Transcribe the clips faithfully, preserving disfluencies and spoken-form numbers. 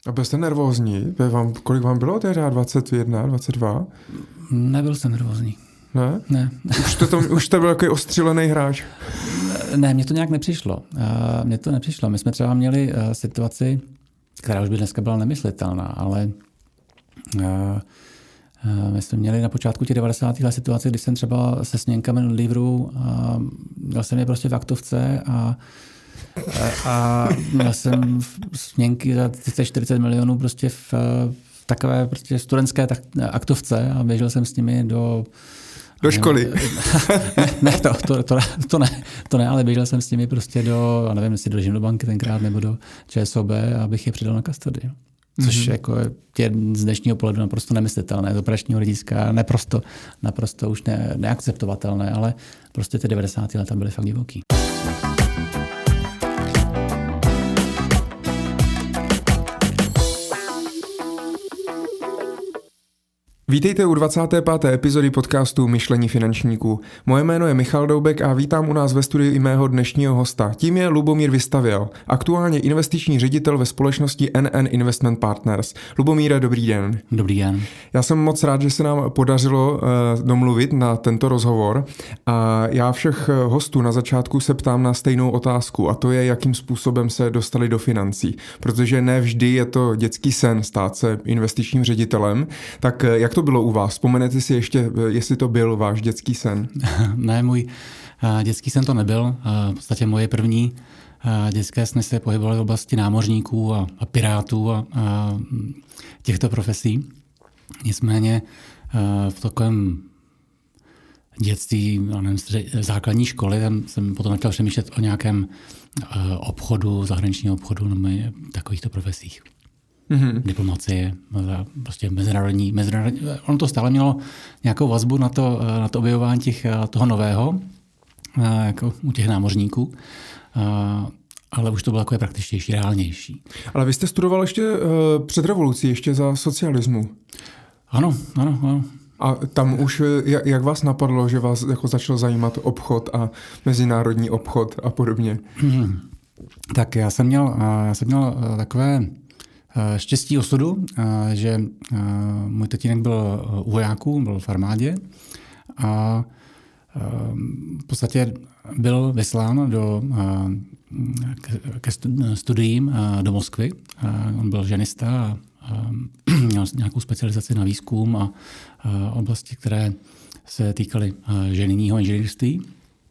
A byl jste nervózní? Vám, kolik vám bylo tehdy? dvacet jedna, dvacet dva? Nebyl jsem nervózní. Ne? Ne. Už to, to, už to byl takový ostřílený hráč? Ne, mně to nějak nepřišlo. Mně to nepřišlo. My jsme třeba měli situaci, která už by dneska byla nemyslitelná, ale my jsme měli na počátku těch devadesátých let situaci, kdy jsem třeba se směnkami na Livru, měl jsem je prostě v aktovce a a měl jsem směnky za třicet čtyřicet milionů prostě v, v takové prostě studentské tak, aktovce a běžel jsem s nimi do... Do školy. ne, ne to, to, to, to, ne, to ne, ale běžel jsem s nimi prostě do, nevím, jestli do Živnobanky tenkrát nebo do ČSOB, abych je přidal na kastody. Což mm-hmm. jako je z dnešního pohledu naprosto nemyslitelné, z operačního hlediska naprosto, naprosto už ne, neakceptovatelné, ale prostě ty devadesátá léta byly fakt divoký. Vítejte u dvacáté páté epizody podcastu Myšlení finančníků. Moje jméno je Michal Doubek a vítám u nás ve studiu i mého dnešního hosta. Tím je Lubomír Vystavěl, aktuálně investiční ředitel ve společnosti N N Investment Partners. Lubomíre, dobrý den. Dobrý den. Já jsem moc rád, že se nám podařilo uh, domluvit na tento rozhovor a já všech hostů na začátku se ptám na stejnou otázku a to je, jakým způsobem se dostali do financí. Protože ne vždy je to dětský sen stát se investičním ředitelem, tak jak to bylo u vás? Vzpomenete si ještě, jestli to byl váš dětský sen? Ne, můj uh, dětský sen to nebyl. Uh, v podstatě moje první uh, dětské sny se pohybovaly v oblasti námořníků a, a pirátů a, a těchto profesí. Nicméně uh, v takovém dětství, nevím, základní školy, tam jsem potom nechtěl přemýšlet o nějakém uh, obchodu, zahraničního obchodu nebo takovýchto profesích. Mm-hmm. Diplomacie, prostě mezinárodní, mezinárodní. Ono to stále mělo nějakou vazbu na to, na to objevování těch, toho nového, jako u těch námořníků, ale už to bylo takové praktičtější, reálnější. Ale vy jste studoval ještě před revolucí, ještě za socialismu. Ano, ano, ano. A tam už, jak vás napadlo, že vás jako začal zajímat obchod a mezinárodní obchod a podobně? Hmm. Tak já jsem měl, já jsem měl takové štěstí osudu, že můj tatínek byl u vojáků, byl v armádě a v podstatě byl vyslán do, ke studiím do Moskvy. On byl ženista a měl nějakou specializaci na výzkum a oblasti, které se týkaly ženinního inženýrství.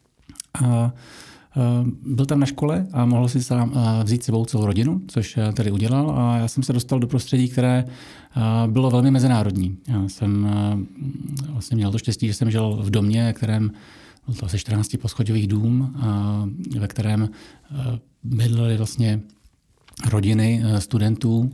A byl tam na škole a mohl si sám vzít sebou celou rodinu, což tady udělal a já jsem se dostal do prostředí, které bylo velmi mezinárodní. Já jsem vlastně měl to štěstí, že jsem žil v domě, kterém byl to asi čtrnáct poschodových dům, ve kterém bydlely vlastně rodiny studentů,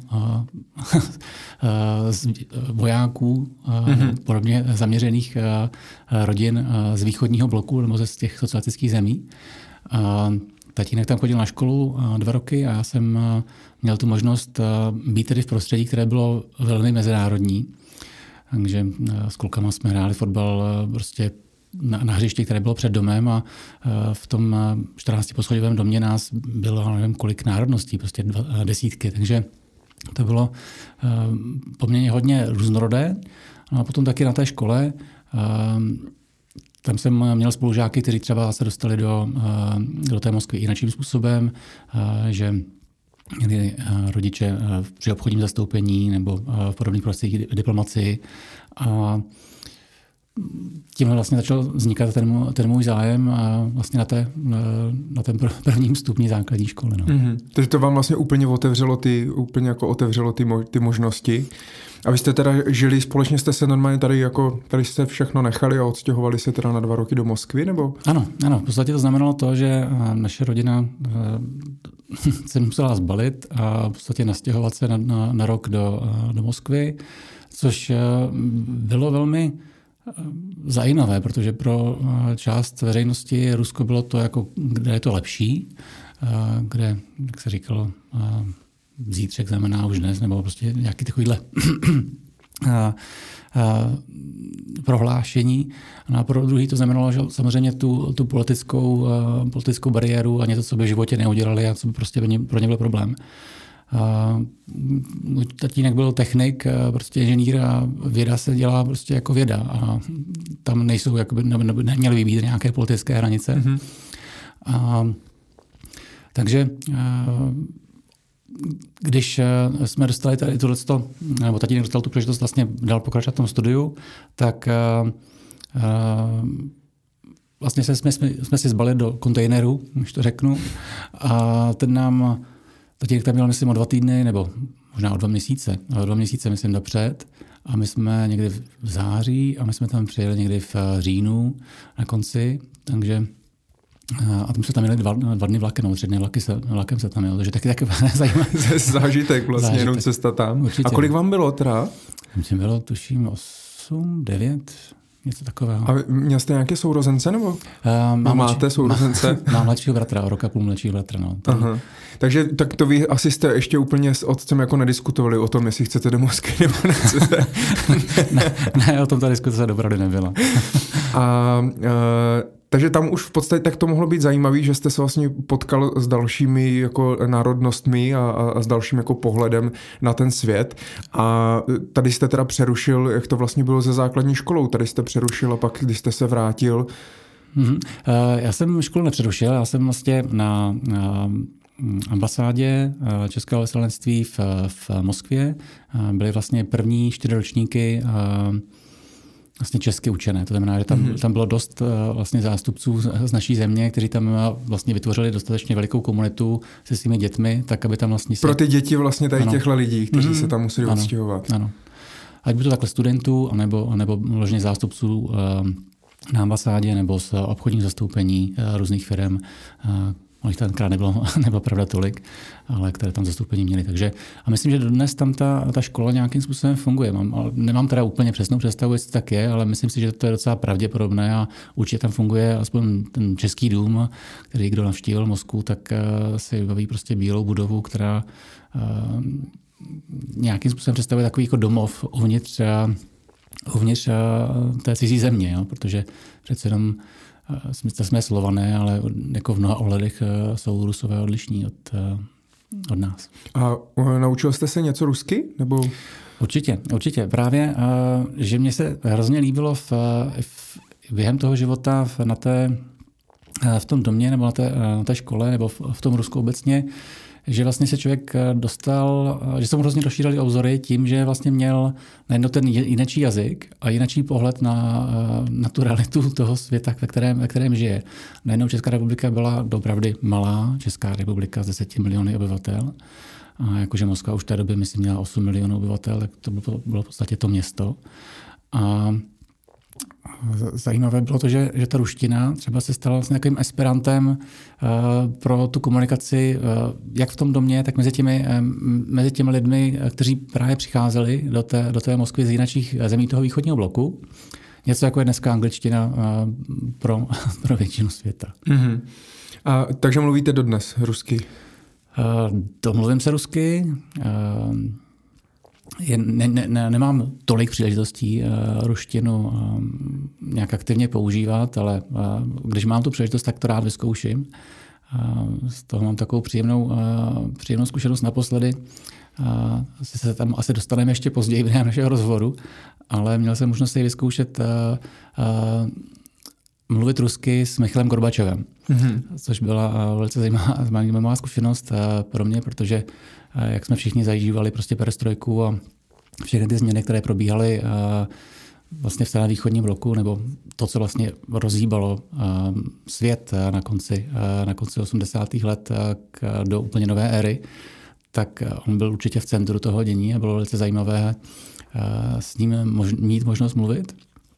vojáků, mm-hmm. podobně zaměřených rodin z východního bloku nebo ze těch socialistických zemí. Tatínek tam chodil na školu dva roky a já jsem měl tu možnost být tedy v prostředí, které bylo velmi mezinárodní. Takže s klukama jsme hráli fotbal prostě na, na hřišti, které bylo před domem a v tom čtrnáctiposchodovém domě nás bylo nevím kolik národností, prostě dva, desítky. Takže to bylo poměrně hodně různorodé. No a potom taky na té škole tam jsem měl spolužáky, kteří třeba se dostali do, do té Moskvy jiným způsobem, že měli rodiče při obchodním zastoupení nebo v podobných prostředích diplomacii. A tímhle vlastně začal vznikat ten, ten můj zájem a vlastně na, té, na ten prvním stupni základní školy. No. Mm-hmm. Takže to vám vlastně úplně otevřelo ty, úplně jako otevřelo ty, mo, ty možnosti. A vy jste teda žili, společně jste se normálně tady jako, tady jste všechno nechali a odstěhovali se teda na dva roky do Moskvy, nebo? Ano, ano. V podstatě to znamenalo to, že naše rodina se musela zbalit a v podstatě nastěhovat se na, na, na rok do, do Moskvy, což bylo velmi zajímavé, protože pro část veřejnosti Rusko bylo to, jako, kde je to lepší, kde, jak se říkalo, zítřek znamená už dnes, nebo prostě nějaký takovýhle prohlášení. No a pro druhý to znamenalo, že samozřejmě tu, tu politickou, politickou bariéru a něco, co by v životě neudělali a co by prostě pro ně byl problém. Můj tatínek byl technik, prostě inženýr a věda se dělá prostě jako věda a tam nejsou, jakoby, ne, neměly by být nějaké politické hranice. Mm-hmm. A, takže když jsme dostali tady tohleto, nebo tatínek dostal tu příležitost vlastně dál pokračovat v tom studiu, tak vlastně jsme, jsme, jsme si zbalili do kontejneru, když to řeknu, a ten nám, tatínek tam měl, myslím, o dva týdny, nebo možná o dva měsíce, o dva měsíce, myslím, dopřed, a my jsme někdy v září a my jsme tam přijeli někdy v říjnu na konci, takže a tam se tam jeli dva, dva dny vlakem, nebo tři dny vlaky se, vlakem se tam jel, takže taky taky zajímavé. Zážitek vlastně, Zážitek. Jenom cesta tam. Určitě. A kolik vám bylo teda? Myslím, bylo tuším osm, devět, něco takového. A měl jste nějaké sourozence, nebo uh, mám máte mladší, sourozence? Mám, mám mladšího bratra, o roka půl mladšího bratra, no. Aha. Takže tak to vy asi jste ještě úplně s otcem jako nediskutovali o tom, jestli chcete do Moskvy nebo nechcete. ne, ne, o tom ta diskuse opravdu nebyla. A uh, takže tam už v podstatě tak to mohlo být zajímavý, že jste se vlastně potkal s dalšími jako národnostmi a, a s dalším jako pohledem na ten svět. A tady jste teda přerušil, jak to vlastně bylo se základní školou. Tady jste přerušil a pak, když jste se vrátil. Mm-hmm. Já jsem školu nepřerušil, já jsem vlastně na, na ambasádě Českého velvyslanectví v, v Moskvě. Byly vlastně první čtyři ročníky vlastně česky učené. To znamená, že tam, mm-hmm. tam bylo dost vlastně zástupců z naší země, kteří tam vlastně vytvořili dostatečně velikou komunitu se svými dětmi, tak aby tam vlastně... Pro ty děti vlastně tady těchto lidí, kteří mm-hmm. se tam museli ano. odstěhovat. Ano. Ať by to takhle studentů, anebo, anebo vloženě zástupců na ambasádě, nebo z obchodních zastoupení různých firm, ale tenkrát nebylo, nebylo pravda tolik, ale které tam zastoupení měli. Takže, a myslím, že dnes tam ta, ta škola nějakým způsobem funguje. Mám, nemám teda úplně přesnou představu, jestli tak je, ale myslím si, že to je docela pravděpodobné a určitě tam funguje aspoň ten český dům, který kdo navštívil Moskvu, tak uh, si vybaví prostě bílou budovu, která uh, nějakým způsobem představuje takový jako domov uvnitř, uh, uvnitř uh, té cizí země, jo? Protože přece jenom jsme, jsme Slované, ale jako v mnoha ohledech jsou Rusové odlišní od, od nás. A naučil jste se něco rusky? Nebo? Určitě, určitě. Právě, že mě se hrozně líbilo v, v, během toho života v, na té, v tom domě nebo na té, na té škole nebo v, v tom Rusku obecně, že vlastně se člověk dostal, že se mu hrozně rozšířily obzory tím, že vlastně měl najednou ten jinečí jazyk a jinečí pohled na, na tu realitu toho světa, ve kterém, ve kterém žije. Najednou Česká republika byla doopravdy malá Česká republika s deseti miliony obyvatel. A jakože Moskva už v té době, myslím, měla osm milionů obyvatel, tak to bylo, bylo v podstatě to město. A zajímavé bylo to, že, že ta ruština třeba se stala vlastně takovým esperantem uh, pro tu komunikaci uh, jak v tom domě, tak mezi těmi, um, mezi těmi lidmi, kteří právě přicházeli do té, do té Moskvy z jiných zemí toho východního bloku. Něco jako je dneska angličtina uh, pro, pro většinu světa. Mm-hmm. A takže mluvíte dodnes rusky? Uh, domluvím se rusky. Uh, Je, ne, ne, nemám tolik příležitostí uh, ruštinu uh, nějak aktivně používat, ale uh, když mám tu příležitost, tak to rád vyzkouším. Uh, z toho mám takovou příjemnou, uh, příjemnou zkušenost naposledy. Uh, asi se tam asi dostaneme ještě později během našeho rozhovoru, ale měl jsem možnost si vyzkoušet uh, uh, mluvit rusky s Michalem Gorbačovem, mm-hmm. což byla uh, velice zajímavá, zajímavá zkušenost uh, pro mě, protože uh, jak jsme všichni zažívali prostě perestrojku a všechny ty změny, které probíhaly uh, vlastně v celém východním bloku, nebo to, co vlastně rozhýbalo uh, svět uh, na konci, uh, na konci osmdesátých let uh, k, do úplně nové éry, tak uh, on byl určitě v centru toho dění a bylo velice zajímavé uh, s ním mož- mít možnost mluvit.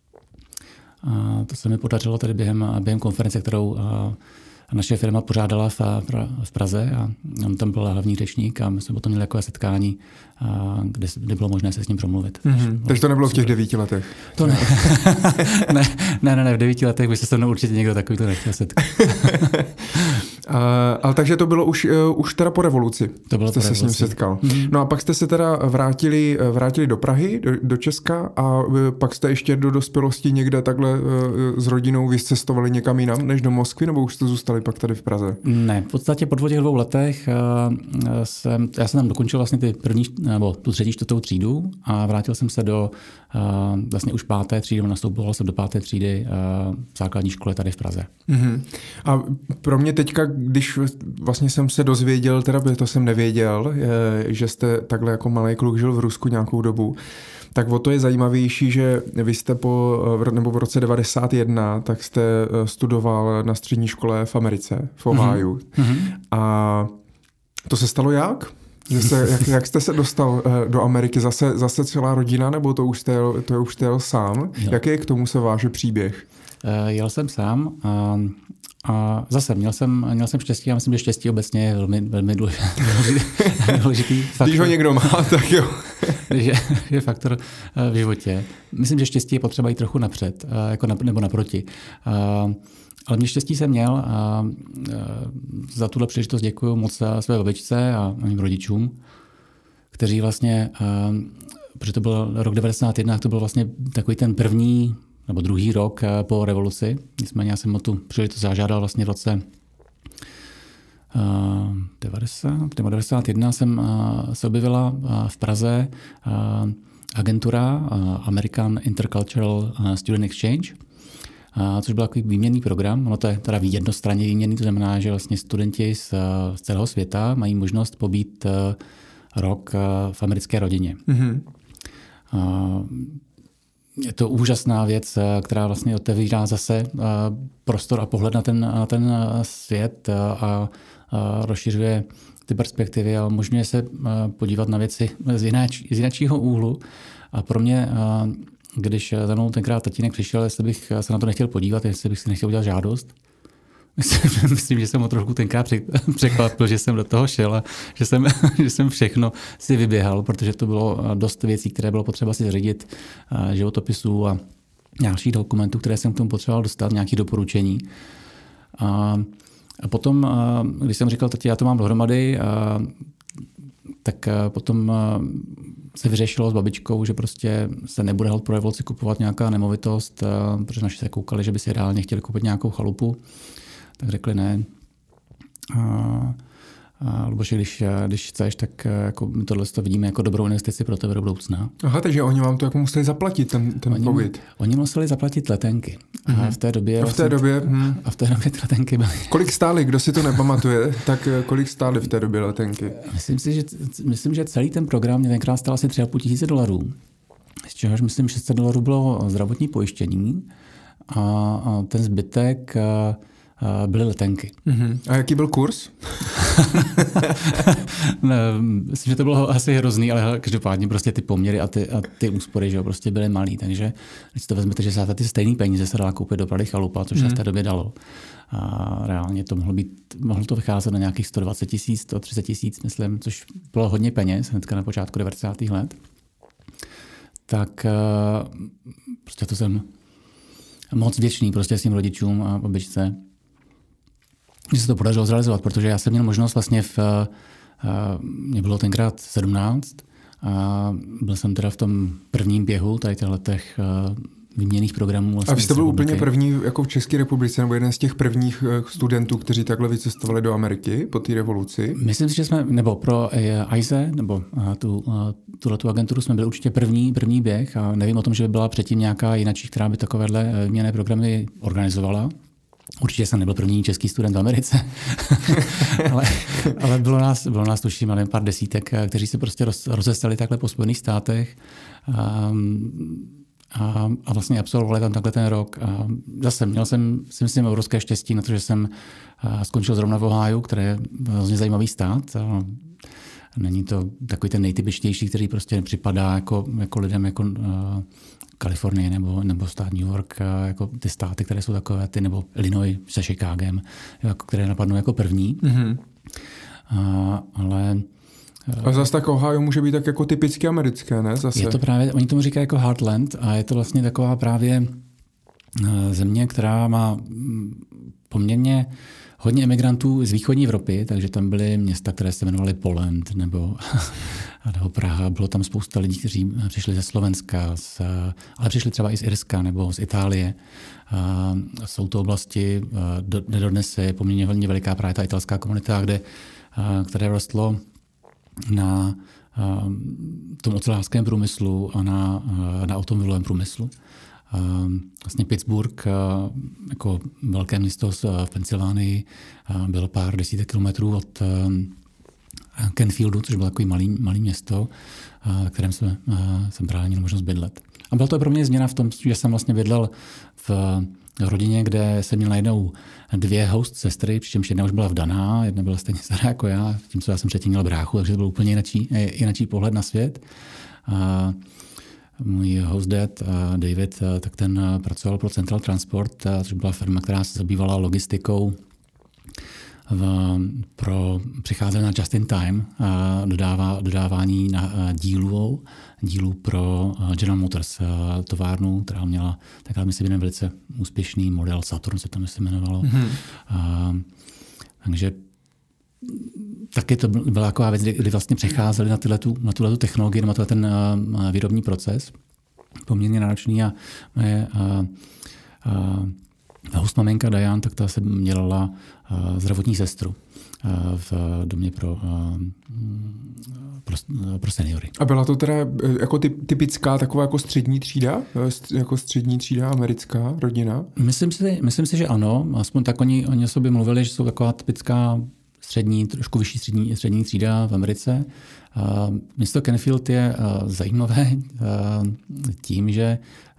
A to se mi podařilo tady během, během konference, kterou naše firma pořádala v, v Praze a on tam byl hlavní řečník a my jsme potom měli takové setkání, kde, kde bylo možné se s ním promluvit. Mm-hmm. Takže to nebylo v těch devíti letech? To ne. ne, ne, ne, ne, v devíti letech by se se mnou určitě někdo takový to nechtěl setkat. ale takže to bylo už, uh, už teda po revoluci. To bylo jste po se revoluci. s ním setkal. Mm-hmm. No a pak jste se teda vrátili, vrátili do Prahy, do, do Česka a pak jste ještě do dospělosti někde takhle uh, s rodinou vycestovali někam jinam než do Moskvy, nebo už jste zůstali pak tady v Praze? Ne, v podstatě po těch dvou letech uh, jsem, já jsem tam dokončil vlastně ty první, nebo tu třetí, čtvrtou třídu a vrátil jsem se do uh, vlastně už páté třídy, nastupoval jsem do páté třídy uh, v základní škole tady v Praze. Mm-hmm. A pro mě teďka, když vlastně jsem se dozvěděl, teda to jsem nevěděl, že jste takhle jako malý kluk žil v Rusku nějakou dobu, tak o to je zajímavější, že vy jste po, nebo v roce devadesát jedna, tak jste studoval na střední škole v Americe, v Ohiu. Mm-hmm. A to se stalo jak? Že se, jak, jak jste se dostal do Ameriky? Zase, zase celá rodina, nebo to už jste, to už jste jel sám? Jo. Jaký je k tomu se váže příběh? Jel jsem sám a, a zase měl jsem, měl jsem štěstí. Já myslím, že štěstí obecně je velmi, velmi důležitý faktor. Když ho někdo má, tak jo. je, je faktor v životě. Myslím, že štěstí je potřeba jít trochu napřed, jako na, nebo naproti. Ale mě štěstí jsem měl a za tuhle příležitost děkuji moc své babičce a mým rodičům, kteří vlastně, protože to byl rok devadesát jedna, to byl vlastně takový ten první nebo druhý rok po revoluci. Nicméně já jsem o tu příležitost zažádal vlastně v roce devadesát, nebo devadesát jedna jsem se objevila v Praze agentura American Intercultural Student Exchange, což byl takový výměnný program. Ono to je teda jednostranně výměnný, to znamená, že vlastně studenti z, z celého světa mají možnost pobít rok v americké rodině. Mm-hmm. Je to úžasná věc, která vlastně otevírá zase prostor a pohled na ten, na ten svět a, a rozšiřuje ty perspektivy a umožňuje se podívat na věci z, jináč, z jináčího úhlu. A pro mě, když za mnou tenkrát tatínek přišel, jestli bych se na to nechtěl podívat, jestli bych si nechtěl udělat žádost, myslím, že jsem ho trošku tenkrát překvapil, že jsem do toho šel a že jsem, že jsem všechno si vyběhal, protože to bylo dost věcí, které bylo potřeba si zřídit, životopisů a dalších dokumentů, které jsem k tomu potřeboval dostat, nějaké doporučení. A, a potom, když jsem říkal, tati, já to mám dohromady, a, tak potom se vyřešilo s babičkou, že prostě se nebude hlad pro revoluci kupovat nějaká nemovitost, protože naši se koukali, že by si reálně chtěli koupit nějakou chalupu. Tak řekli ne. A, a Luboši, když, když chceš, tak jako my tohle to vidíme jako dobrou investici pro tebe do budoucna. Aha, takže oni vám to jako museli zaplatit, ten, ten oni, pobyt. Oni museli zaplatit letenky. Mm-hmm. A v té době... A v té době... Hm. A v té době ty letenky byly... Kolik stály, kdo si to nepamatuje, tak kolik stály v té době letenky? Myslím si, že, myslím, že celý ten program mě tenkrát stál asi tři a půl tisíce dolarů. Z čehož myslím, šest set dolarů bylo zdravotní pojištění a, a ten zbytek... byly letenky. Uh-huh. A jaký byl kurz? Ne, myslím, že to bylo asi hrozný, ale každopádně prostě ty poměry a ty, a ty úspory, že jo, prostě byly malý, takže když si to vezmete, že se za ty stejný peníze se dala koupit do Prahy chalupa, což uh-huh. se v té době dalo. A reálně to mohlo být, mohlo to vycházet na nějakých sto dvacet tisíc, sto třicet tisíc, myslím, což bylo hodně peněz hnedka na počátku devadesátých let. Tak prostě to jsem moc vděčný prostě svým rodičům a babičce, že se to podařilo zrealizovat, protože já jsem měl možnost vlastně v, mě bylo tenkrát sedmnáct a byl jsem teda v tom prvním běhu tady těchto letech výměnných programů. Vlastně a vy jste byl úplně první jako v České republice, nebo jeden z těch prvních studentů, kteří takhle vycestovali do Ameriky po té revoluci? Myslím si, že jsme, nebo pro I S E, nebo tu, tuhletu agenturu jsme byli určitě první, první běh a nevím o tom, že by byla předtím nějaká jinačí, která by takovéhle výměnné programy organizovala. Určitě jsem nebyl první český student v Americe, ale, ale bylo nás, bylo nás tuším ale pár desítek, kteří se prostě roz, rozestali takhle po Spojených státech a, a, a vlastně absolvovali tam takhle ten rok. A zase měl jsem si myslím obrovské štěstí na to, že jsem skončil zrovna v Ohiu, které je vlastně zajímavý stát. A není to takový ten nejtypičtější, který prostě připadá jako, jako lidem jako Kalifornie nebo, nebo stát New York, jako ty státy, které jsou takové, ty, nebo Illinois se Chicagem, jako, které napadnou jako první. Mm-hmm. A, ale... A zase tak Ohio může být tak jako typicky americké, ne? Zase. Je to právě, oni tomu říkají jako Heartland a je to vlastně taková právě země, která má poměrně hodně emigrantů z východní Evropy, takže tam byly města, které se jmenovaly Poland nebo, nebo Praha. Bylo tam spousta lidí, kteří přišli ze Slovenska, z, ale přišli třeba i z Irska nebo z Itálie. Jsou to oblasti, kde dodnes je poměrně velmi veliká právě ta italská komunita, kde, které rostlo na tom ocelářském průmyslu a na, na automobilovém průmyslu. Vlastně Pittsburgh jako velké město v Pensylvánii bylo pár desítek kilometrů od Canfieldu, což bylo takový malý, malý město, v kterém jsme, jsem právě měl možnost bydlet. A byla to pro mě změna v tom, že jsem vlastně bydlel v rodině, kde jsem měl najednou dvě host sestry, přičemž jedna už byla vdaná, jedna byla stejně stará jako já, tím, co já jsem předtím měl bráchu, takže to byl úplně jináčí, jináčí pohled na svět. A můj host dad David, tak ten pracoval pro Central Transport, což byla firma, která se zabývala logistikou v, pro přicházení na just in time, dodává, dodávání na dílů, dílů pro General Motors, továrnu, která měla, tak myslím, jeden velice úspěšný model Saturn, se tam se jmenovalo. Mm-hmm. A, takže taky to byla taková věc, kdy vlastně přecházeli na tyhletu, na tuhletu technologii, na ten uh, výrobní proces. Poměrně náročný a moje uh, uh, host maminka Diane, tak ta se dělala uh, zdravotní sestru uh, v domě pro, uh, pro, uh, pro seniory. A byla to teda jako typická taková jako střední třída? Jako střední třída americká rodina? Myslím si, myslím si že ano. Aspoň tak oni, oni o sobě mluvili, že jsou taková typická střední, trošku vyšší střední, střední třída v Americe. Uh, město Canfield je uh, zajímavé uh, tím, že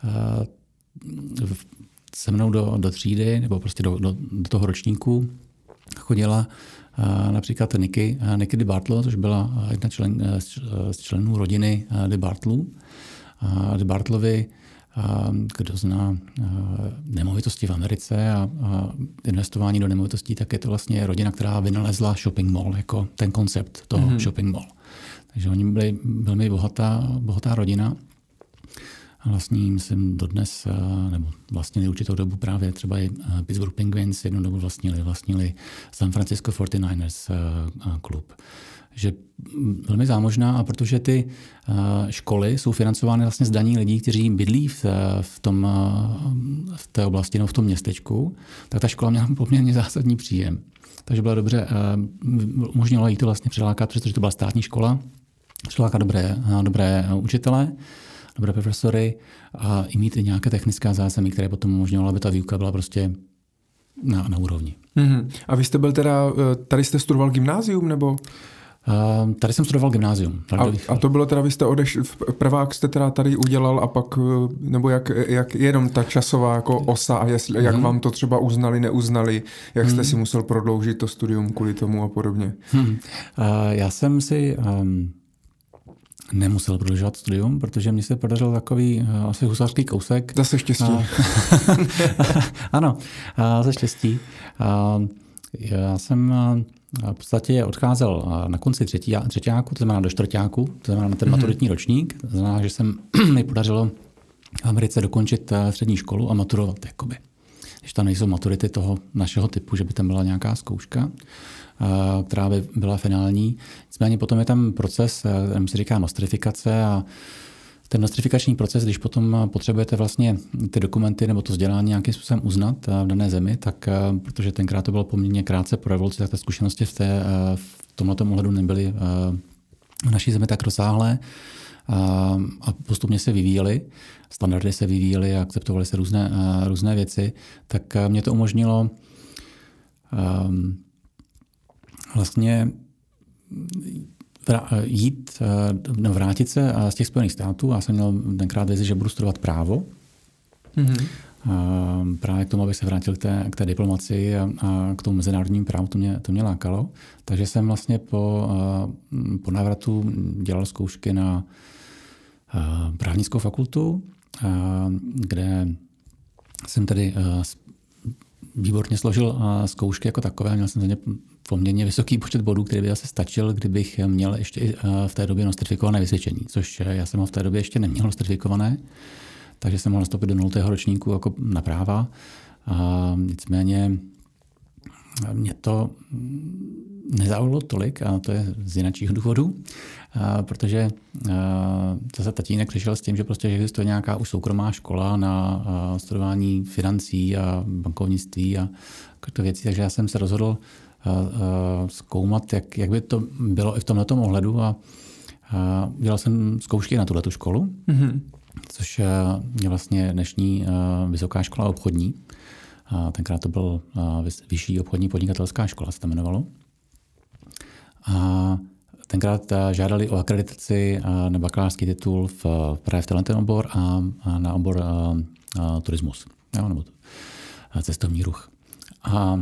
uh, se mnou do, do třídy nebo prostě do, do, do toho ročníku chodila uh, například Nikki, uh, Nikki DeBartlo, což byla jedna člen, uh, z členů rodiny uh, DeBartlů. Uh, DeBartlovi, kdo zná nemovitosti v Americe a investování do nemovitostí, tak je to vlastně rodina, která vynalezla shopping mall, jako ten koncept toho mm-hmm. shopping mall. Takže oni byli velmi bohatá, bohatá rodina. A vlastní, myslím, dodnes, nebo vlastnili určitou dobu právě třeba i Pittsburgh Penguins, jednu dobu vlastnili, vlastnili San Francisco forty-niners klub. Že velmi zámožná, a protože ty školy jsou financovány vlastně z daní lidí, kteří bydlí v, v, tom, v té oblasti, no v tom městečku, tak ta škola měla poměrně zásadní příjem. Takže byla dobře, umožnilo jí to vlastně přilákat, protože to byla státní škola, přilákat dobré, dobré učitele, dobré profesory a i mít i nějaké technická zázemí, které potom umožňovalo, aby ta výuka byla prostě na, na úrovni. Mm-hmm. A vy jste byl teda, tady jste studoval gymnázium, nebo? Uh, tady jsem studoval gymnázium. A, a to bylo teda, vy jste odeš, prvák jste teda tady udělal a pak, nebo jak, jak jenom ta časová jako osa a jestli, jak hmm. vám to třeba uznali, neuznali, jak jste hmm. si musel prodloužit to studium kvůli tomu a podobně? Hmm. Uh, já jsem si um, nemusel prodlužovat studium, protože mně se podařil takový uh, asi husářský kousek. Zase štěstí. Uh, ano, uh, zase štěstí. Uh, já jsem uh, v podstatě odcházel na konci třetí, třetíáku, to znamená do čtvrtíáku, to znamená na ten maturitní ročník. To znamená, že jsem mi podařilo v Americe dokončit střední školu a maturovat. Jakoby. Když tam nejsou maturity toho našeho typu, že by tam byla nějaká zkouška, která by byla finální. Nicméně potom je tam proces, kterým se říká nostrifikace, a ten nostrifikační proces, když potom potřebujete vlastně ty dokumenty nebo to vzdělání nějakým způsobem uznat v dané zemi, tak protože tenkrát to bylo poměrně krátce po revoluci, tak ty zkušenosti v, té, v tomto ohledu nebyly v naší zemi tak rozsáhlé a postupně se vyvíjely, standardy se vyvíjely a akceptovaly se různé, různé věci, tak mě to umožnilo vlastně jít, no, vrátit se z těch Spojených států. Já jsem měl tenkrát vizi, že budu studovat právo. Mm-hmm. Právě k tomu, abych se vrátil k té, k té diplomaci a, a k tomu mezinárodnímu právu, to mě, to mě lákalo. Takže jsem vlastně po, po návratu dělal zkoušky na právnickou fakultu, kde jsem tedy výborně složil zkoušky jako takové. Měl jsem za ně poměrně vysoký počet bodů, který by asi stačil, kdybych měl ještě v té době nostrifikované vysvědčení, což já jsem ho v té době ještě neměl nostrifikované. takže jsem mohl nastoupit do nultého ročníku jako na práva. A nicméně mě to nezaujalo tolik, a to je z jiných důvodů, a protože zase tatínek přišel s tím, že prostě že existuje nějaká už soukromá škola na studování financí a bankovnictví a to věcí, takže já jsem se rozhodl zkoumat, jak, jak by to bylo i v tomhletom ohledu a, a udělal jsem zkoušky na tuhletu školu, mm-hmm. což je vlastně dnešní vysoká škola obchodní. A tenkrát to byl vyšší obchodní podnikatelská škola, se to jmenovalo. A tenkrát žádali o akreditaci na bakalářský titul v, právě v tenhle obor a, a na obor a, a turismus, jo, nebo cestovní ruch. A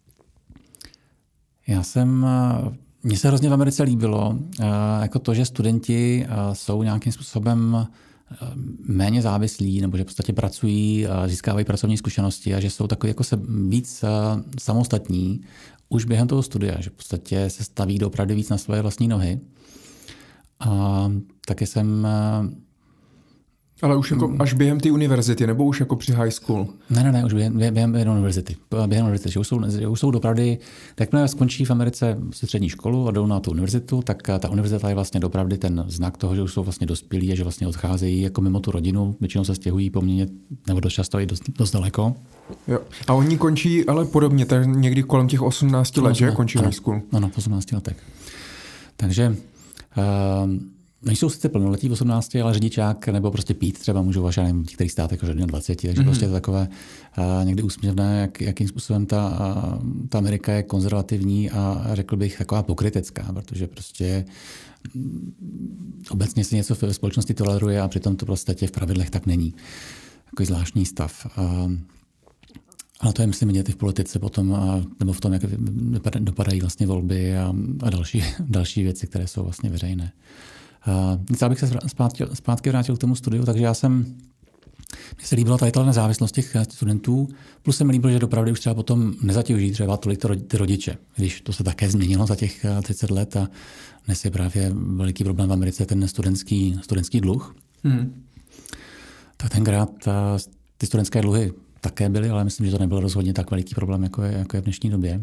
já jsem, mně se hrozně v Americe líbilo jako to, že studenti jsou nějakým způsobem méně závislí, nebo že v podstatě pracují, získávají pracovní zkušenosti a že jsou takový jako se víc samostatní už během toho studia, že v podstatě se staví doopravdy víc na své vlastní nohy. A taky jsem... Ale už jako až během té univerzity, nebo už jako při high school? Ne, ne, ne, už během, během, během univerzity. Během univerzity, že už jsou, že už jsou dopravdy, tak jakmile skončí v Americe střední školu a jdou na tu univerzitu, tak ta univerzita je vlastně dopravdy ten znak toho, že už jsou vlastně dospělí a že vlastně odcházejí jako mimo tu rodinu, většinou se stěhují poměrně, nebo dost často i dost, dost daleko. Jo. A oni končí ale podobně, tak někdy kolem těch osmnácti let, že končí high school? Ano, v osmnácti letech. Takže... Uh, Nejsou sice plnoletí v osmnácti, ale řidičák nebo prostě pít třeba můžou až v některých státech jako do dvaceti, takže mm-hmm. prostě je to takové uh, někdy úsměvné, jak, jakým způsobem ta, uh, ta Amerika je konzervativní a řekl bych taková pokrytecká, protože prostě obecně si něco ve společnosti toleruje a přitom to prostě v pravidlech tak není. Takový zvláštní stav. Uh, ale to je, myslím, vidět i v politice potom, uh, nebo v tom, jak dopadají vlastně volby a, a další, další věci, které jsou vlastně veřejné. Uh, já bych se zpátky, zpátky vrátil k tomu studiu, takže já jsem, mně se líbila tady ta nezávislost těch studentů, plus se mi líbilo, že dopravdy už třeba potom nezatěžují třeba tolik ty rodiče, když to se také změnilo za těch třicet let a dnes je právě veliký problém v Americe ten studentský, studentský dluh. Hmm. Tak tenkrát ty studentské dluhy také byly, ale myslím, že to nebyl rozhodně tak veliký problém, jako je, jako je v dnešní době.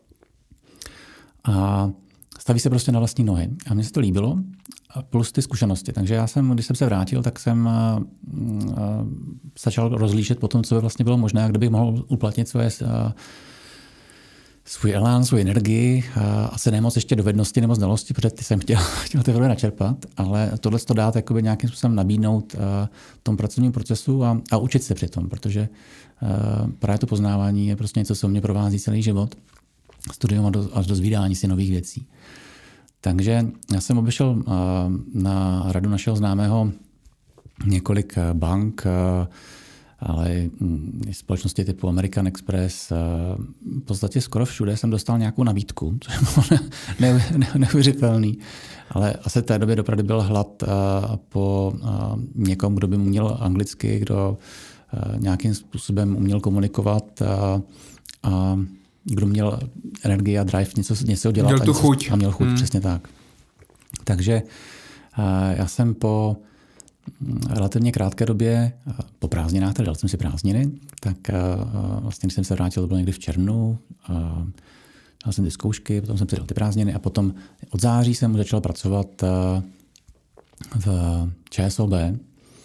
A staví se prostě na vlastní nohy. A mně se to líbilo, plus ty zkušenosti. Takže já jsem, když jsem se vrátil, tak jsem uh, uh, začal rozlížet po tom, co by vlastně bylo možné, jak kdybych mohl uplatnit svoje, uh, svůj elán, svou energii, uh, asi nemoc ještě dovednosti nebo znalosti, protože ty jsem chtěl, chtěl teprve načerpat, ale tohle to dát jakoby nějakým způsobem nabídnout uh, tom pracovním procesu a, a učit se při tom, protože uh, právě to poznávání je prostě něco, co mě provází celý život. Studium až do zvídání si nových věcí. Takže já jsem obešel na radu našeho známého několik bank, ale i společnosti typu American Express. V podstatě skoro všude jsem dostal nějakou nabídku, což bylo neuvěřitelný. Ale asi v té době dopravdy byl hlad po někom, kdo by uměl anglicky, kdo nějakým způsobem uměl komunikovat a, a kdo měl energii a drive něco, něco dělat. Měl tu chuť. A měl chuť, hmm. přesně tak. Takže uh, já jsem po relativně krátké době, uh, po prázdninách, tedy dal jsem si prázdniny, tak uh, vlastně, když jsem se vrátil, to bylo někdy v červnu, uh, dal jsem ty zkoušky, potom jsem si dal ty prázdniny a potom od září jsem začal pracovat uh, v ČSOB, uh,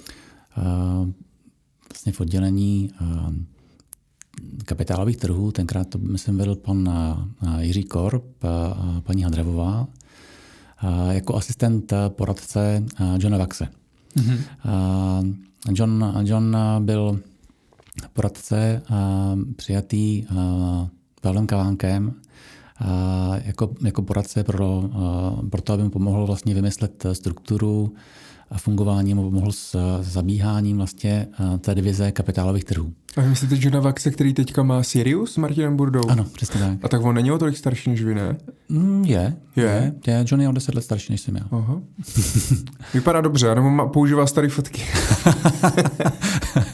vlastně v oddělení uh, kapitálových trhů. Tenkrát to myslím vedl pan Jiří Korb a paní Hadravová jako asistent poradce Johna Vaxe. Mm-hmm. John, John byl poradce přijatý Pavlem Kavánkem jako, jako poradce pro, pro to, aby mu pomohl vlastně vymyslet strukturu a fungováním, pomohl s zabíháním vlastně té divize kapitálových trhů. A vy myslíte Johna Vaxe, který teďka má Sirius s Martinem Burdou? Ano, přesně tak. A tak on není o tolik starší než vy, ne? Mm, je, je. Je. je. John je o deset let starší než jsem já. Aha. Vypadá dobře, nebo používá staré fotky.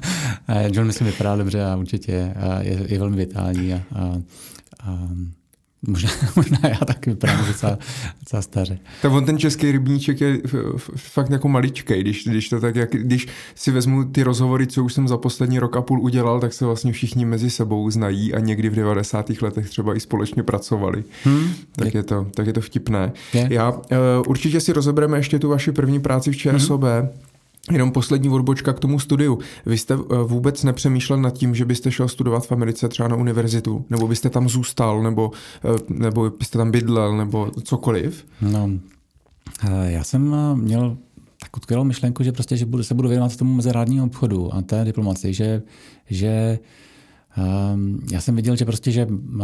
John myslím vypadá dobře a určitě je, je, je velmi vitální a, a, a Možná, možná já taky vypadám docela, docela staře. Tak on ten český rybníček je fakt jako maličkej, když, když to tak, jak, když si vezmu ty rozhovory, co už jsem za poslední rok a půl udělal, tak se vlastně všichni mezi sebou znají a někdy v devadesátých letech třeba i společně pracovali. Hmm, tak, je. Je to, tak je to vtipné. Je. Já uh, určitě si rozebereme ještě tu vaši první práci v ČSOB. Hmm. Jenom poslední odbočka k tomu studiu. Vy jste vůbec nepřemýšlel nad tím, že byste šel studovat v Americe třeba na univerzitu? Nebo byste tam zůstal? Nebo, nebo byste tam bydlel? Nebo cokoliv? No, já jsem měl takovou skvělou myšlenku, že prostě že budu, se budu věnovat tomu mezinárodnímu obchodu a té diplomaci, že, že um, já jsem viděl, že prostě, že uh,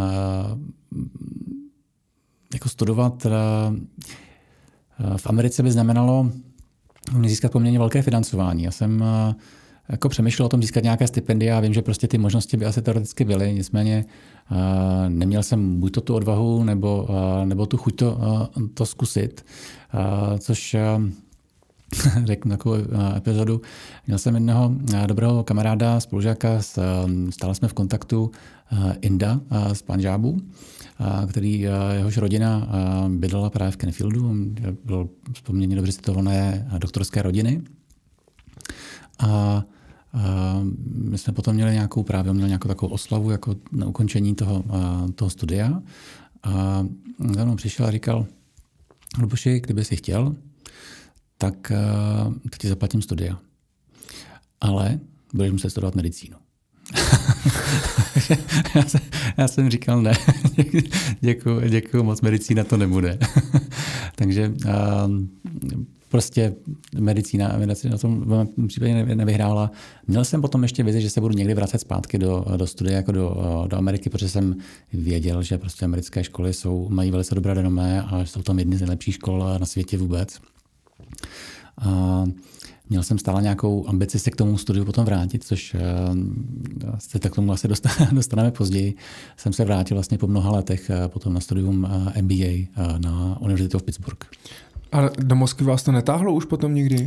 jako studovat uh, v Americe by znamenalo získat poměrně velké financování. Já jsem jako přemýšlel o tom získat nějaké stipendia a vím, že prostě ty možnosti by asi teoreticky byly, nicméně neměl jsem buď to tu odvahu nebo, nebo tu chuť to, to zkusit, což řeknu takovou epizodu. Měl jsem jednoho dobrého kamaráda, spolužáka, stále jsme v kontaktu, Inda z Pandžábu, který jehož rodina bydlela právě v Kenfieldu, byl poměrně dobře situované doktorské rodiny. A, a my jsme potom měli nějakou právě, on měl nějakou takovou oslavu jako na ukončení toho, toho studia. A za mnou přišel a říkal, Luboši, kdyby si chtěl, tak teď ti zaplatím studia. Ale budeš muset studovat medicínu. já, jsem, já jsem říkal ne, děkuju, děkuju moc, medicína to nebude. Takže um, prostě medicína, medicína na tom v případě nevyhrála. Měl jsem potom ještě vizi, že se budu někdy vracet zpátky do, do studia, jako do, do Ameriky, protože jsem věděl, že prostě americké školy jsou, mají velice dobré renomé a jsou tam jedny z nejlepších škol na světě vůbec. A měl jsem stále nějakou ambici se k tomu studiu potom vrátit, což se tak k tomu asi dostaneme později. Jsem se vrátil vlastně po mnoha letech potom na studium M B A na Univerzitu v Pittsburgh. Ale do Moskvy vás to netáhlo už potom nikdy?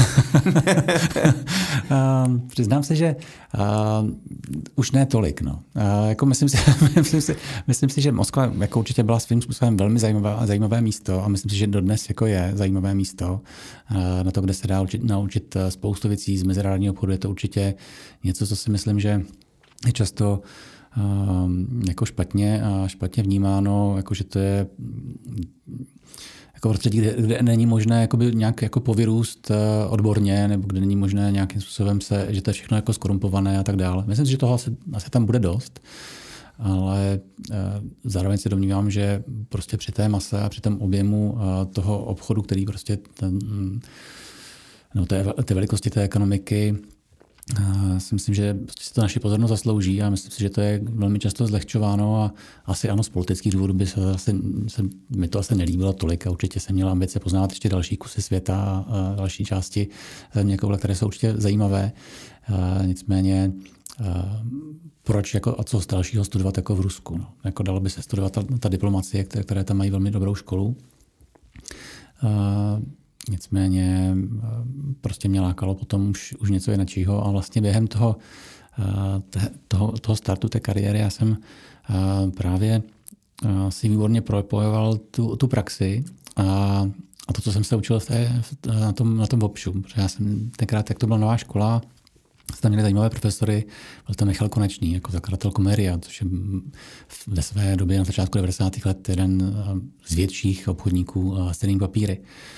uh, přiznám se, že uh, už ne tolik. No. Uh, jako myslím, si, myslím, si, myslím si, že Moskva jako určitě byla svým způsobem velmi zajímavé, zajímavé místo a myslím si, že dodnes jako je zajímavé místo uh, na to, kde se dá učit, naučit spoustu věcí z mezinárodního obchodu. Je to určitě něco, co si myslím, že je často uh, jako špatně a špatně vnímáno, jako že to je jako prostředí, kde, kde není možné jakoby nějak jako povyrůst odborně, nebo kde není možné nějakým způsobem se, že to je všechno jako skorumpované a tak dále. Myslím si, že toho asi, asi tam bude dost, ale zároveň se domnívám, že prostě při té mase a při tom objemu toho obchodu, který prostě ten, no, té, té velikosti té ekonomiky, Uh, si myslím, že si to naši pozornost zaslouží a myslím si, že to je velmi často zlehčováno a asi ano, z politických důvodů by se, asi, se mi to asi nelíbilo tolik a určitě jsem měl ambice poznávat ještě další kusy světa a další části země, které jsou určitě zajímavé. Uh, nicméně uh, proč jako, a co z dalšího studovat jako v Rusku? No? Jako dalo by se studovat ta, ta diplomacie, které, které tam mají velmi dobrou školu. Uh, Nicméně prostě mě lákalo potom už, už něco jiného a vlastně během toho, toho, toho startu té kariéry já jsem právě si výborně propojoval tu, tu praxi a, a to, co jsem se učil v té, na tom, na tom vopšu. Protože já jsem tenkrát, jak to byla nová škola, tam měli zajímavé profesory, byl tam Michal Konečný jako zakladatel Komeria, což je ve své době na začátku devadesátých let jeden z větších obchodníků s cennými papíry.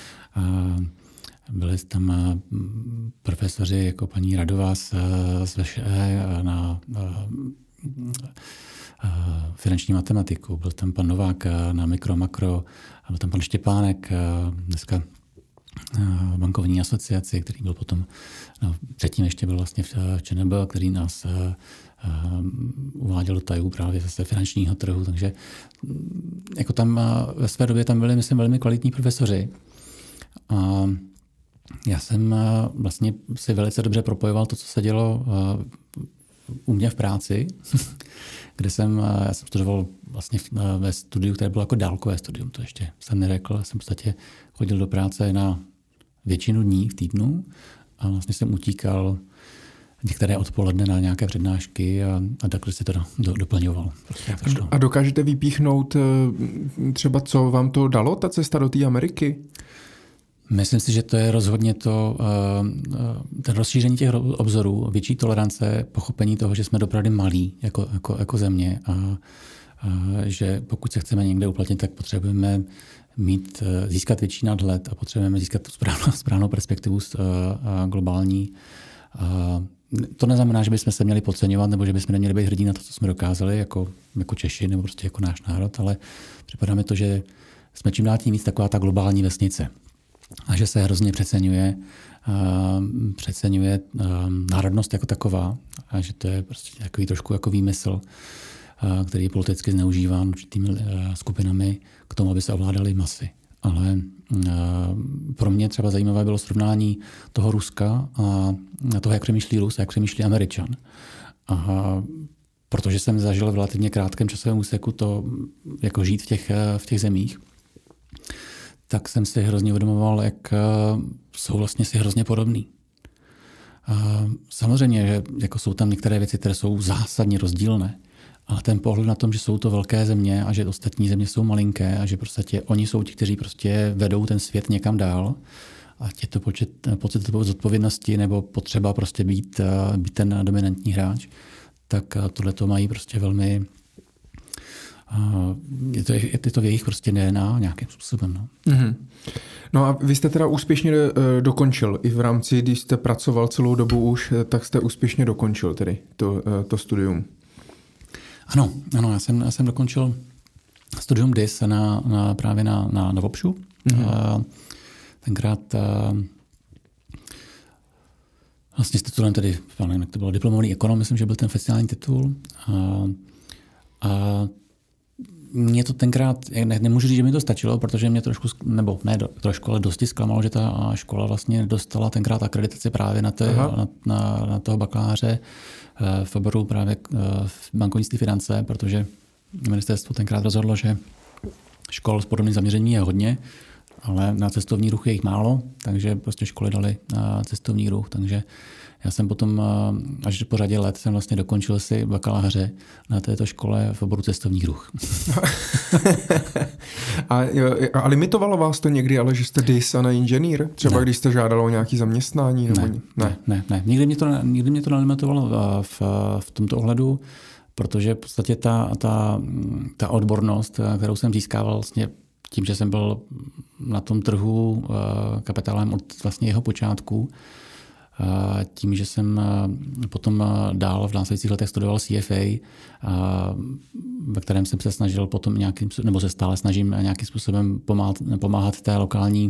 Byli tam profesoři jako paní Radová z, z Veše na, na finanční matematiku, byl tam pan Novák na mikro, makro, byl tam pan Štěpánek, dneska v bankovní asociaci, který byl potom, no, předtím ještě byl vlastně v ČNB, který nás uváděl do tajů právě zase finančního trhu, takže jako tam ve své době tam byli, myslím, velmi kvalitní profesoři. A já jsem vlastně si velice dobře propojoval to, co se dělo u mě v práci, kde jsem, já jsem studoval vlastně ve studiu, které bylo jako dálkové studium, to ještě jsem neřekl. Já jsem v podstatě chodil do práce na většinu dní v týdnu a vlastně jsem utíkal některé odpoledne na nějaké přednášky a, a takhle se to do, doplňoval. Prostě a dokážete vypíchnout třeba, co vám to dalo, ta cesta do té Ameriky? Myslím si, že to je rozhodně to, ten rozšíření těch obzorů, větší tolerance, pochopení toho, že jsme opravdu malí jako, jako, jako země a, a že pokud se chceme někde uplatnit, tak potřebujeme mít, získat větší nadhled a potřebujeme získat tu správnou, správnou perspektivu globální. A to neznamená, že bychom se měli podceňovat nebo že bychom neměli být hrdí na to, co jsme dokázali jako, jako Češi nebo prostě jako náš národ, ale připadá mi to, že jsme čím dál tím víc taková ta globální vesnice. A že se hrozně přeceňuje, uh, přeceňuje uh, národnost jako taková a že to je prostě takový trošku jako výmysl, uh, který je politicky zneužíván určitými uh, skupinami k tomu, aby se ovládaly masy. Ale uh, pro mě třeba zajímavé bylo srovnání toho Ruska a toho, jak přemýšlí Rus a jak přemýšlí Američan. A protože jsem zažil v relativně krátkém časovém úseku to, jako žít v těch, v těch zemích, tak jsem si hrozně uvědomoval, jak jsou vlastně si hrozně podobný. Samozřejmě, že jako jsou tam některé věci, které jsou zásadně rozdílné, ale ten pohled na tom, že jsou to velké země a že ostatní země jsou malinké a že prostě oni jsou ti, kteří prostě vedou ten svět někam dál, a je to počet, pocit zodpovědnosti nebo potřeba prostě být, být ten dominantní hráč, tak tohle to mají prostě velmi... Je to, je to v jejich prostě D N A nějakým způsobem. No. Mm-hmm. No a vy jste teda úspěšně dokončil. I v rámci, když jste pracoval celou dobu už, tak jste úspěšně dokončil tedy to, to studium. Ano, ano, já jsem, já jsem dokončil studium D I S na, na, právě na, na, na Vopšu. Mm-hmm. Tenkrát vlastně s titulem tedy, nevím, jak to bylo, diplomový ekonom, myslím, že byl ten oficiální titul. A, a mě to tenkrát, ne, nemůžu říct, že mi to stačilo, protože mě trošku, nebo ne trošku, ale dosti zklamalo, že ta škola vlastně dostala tenkrát akreditaci právě na, té, na, na, na toho bakaláře v oboru právě v bankovnictví finance, protože ministerstvo tenkrát rozhodlo, že škol s podobným zaměřením je hodně, ale na cestovní ruch je jich málo, takže prostě školy dali na cestovní ruch, takže já jsem potom až po řadě let jsem vlastně dokončil si bakaláře na této škole v oboru cestovní ruch. a, a limitovalo vás to někdy, ale že jste D I S a ne inženýr? Třeba ne. Když jste žádal o nějaké zaměstnání? Nebo... Ne, ne, ne, ne. Nikdy mě to, nikdy mě to nelimitovalo v, v tomto ohledu, protože v podstatě ta, ta, ta odbornost, kterou jsem získával vlastně tím, že jsem byl na tom trhu kapitálem od vlastně jeho počátku, tím, že jsem potom dál v následujících letech studoval C F A, ve kterém jsem se snažil potom nějakým, nebo se stále snažím nějakým způsobem pomáhat, pomáhat té lokální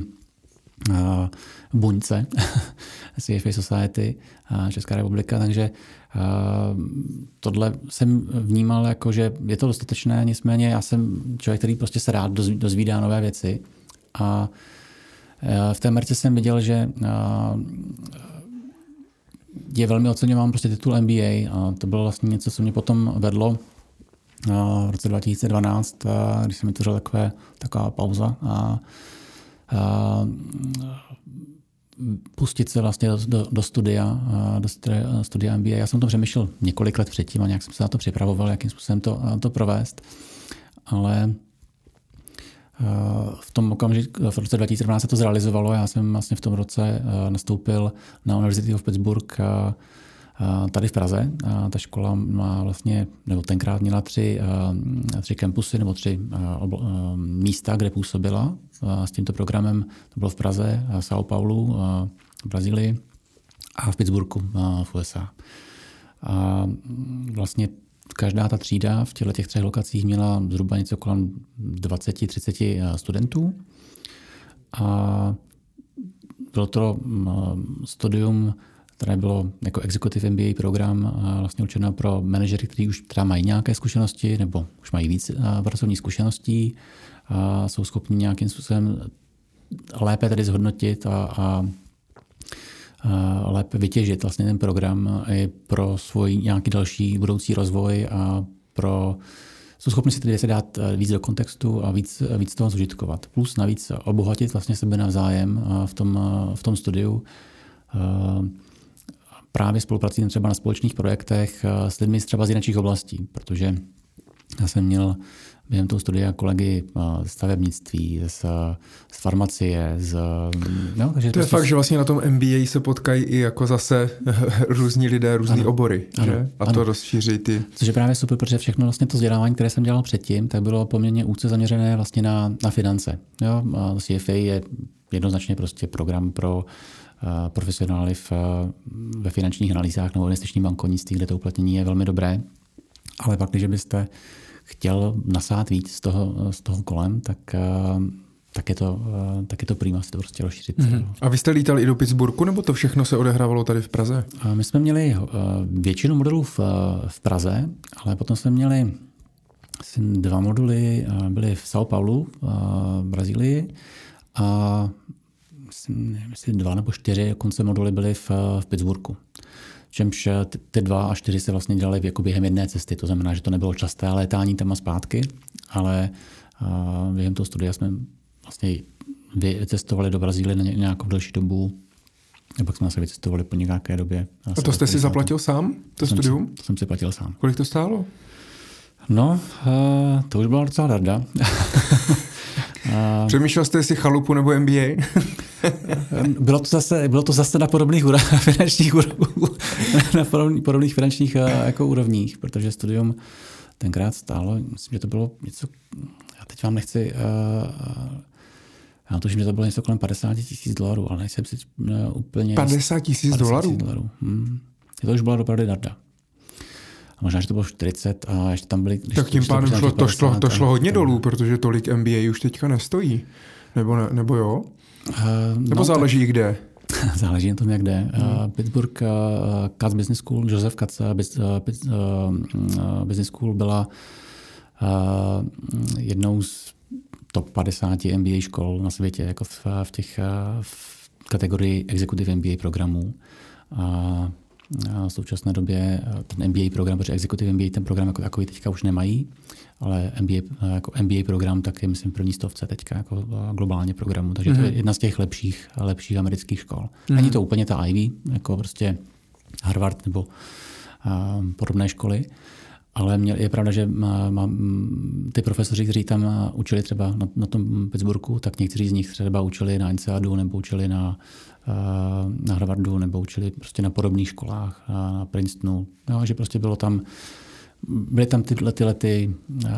buňce C F A Society Česká republika, takže tohle jsem vnímal jako, že je to dostatečné, nicméně já jsem člověk, který prostě se rád dozvídá nové věci a v té Americe jsem viděl, že je velmi oceňován prostě titul M B A a to bylo vlastně něco, co mě potom vedlo v roce dva tisíce dvanáct, když jsem vytvořil takové, taková pauza a, a pustit se vlastně do, do, do studia, do studia M B A. Já jsem to přemýšlel několik let předtím a nějak jsem se na to připravoval, jakým způsobem to, to provést, ale v tom okamžiku, v roce dva tisíce dvanáct se to zrealizovalo. Já jsem vlastně v tom roce nastoupil na University of Pittsburgh tady v Praze. Ta škola má vlastně, nebo tenkrát měla tři, tři kampusy nebo tři místa, kde působila s tímto programem. To bylo v Praze, v São Paulu, v Brazílii a v Pittsburghu v U S A. A vlastně každá ta třída v těchto těch třech lokacích měla zhruba něco kolem dvacet třicet studentů. A bylo to studium, které bylo jako Executive M B A program vlastně určeno pro manažery, kteří už třeba mají nějaké zkušenosti nebo už mají víc pracovních zkušeností a jsou schopni nějakým způsobem lépe tedy zhodnotit a, a lépe vytěžit vlastně ten program i pro svůj nějaký další budoucí rozvoj a pro jsou schopni si ty věci dát víc do kontextu a víc, víc toho zužitkovat. Plus navíc obohatit vlastně sebe navzájem v tom, v tom studiu. právě spolupracují třeba na společných projektech s lidmi třeba z jiných oblastí, protože já jsem měl během toho studia kolegy z stavebnictví, z, z farmacie, z... No, takže to je prostě... fakt, že vlastně na tom M B A se potkají i jako zase různí lidé, různý ano, obory, ano, že? A ano. to rozšíří ty... Což je právě super, protože všechno vlastně to vzdělávání, které jsem dělal předtím, tak bylo poměrně úzce zaměřené vlastně na, na finance. Jo? C F A je jednoznačně prostě program pro uh, profesionály v, uh, ve finančních analýzách nebo investičním bankovnictví, kde to uplatnění je velmi dobré. Ale pak, když byste chtěl nasát víc z toho, z toho kolem, tak, tak, je to, tak je to prima si to prostě rozšířit. Mm-hmm. A vy jste lítali i do Pittsburghu, nebo to všechno se odehrávalo tady v Praze? My jsme měli většinu modulů v, v Praze, ale potom jsme měli dva moduly, byly v São Paulo, v Brazílii, a myslím, myslím dva nebo čtyři konce moduly byly v, v Pittsburghu. Čemž ty dva a čtyři se vlastně dělaly jako během jedné cesty. To znamená, že to nebylo časté létání tam a zpátky, ale během toho studia jsme vlastně vycestovali do Brazílie na nějakou další dobu a pak jsme se vycestovali po nějaké době. A to jste si zaplatil sám, to, to studium? Si, to jsem si platil sám. Kolik to stálo? No, to už byla docela darda. Přemýšlel jste si chalupu nebo M B A? Bylo to zase, bylo to zase na podobných finančních na podobných finančních jako úrovních, protože studium tenkrát stálo, myslím, že to bylo něco, já teď vám nechci, já tuším, že to bylo něco kolem padesát tisíc dolarů, ale nejsem si úplně... padesát tisíc dolarů? Hmm. To už byla opravdu darda. A možná, že to bylo čtyřicet a ještě tam byly... Tak tím pádem šlo, to, šlo, to šlo hodně dolů, protože tolik M B A už teďka nestojí. Nebo, ne, nebo jo? Uh, nebo no, záleží tak, kde? Záleží na tom, jak jde. Hmm. Uh, Pittsburgh uh, Katz Business School, Joseph Katz uh, uh, Business School byla uh, jednou z top padesát M B A škol na světě, jako v, v těch uh, v kategorii Executive M B A programů. Uh, v současné době ten M B A program, protože Executive M B A ten program jako takový teďka už nemají, ale M B A, jako M B A program tak je, myslím, první stovce teďka jako globálně programu, takže mm-hmm. to je jedna z těch lepších, lepších amerických škol. Mm-hmm. Není to úplně ta Ivy, jako prostě Harvard nebo uh, podobné školy, ale mě, je pravda, že má, má, ty profesoři, kteří tam učili třeba na, na tom Pittsburghu, tak někteří z nich třeba učili na INSEADu nebo učili na na Harvardu nebo učili prostě na podobných školách, na Princetonu. No, že prostě bylo tam, byly tam tyhle ty lety, uh,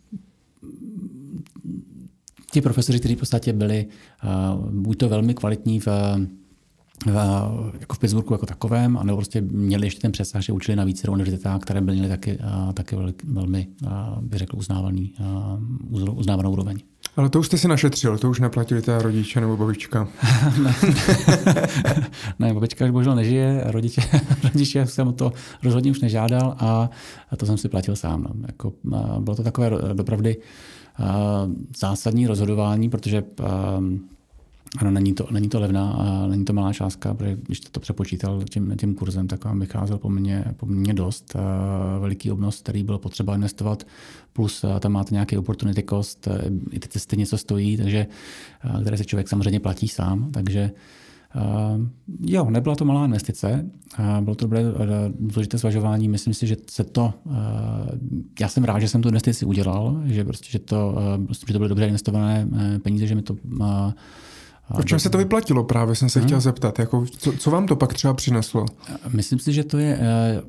ti profesoři, kteří v podstatě byli uh, buď to velmi kvalitní v, v, jako v Pittsburghu jako takovém, anebo prostě měli ještě ten přesah, že učili na více univerzitách, které byly měly taky, uh, taky velmi, uh, bych řekl, uznávaný, uh, uznávanou úroveň. Ale to už jste si našetřil, to už neplatili ta rodiče nebo babička. ne, ne, babička už bohužel nežije, rodiče, rodiče jsem to rozhodně už nežádal a, a to jsem si platil sám. No. Jako, bylo to takové dopravdy zásadní rozhodování, protože ano, není to, není to levná a není to malá částka, protože když jste to přepočítal tím, tím kurzem, tak vám vycházel poměrně, poměrně dost veliký obnos, který bylo potřeba investovat, plus tam máte nějaký opportunity cost, i ty cesty něco stojí, takže které se člověk samozřejmě platí sám, takže jo, nebyla to malá investice, bylo to dobré důležité zvažování, myslím si, že se to, já jsem rád, že jsem tu investici udělal, že prostě, že to, že to byly dobře investované peníze, že mi to O čem se to vyplatilo právě, jsem se hmm. chtěl zeptat. Jako, co, co vám to pak třeba přineslo? Myslím si, že to je...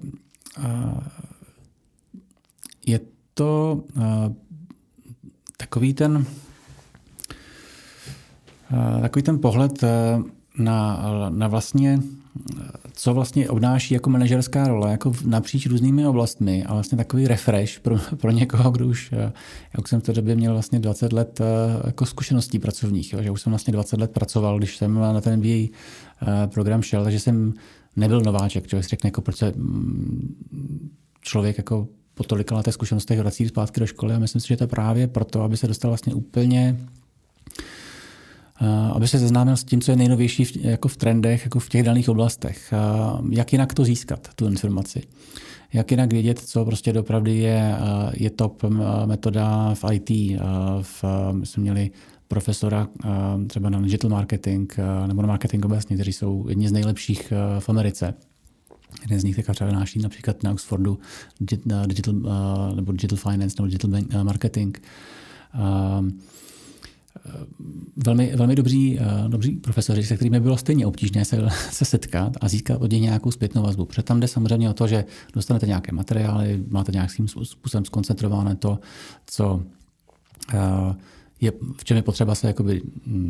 Je to takový ten takový ten pohled na, na vlastně, co vlastně obnáší jako manažerská role, jako napříč různými oblastmi a vlastně takový refresh pro, pro někoho, kdo už, jak jsem v té době měl vlastně dvacet let jako zkušeností pracovních, jo, že už jsem vlastně dvacet let pracoval, když jsem na ten M B A program šel, takže jsem nebyl nováček, člověk si řekne, jako proč se člověk jako po tolika letech zkušenostech vrací zpátky do školy a myslím si, že to je právě proto, aby se dostal vlastně úplně aby se seznámil s tím, co je nejnovější v, jako v trendech, jako v těch daných oblastech. Jak jinak to získat, tu informaci? Jak jinak vědět, co prostě dopravdy je, je top metoda v I T. V, my jsme měli profesora třeba na digital marketing nebo na marketing obecně, kteří jsou jedni z nejlepších v Americe. Jeden z nich teďka třeba vynáší například na Oxfordu digital, nebo digital finance nebo digital marketing. Velmi, velmi dobří, dobří profesoři, se kterými bylo stejně obtížné se, se setkat a získat od nich nějakou zpětnou vazbu. Protože tam jde samozřejmě o to, že dostanete nějaké materiály, máte nějakým způsobem zkoncentrované to, co je, v čem je potřeba se jakoby,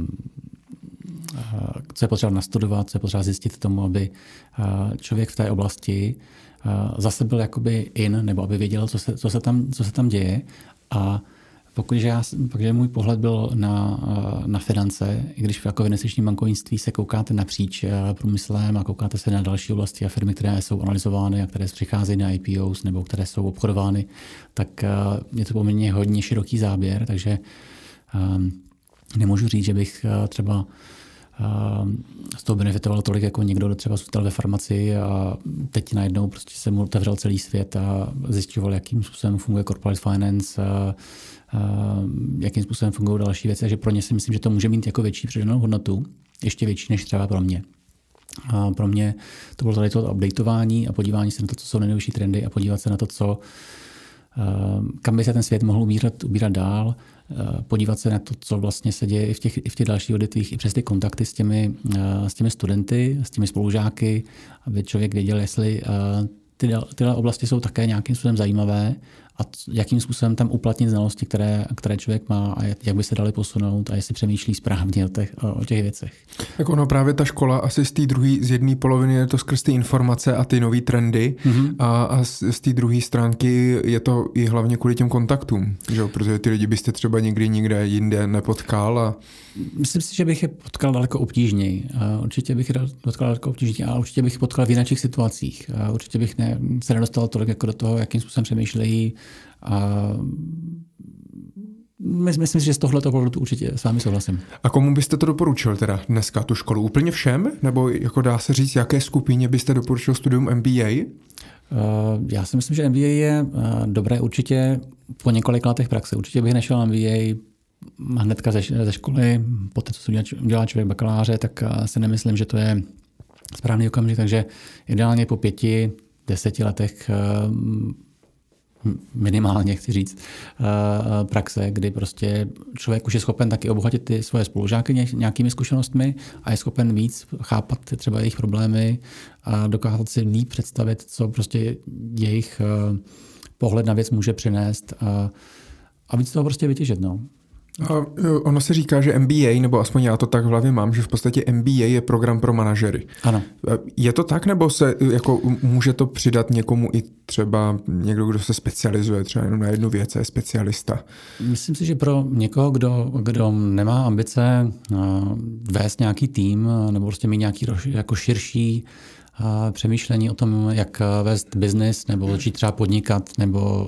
co je potřeba nastudovat, co je potřeba zjistit tomu, aby člověk v té oblasti zase byl jakoby in, nebo aby věděl, co se, co se, tam, co se tam děje. A pokud já, protože můj pohled byl na, na finance, i když v jako v investičním bankovnictví se koukáte napříč průmyslem a koukáte se na další oblasti a firmy, které jsou analyzovány a které přicházejí na I P Os nebo které jsou obchodovány, tak je to poměrně hodně široký záběr, takže um, nemůžu říct, že bych třeba z toho benefitoval tolik jako někdo, kdo třeba zůstal ve farmacii a teď najednou prostě se mu otevřel celý svět a zjišťoval, jakým způsobem funguje corporate finance, a, a jakým způsobem fungují další věci. Takže pro ně si myslím, že to může mít jako větší přidanou hodnotu, ještě větší než třeba pro mě. A pro mě to bylo tady to updateování a podívání se na to, co jsou nejnovější trendy a podívat se na to, co kam by se ten svět mohl ubírat, ubírat dál, podívat se na to, co vlastně se děje i v těch, i v těch dalších odvětvích, i přes ty kontakty s těmi, s těmi studenty, s těmi spolužáky, aby člověk věděl, jestli ty, tyhle oblasti jsou také nějakým způsobem zajímavé a jakým způsobem tam uplatnit znalosti, které, které člověk má a jak by se daly posunout a jestli přemýšlí správně o těch, o těch věcech. Tak ono právě ta škola asi z té druhé, z jedné poloviny je to skrz ty informace a ty nový trendy mm-hmm. a, a z, z té druhé stránky je to i hlavně kvůli těm kontaktům, že? Protože ty lidi byste třeba nikdy nikde jinde nepotkal. A... Myslím si, že bych je potkal daleko obtížněji. Určitě bych je potkal daleko obtížněji a určitě bych je potkal v jiných situacích. A určitě bych ne, se nedostal tolik jako do toho, jakým způsobem přemýšlejí. A myslím si, že z tohoto pohledu určitě s vámi souhlasím. A komu byste to doporučil teda dneska, tu školu? Úplně všem? Nebo jako dá se říct, jaké skupině byste doporučil studium M B A? Já si myslím, že M B A je dobré určitě po několika letech praxe. Určitě bych nešel M B A hnedka ze, ze školy, poté, co se udělá člověk bakaláře, tak si nemyslím, že to je správný okamžik, takže ideálně po pěti, deseti letech minimálně, chci říct, praxe, kdy prostě člověk už je schopen taky obohatit ty svoje spolužáky nějakými zkušenostmi a je schopen víc chápat třeba jejich problémy a dokázat si líp představit, co prostě jejich pohled na věc může přinést a, a víc toho prostě vytěžit. No. A ono se říká, že M B A, nebo aspoň já to tak v hlavě mám, že v podstatě M B A je program pro manažery. Ano. Je to tak, nebo se jako může to přidat někomu i třeba někdo, kdo se specializuje třeba jenom na jednu věc, je specialista? Myslím si, že pro někoho, kdo, kdo nemá ambice vést nějaký tým nebo prostě mít nějaký jako širší přemýšlení o tom, jak vést biznis nebo začít třeba podnikat nebo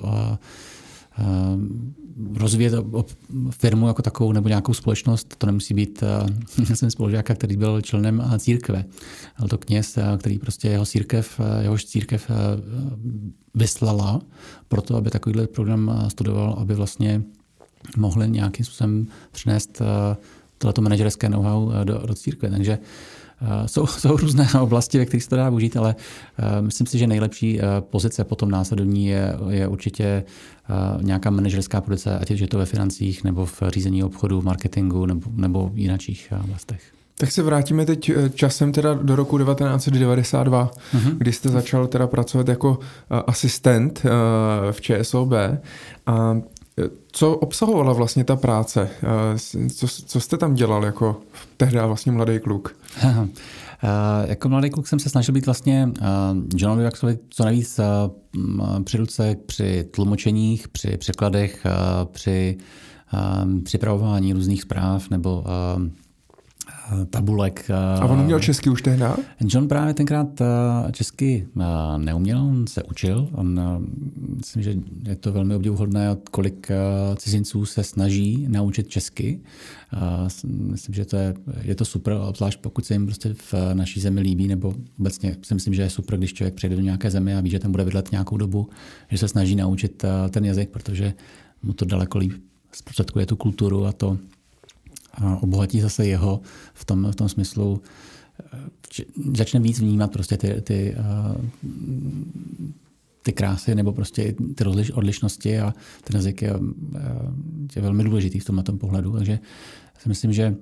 rozvíjet firmu jako takovou nebo nějakou společnost. To nemusí být, já jsem spolužáka, který byl členem církve. Byl to kněz, který prostě jeho církev, jehož církev vyslala proto, aby takovýhle program studoval, aby vlastně mohli nějakým způsobem přinést tohleto manažerské know-how do, do církve. Takže Jsou, jsou různé oblasti, ve kterých se to dá využít, ale uh, myslím si, že nejlepší uh, pozice potom následovní je, je určitě uh, nějaká manažerská pozice, ať je to ve financích, nebo v řízení obchodu, v marketingu, nebo, nebo v jiných oblastech. Tak se vrátíme teď časem teda do roku devatenáct set devadesát dva, uh-huh. kdy jste začal teda pracovat jako uh, asistent uh, v Č S O B. A co obsahovala vlastně ta práce? Co, co jste tam dělal jako tehdy vlastně mladý kluk? Aha. Jako mladý kluk jsem se snažil být vlastně Johnovi Waxovi co nejvíc při ruce při tlumočeních, při překladech, při připravování různých zpráv nebo tabulek. A on uměl česky už tehdy? John právě tenkrát česky neuměl, on se učil. On, myslím, že je to velmi obdivuhodné, kolik cizinců se snaží naučit česky. Myslím, že to je, je to super, obzvlášť pokud se jim prostě v naší zemi líbí, nebo obecně si myslím, že je super, když člověk přijde do nějaké země a ví, že tam bude bydlet nějakou dobu, že se snaží naučit ten jazyk, protože mu to daleko líp zprostředkuje tu kulturu a to a obohatí zase jeho v tom, v tom smyslu, začne víc vnímat prostě ty, ty, ty krásy nebo prostě ty odlišnosti a ten jazyk je, je velmi důležitý v tomhle pohledu. Takže si myslím, že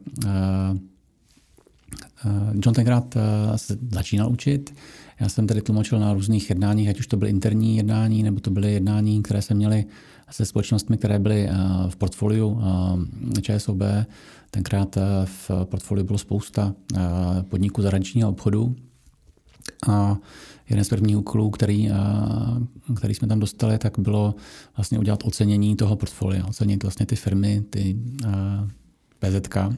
John tenkrát se začínal učit. Já jsem tady tlumočil na různých jednáních, ať už to byly interní jednání, nebo to byly jednání, které se měly se společnostmi, které byly v portfoliu ČSOB. Tenkrát v portfoliu bylo spousta podniků zahraničního obchodu. A jeden z prvních úkolů, který, který jsme tam dostali, tak bylo vlastně udělat ocenění toho portfolia, ocenit vlastně ty firmy, ty P Z K.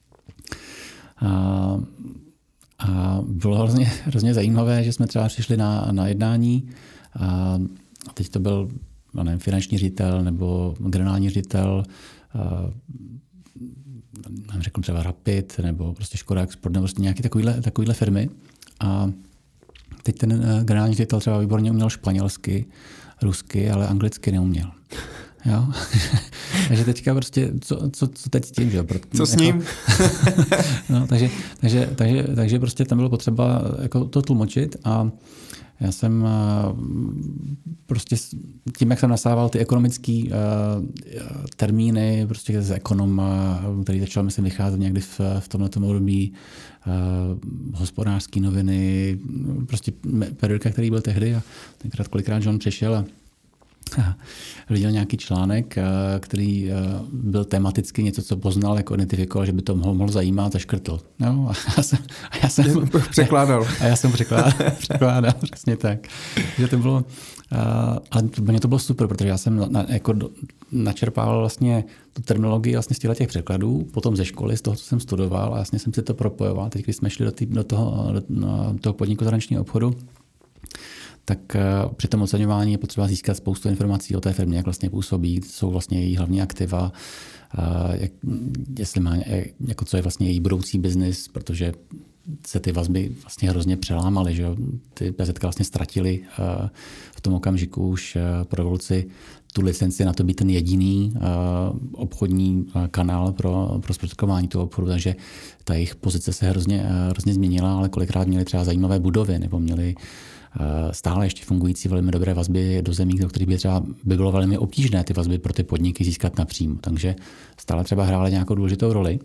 A, a bylo hrozně, hrozně zajímavé, že jsme třeba přišli na, na jednání a teď to byl nevím, finanční ředitel nebo generální ředitel, řeknu třeba Rapid nebo prostě Škoda Export nebo prostě nějaké takovýhle, takovýhle firmy. A teď ten generální ředitel třeba výborně uměl španělsky, rusky, ale anglicky neuměl. Jo? Takže teďka prostě, co, co, co teď s tím, že jo? Co s ním? No, takže, takže, takže, takže prostě tam bylo potřeba jako to tlumočit a já jsem prostě tím, jak jsem nasával ty ekonomické uh, termíny, prostě z ekonoma, který začal myslím vycházet někdy v, v tomhletom období, uh, hospodářské noviny, prostě periodika, který byl tehdy a tenkrát kolikrát John přišel a viděl nějaký článek, který byl tematicky něco, co poznal, jako identifikoval, že by to mohlo, mohlo zajímat a škrtl. No, a já jsem, a já jsem překládal. A já jsem překládal, překládal přesně tak. Že to bylo, ale mě to bylo super, protože já jsem na, jako načerpával vlastně tu terminologii vlastně z těch překladů, potom ze školy, z toho, co jsem studoval a vlastně jsem si to propojoval. Teď, když jsme šli do, tý, do, toho, do, do toho podniku zahraničního obchodu, tak při tom oceňování je potřeba získat spoustu informací o té firmě, jak vlastně působí, jsou vlastně její hlavní aktiva, jak, jestli má, jako co je vlastně její budoucí biznis, protože se ty vazby vlastně hrozně přelámaly, že ty P Z K vlastně ztratili v tom okamžiku už po revoluci tu licenci na to být ten jediný obchodní kanál pro, pro zprostředkování toho obchodu, takže ta jejich pozice se hrozně, hrozně změnila, ale kolikrát měli třeba zajímavé budovy nebo měli stále ještě fungující velmi dobré vazby do zemí, do kterých by třeba by bylo velmi obtížné ty vazby pro ty podniky získat napřímo. Takže stále třeba hrály nějakou důležitou roli.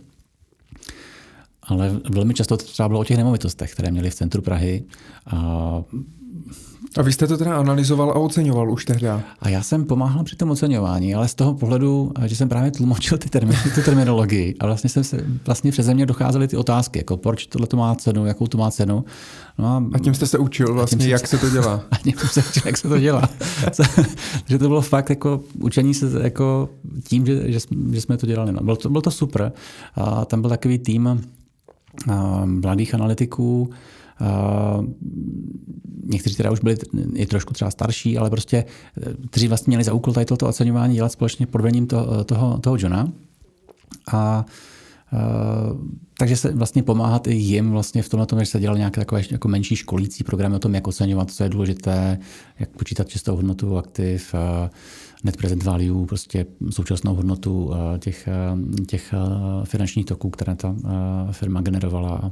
Ale velmi často to třeba bylo o těch nemovitostech, které měly v centru Prahy. A A vy jste to teda analyzoval a oceňoval už tehdy? A já jsem pomáhal při tom oceňování, ale z toho pohledu, že jsem právě tlumočil ty termíny, tu terminologii a vlastně jsem se, vlastně přeze mě docházely ty otázky, jako proč tohle to má cenu, jakou to má cenu. No a, a tím jste se učil vlastně, jak se to dělá. A tím jsem se učil, jak se to dělá. Takže to bylo fakt jako učení se jako tím, že, že, že jsme to dělali. No, bylo, to, bylo to super. A tam byl takový tým mladých analytiků, Uh, někteří teda už byli i trošku třeba starší, ale prostě, kteří vlastně měli za úkol tady toto oceňování dělat společně pod vedením to, toho, toho Johna. A uh, takže se vlastně pomáhat i jim vlastně v tomhle tom, že se dělali nějaké takové jako menší školící programy o tom, jak oceňovat, co je důležité, jak počítat čistou hodnotu aktiv, uh, net present value, prostě současnou hodnotu uh, těch, uh, těch uh, finančních toků, které ta uh, firma generovala.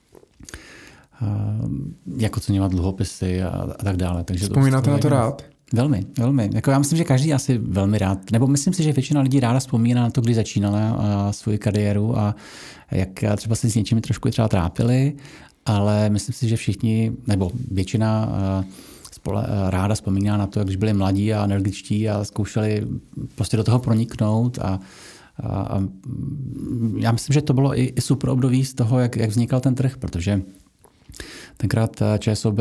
Jak oceňovat dluhopisy a, a tak dále. Takže vzpomínáte to na to rád? Velmi, velmi. Jako já myslím, že každý asi velmi rád, nebo myslím si, že většina lidí ráda vzpomíná na to, kdy začínala svoji kariéru a jak třeba se s něčím trošku třeba trápili, ale myslím si, že všichni, nebo většina spole, ráda vzpomíná na to, jak když byli mladí a energičtí a zkoušeli prostě do toho proniknout a A já myslím, že to bylo i, i super období z toho, jak, jak vznikal ten trh, protože tenkrát ČSOB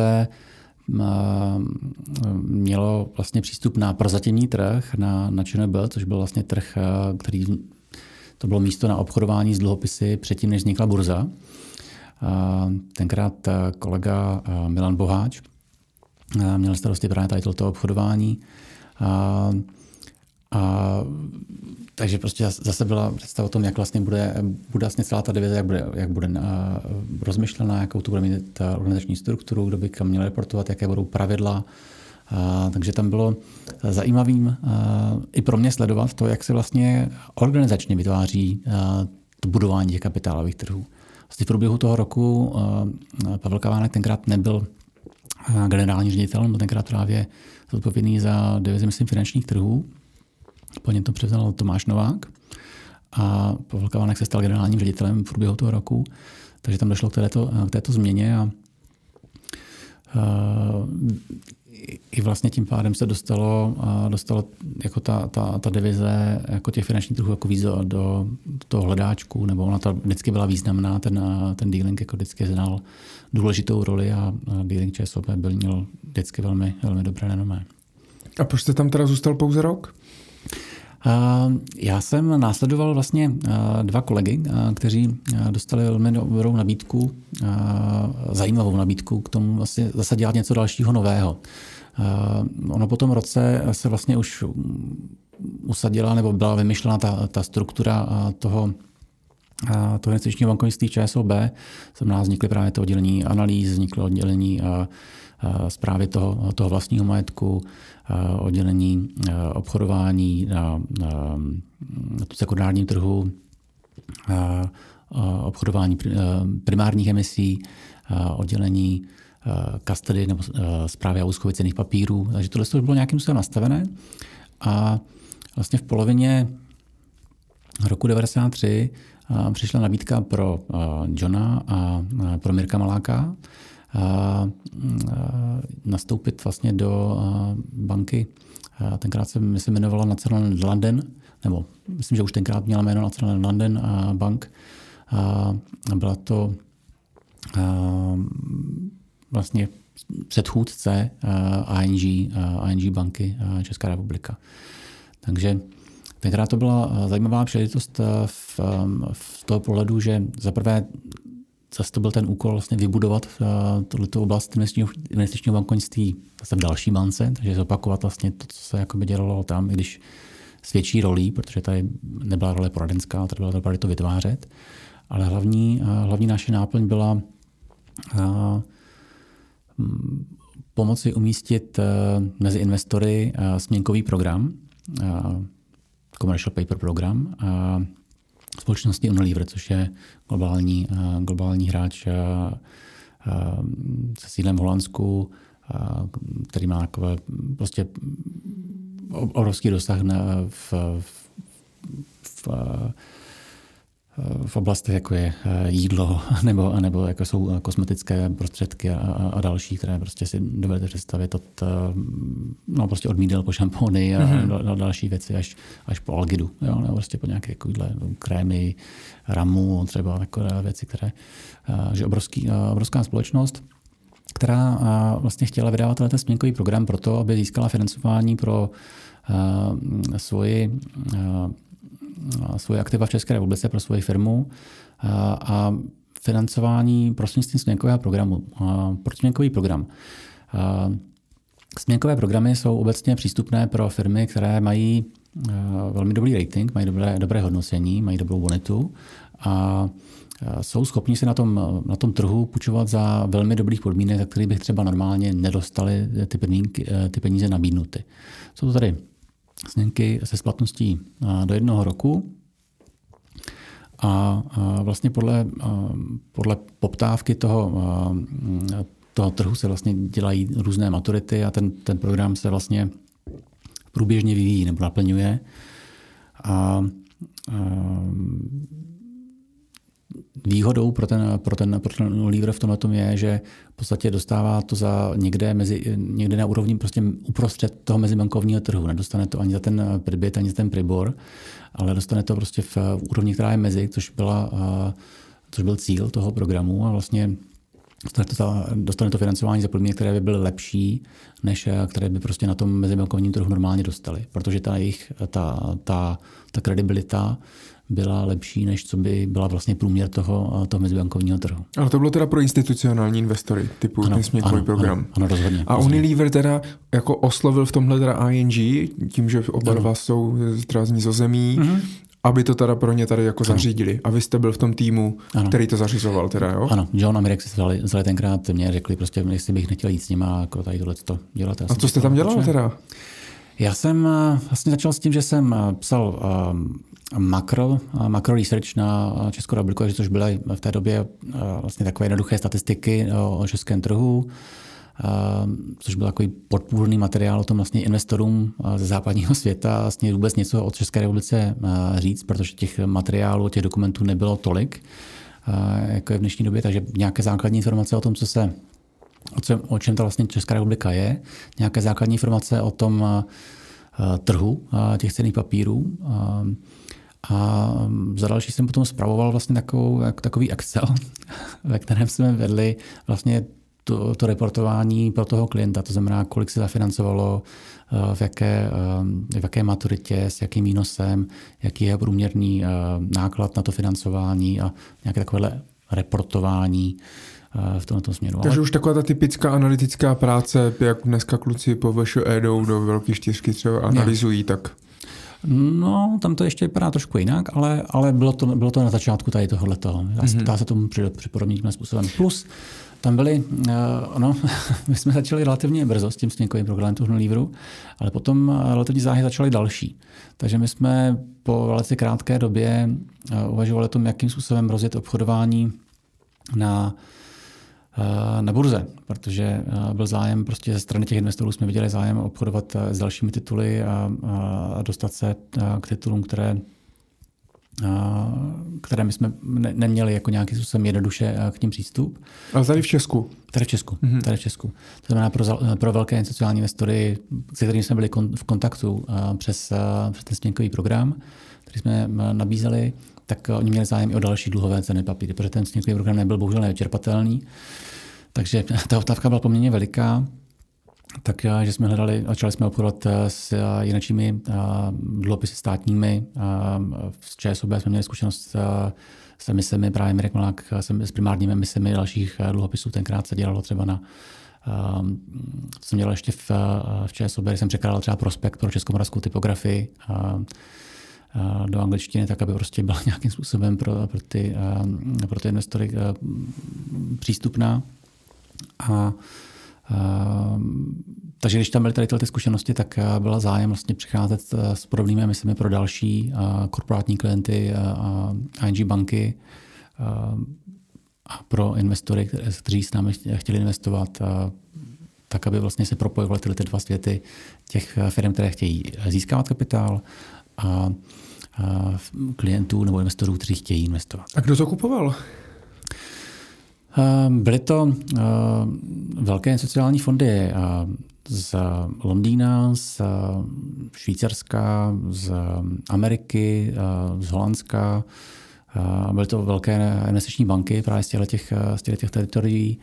mělo vlastně přístup na prozatímní trh, na, na ČNB, což byl vlastně trh, který to bylo místo na obchodování s dluhopisy předtím, než vznikla burza. Tenkrát kolega Milan Boháč měl starosti právě tady toto obchodování. A, a takže prostě zase byla představa o tom, jak vlastně bude, bude vlastně celá ta divize, jak bude, jak bude rozmyšlená, jakou tu bude mít ta organizační strukturu, kdo by kam měl reportovat, jaké budou pravidla. A, takže tam bylo zajímavým a, i pro mě sledovat to, jak se vlastně organizačně vytváří a, to budování těch kapitálových trhů. Vlastně v průběhu toho roku Pavel Kavánek tenkrát nebyl generální ředitel, byl tenkrát právě zodpovědný za divizi, myslím, finančních trhů. Po něm to převzal Tomáš Novák a Pavel Kavánek se stal generálním ředitelem v průběhu toho roku, takže tam došlo k této, k této změně a i vlastně tím pádem se dostalo, dostalo jako ta, ta, ta divize jako těch finančních trhů jako víc do, do toho hledáčku, nebo ona ta vždycky byla významná, ten, ten dealing jako vždycky znal důležitou roli a dealing ČSOB byl měl vždycky velmi, velmi dobré renomé. A proč jste tam teda zůstal pouze rok? Já jsem následoval vlastně dva kolegy, kteří dostali velmi dobrou nabídku, zajímavou nabídku k tomu vlastně zase dělat něco dalšího nového. Ono po tom roce se vlastně už usadila nebo byla vymyšlena ta, ta struktura toho, toho investičního bankovnictví v ČSOB. Znamená, vznikly právě to oddělení analýz, vzniklo oddělení správy toho, toho vlastního majetku, oddělení obchodování na, na, na sekundárním trhu, obchodování primárních emisí, oddělení custody nebo správy a úschovy cenných papírů. Takže tohle už bylo nějakým způsobem nastavené. A vlastně v polovině roku devadesát tři přišla nabídka pro Johna a pro Mirka Maláka nastoupit vlastně do banky. Tenkrát se myslím jmenovala National London, nebo myslím, že už tenkrát měla jméno National London Bank. Byla to vlastně předchůdce I N G, I N G banky Česká republika. Takže tenkrát to byla zajímavá příležitost v, v toho pohledu, že zaprvé zase to byl ten úkol vlastně vybudovat tuto oblast investičního, investičního bankovnictví zase v další bance, takže zopakovat vlastně to, co se jakoby dělalo tam, i když s větší rolí, protože tady nebyla role poradenská, tady byla to, to vytvářet. Ale hlavní, hlavní naše náplň byla a, m, pomoci umístit a, mezi investory a, směnkový program, a, commercial paper program, a, společnosti Unilever, což je globální, globální hráč se sídlem v Holandsku, který má takové prostě obrovský dosah na, v, v, v, v oblastech, jako je jídlo nebo, nebo jako jsou kosmetické prostředky a, a další, které prostě si dovedete představit od, no, prostě od mídel po šampony a mm-hmm. další věci až, až po algidu, jo, nebo prostě po nějaké takovýhle krémy, ramu, třeba takové věci, které, že obrovský, obrovská společnost, která vlastně chtěla vydávat ten směnkový program pro to, aby získala financování pro svoji svoje aktiva v České republice pro svoji firmu a, a financování prostřednictvím směnkového programu. Proč směnkový program? A směnkové programy jsou obecně přístupné pro firmy, které mají velmi dobrý rating, mají dobré, dobré hodnocení, mají dobrou bonitu a jsou schopni se na tom, na tom trhu půjčovat za velmi dobrých podmínek, za kterých bych třeba normálně nedostali ty, podmínky, ty peníze nabídnuty. Jsou to tady směnky se splatností do jednoho roku a vlastně podle, podle poptávky toho, toho trhu se vlastně dělají různé maturity a ten, ten program se vlastně průběžně vyvíjí nebo naplňuje. A, a výhodou pro ten, pro ten, pro ten Unilever v tomhle je, že v podstatě dostává to za někde, mezi, někde na úrovni prostě uprostřed toho mezibankovního trhu. Nedostane to ani za ten Pribit, ani za ten Pribor, ale dostane to prostě v úrovni, která je mezi, což, byla, což byl cíl toho programu a vlastně dostane to, dostane to financování za podmínky, které by byly lepší, než které by prostě na tom mezibankovním trhu normálně dostali. Protože ta jejich, ta, ta, ta kredibilita byla lepší, než co by byla vlastně průměr toho, toho mezibankovního trhu. Ale to bylo teda pro institucionální investory, typu ten směnkový program. Ano, ano, rozhodně. A rozhodně. Unilever teda jako oslovil v tomhle teda I N G, tím, že oba dva jsou teda z Nizozemí, mm-hmm. aby to teda pro ně tady jako ano. zařídili. A vy jste byl v tom týmu, ano. který to zařizoval teda, jo? Ano, John a Mirek se vzali, vzali tenkrát mě řekli, prostě, jestli bych nechtěl jít s nima jako tady tohleto dělat. A co jste tam dělal teda? Já jsem vlastně začal s tím, že jsem psal makro, makro research na Českou republiku, což byly v té době vlastně takové jednoduché statistiky o českém trhu, což byl takový podpůrný materiál o tom vlastně investorům ze západního světa vlastně vůbec něco o České republice říct, protože těch materiálů, těch dokumentů nebylo tolik, jako je v dnešní době, takže nějaké základní informace o tom, co se, o, co, o čem ta vlastně Česká republika je, nějaké základní informace o tom trhu těch cenných papírů. A za další jsem potom spravoval vlastně takovou, takový Excel, ve kterém jsme vedli vlastně to, to reportování pro toho klienta, to znamená, kolik se zafinancovalo, v jaké, v jaké maturitě, s jakým výnosem, jaký je průměrný náklad na to financování a nějaké takovéhle reportování v tomto směru. Takže ale... už taková ta typická analytická práce, jak dneska kluci po V Š E jdou do velké čtyřky třeba analyzují, tak... No, tam to ještě vypadá trošku jinak, ale, ale bylo, to, bylo to na začátku tady tohohletoho. Dá, mm-hmm. dá se tomu připodobnit tímhle způsobem. Plus tam byly, uh, no, my jsme začali relativně brzo s tím sněnkovým programem tu Livru, ale potom relativně záhy začaly další. Takže my jsme po velice krátké době uh, uvažovali o tom, jakým způsobem rozjet obchodování na na burze, protože byl zájem prostě ze strany těch investorů, jsme viděli zájem obchodovat s dalšími tituly a, a dostat se k titulům, které, a, které my jsme ne, neměli jako nějakým způsobem jednoduše k ním přístup. Ale tady v Česku? Tady v Česku. Mm-hmm. Tady v Česku. To znamená pro, pro velké institucionální investory, se kterými jsme byli kon, v kontaktu přes, přes ten směnkový program, který jsme nabízeli, tak oni měli zájem i o další dluhové cenné papíry, protože ten směnkový program nebyl bohužel nevyčerpatelný. Takže ta otávka byla poměrně veliká, takže jsme hledali, začali jsme obchodovat s jinečími dluhopisy státními. V ČSOB jsme měli zkušenost s emisemi, právě Mirek Malák s primárními emisemi dalších dluhopisů. Tenkrát se dělalo třeba na, co jsem dělal ještě v, v ČSOB, když jsem překládal třeba prospekt pro českomoravskou typografii do angličtiny, tak aby prostě byla nějakým způsobem pro, pro, ty, pro ty investory přístupná. A, a, takže když tam byly tady tyhle ty zkušenosti, tak byla zájem vlastně přicházet s podobnými emisemi pro další a, korporátní klienty a, a I N G banky a, a pro investory, kteří s námi chtěli investovat, a, tak aby vlastně se propojovaly tyhle ty dva světy těch firm, které chtějí získávat kapitál a, a klientů nebo investorů, kteří chtějí investovat. A kdo to kupoval? Byly to velké sociální fondy z Londýna, z Švýcarska, z Ameriky, z Holandska. Byly to velké investiční banky právě z těch, z těch teritorií.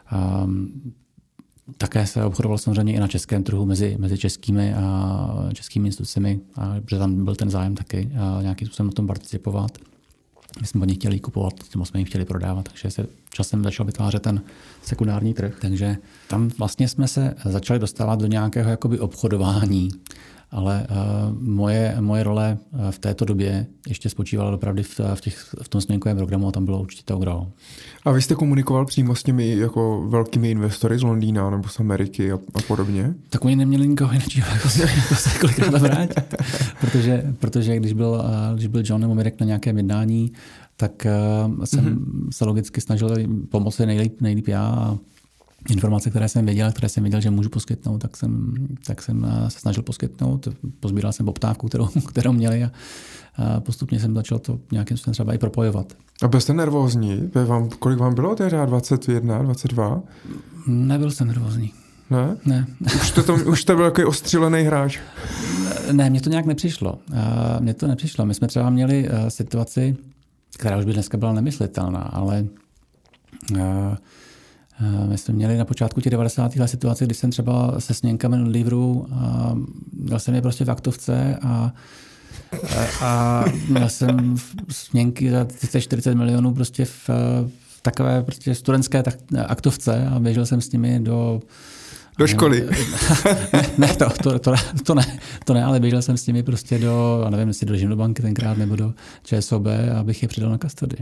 Také se obchodovalo samozřejmě i na českém trhu mezi, mezi českými a českými institucemi, protože tam byl ten zájem taky nějakým způsobem na tom participovat. My jsme od nich chtěli kupovat, nebo jsme jim chtěli prodávat, takže se časem začal vytvářet ten sekundární trh. Takže tam vlastně jsme se začali dostávat do nějakého jakoby obchodování, ale uh, moje, moje role v této době ještě spočívala opravdu v, v, těch, v tom směnkovém programu a tam bylo určitě to gro. A vy jste komunikoval přímo s těmi jako velkými investory z Londýna nebo z Ameriky a, a podobně? Tak oni neměli nikoho jiného, jako se, jako se kolikrát vrátit, protože, protože když byl, když byl John nebo Mirek na nějakém jednání, tak uh, jsem mm-hmm. se logicky snažil pomoci nejlíp, nejlíp já a informace, které jsem věděl, které jsem věděl, že můžu poskytnout, tak jsem, tak jsem se snažil poskytnout. Pozbíral jsem poptávku, kterou, kterou měli a, a postupně jsem začal to nějakým způsobem třeba i propojovat. A byl jste nervózní? Vám, kolik vám bylo tehdy? dvacet jedna, dvacet dva? Nebyl jsem nervózní. Ne? Ne. Už to, tam, už to byl takový ostřílený hráč? Ne, mně to nějak nepřišlo. Mně to nepřišlo. My jsme třeba měli situaci, která už by dneska byla nemyslitelná, ale my jsme měli na počátku těch devadesátých let situaci, kdy jsem třeba se směnkami na Livru a měl jsem je prostě v aktovce a, a, a měl jsem směnky za třicet čtyřicet milionů prostě v, v takové prostě studentské tak, aktovce a běžel jsem s nimi do Do školy. ne, ne to, to, to, to, ne, to ne, ale běžel jsem s nimi prostě do, nevím, jestli do Živnobanky tenkrát nebo do ČSOB, abych je přidal na custody.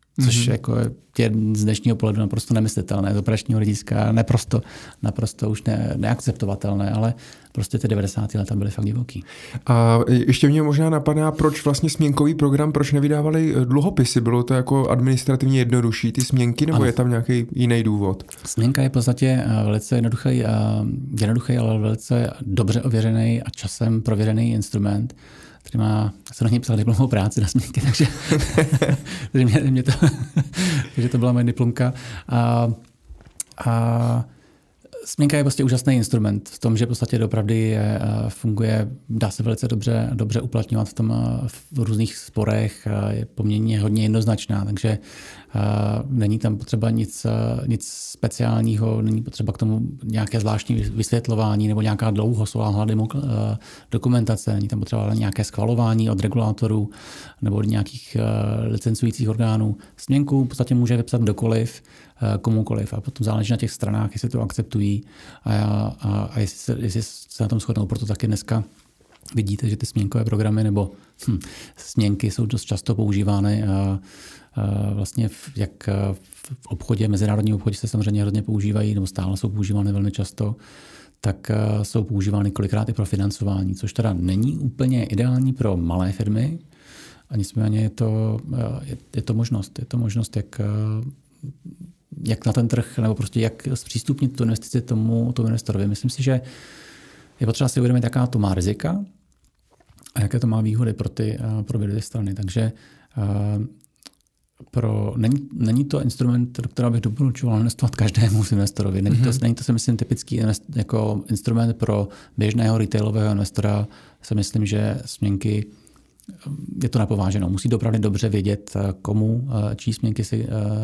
Což mm-hmm. jako je z dnešního pohledu naprosto nemyslitelné, z operačního hlediska naprosto, naprosto už ne, neakceptovatelné, ale prostě ty devadesátá léta byly fakt divoký. A ještě mě možná napadá, proč vlastně směnkový program, proč nevydávali dluhopisy? Bylo to jako administrativně jednodušší ty směnky, nebo ano. je tam nějaký jiný důvod? Směnka je v podstatě velice jednoduchý, jednoduchý, ale velice dobře ověřený a časem prověřený instrument, který má, jsem na něj psal diplomovou práci na směnky, takže, takže, mě, mě to, takže to byla moje diplomka. A, a směnka je prostě úžasný instrument v tom, že v podstatě doopravdy je, funguje, dá se velice dobře, dobře uplatňovat v, tom, v různých sporech, je poměrně hodně jednoznačná, takže není tam potřeba nic, nic speciálního, není potřeba k tomu nějaké zvláštní vysvětlování nebo nějaká dlouhosáhlá dokumentace, není tam potřeba nějaké schvalování od regulátorů nebo od nějakých licencujících orgánů. Směnku v podstatě může vypsat kdokoliv, komukoliv a potom záleží na těch stranách, jestli to akceptují a, a, a jestli, se, jestli se na tom shodnou. Proto taky dneska vidíte, že ty směnkové programy nebo hm, směnky jsou dost často používány a, a vlastně v, jak v obchodě, mezinárodním obchodě se samozřejmě hodně používají nebo stále jsou používány velmi často, tak jsou používány kolikrát i pro financování, což teda není úplně ideální pro malé firmy a nicméně je to, je, je to možnost, je to možnost, jak jak na ten trh, nebo prostě jak zpřístupnit tu investici tomu, tomu investorovi. Myslím si, že je potřeba si uvědomit, jaká to má rizika a jaké to má výhody pro ty, pro obě dvě strany. Takže pro, není, není to instrument, do kterého bych doporučoval investovat každému investorovi. Není to, mm-hmm. není to si myslím, typický invest, jako instrument pro běžného retailového investora. Si myslím, že směnky je to napováženo. Musí opravdu dobře vědět, komu čí směnky si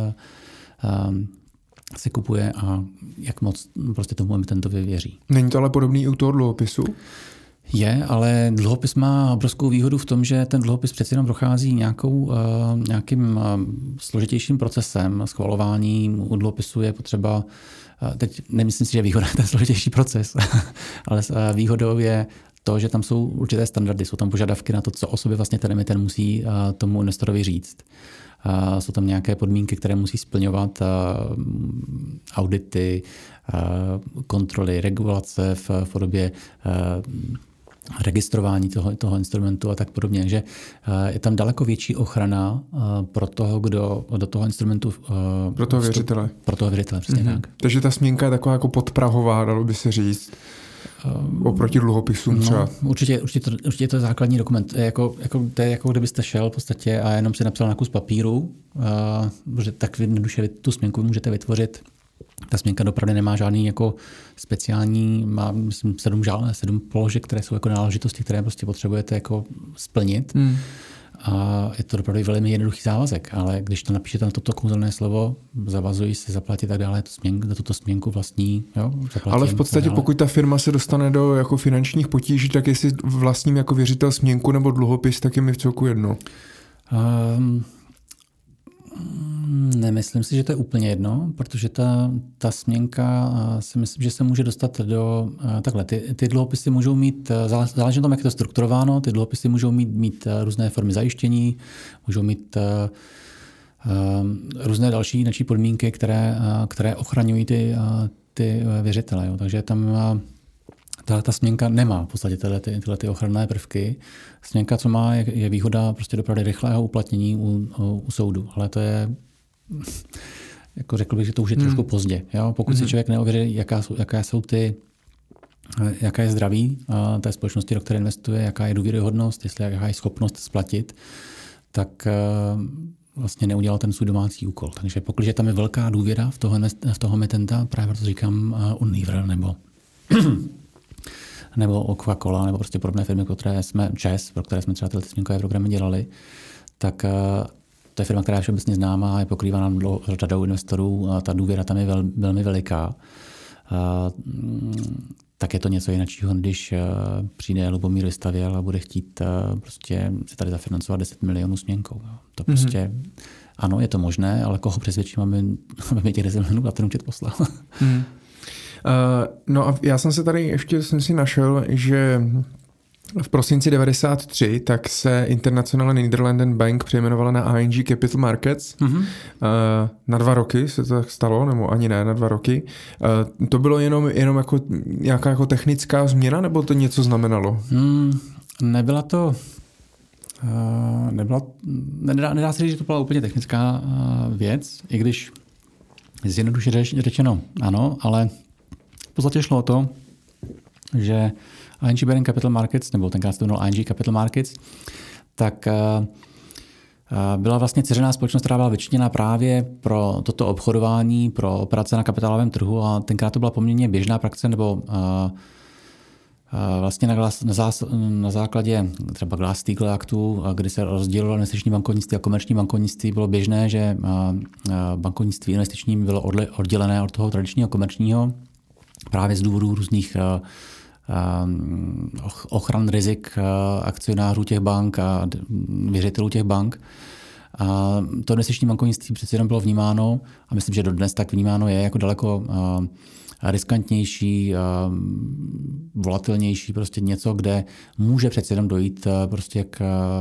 se kupuje a jak moc prostě tomu emitentovi věří. Není to ale podobný i u toho dluhopisu? Je, ale dluhopis má obrovskou výhodu v tom, že ten dluhopis přeci jenom prochází nějakou, nějakým složitějším procesem schvalování. U dluhopisu je potřeba, teď nemyslím si, že výhoda je ten složitější proces, ale výhodou je to, že tam jsou určité standardy, jsou tam požadavky na to, co o sobě vlastně ten emitent musí tomu investorovi říct. Jsou tam nějaké podmínky, které musí splňovat, audity, kontroly, regulace v podobě registrování toho, toho instrumentu a tak podobně. Takže je tam daleko větší ochrana pro toho, kdo do toho instrumentu... Pro toho věřitele. Pro toho věřitele, přesně mm-hmm. tak. Takže ta směnka je taková jako podprahová, dalo by se říct. Oproti dluhopisům třeba. No, určitě, určitě, to, určitě to je základní dokument. Je jako, jako, to je jako kdybyste šel v podstatě a jenom si napsal na kus papíru, uh, že tak jednoduše tu směnku můžete vytvořit. Ta směnka dopravdy nemá žádný jako speciální, má myslím sedm, žál, sedm položek, které jsou jako náležitosti, které prostě potřebujete jako splnit. Hmm. A je to opravdu velmi jednoduchý závazek, ale když to napíšete na toto kouzelné slovo, zavazují se zaplatit tak dále, za tuto směnku vlastní. Jo, zaplatím, ale v podstatě pokud ta firma se dostane do jako finančních potíží, tak jestli vlastním jako věřitel směnku nebo dluhopis, tak je mi v celku jedno. Um, Nemyslím si, že to je úplně jedno, protože ta, ta směnka si myslím, že se může dostat do... Takhle, ty, ty dluhopisy můžou mít, záleží na tom, jak je to strukturováno, ty dluhopisy můžou mít, mít různé formy zajištění, můžou mít uh, různé další, další podmínky, které, které ochraňují ty, ty věřitele. Jo. Takže tam ta, ta směnka nemá v podstatě tyhle, ty, tyhle ty ochranné prvky. Směnka, co má, je, je výhoda prostě dopravdy rychlého uplatnění u, u, u soudu, ale to je... Jako řekl bych, že to už je trošku hmm. pozdě. Jo? Pokud hmm. si člověk neověří, jaká jsou, jaká jsou ty, jaká je zdraví a té společnosti, do které investuje, jaká je důvěryhodnost, jestli jaká je schopnost splatit, tak vlastně neudělal ten svůj domácí úkol. Takže pokud je tam je velká důvěra v toho, v toho emitenta, právě to říkám Unilever nebo nebo Coca-Cola, nebo prostě podobné firmy, které jsme, ČES, pro které jsme třeba ty směnkové programy dělali, tak to je firma, která je všeobecně známá, je pokrývána řadou investorů a ta důvěra tam je vel, velmi veliká. A, tak je to něco jiného, když přijde Lubomír Vystavěl a bude chtít prostě si tady zafinancovat deset milionů směnkou. To prostě, mm-hmm. ano, je to možné, ale koho přesvědčím, aby, aby mě těch deset milionů a ten účet poslal. Mm. Uh, no a já jsem se tady ještě jsem si našel, že v prosinci devadesát tři tak se Internationale Nederlanden Bank přejmenovala na I N G Capital Markets. Mm-hmm. Na dva roky se to tak stalo, nebo ani ne, na dva roky. To bylo jenom, jenom jako nějaká jako technická změna, nebo to něco znamenalo? Hmm, nebyla to... Uh, nebyla, nedá, nedá se říct, že to byla úplně technická uh, věc, i když zjednoduše řečeno ano, ale v podstatě šlo o to, že I N G Bank Capital Markets, nebo tenkrát se to jmenovalo I N G Capital Markets, tak uh, uh, byla vlastně dceřiná společnost, která byla vyčleněna právě pro toto obchodování, pro operace na kapitálovém trhu a tenkrát to byla poměrně běžná praxe, nebo uh, Vlastně na, glas, na, zás, na základě třeba Glass-Steagall aktu, kdy se rozdělilo investiční bankovnictví a komerční bankovnictví, bylo běžné, že bankovnictví investiční bylo oddělené od toho tradičního komerčního právě z důvodu různých ochran rizik akcionářů těch bank a věřitelů těch bank. A to investiční bankovnictví přece jenom bylo vnímáno, a myslím, že dodnes tak vnímáno je, jako daleko riskantnější, volatilnější, prostě něco, kde může přece jenom dojít prostě k,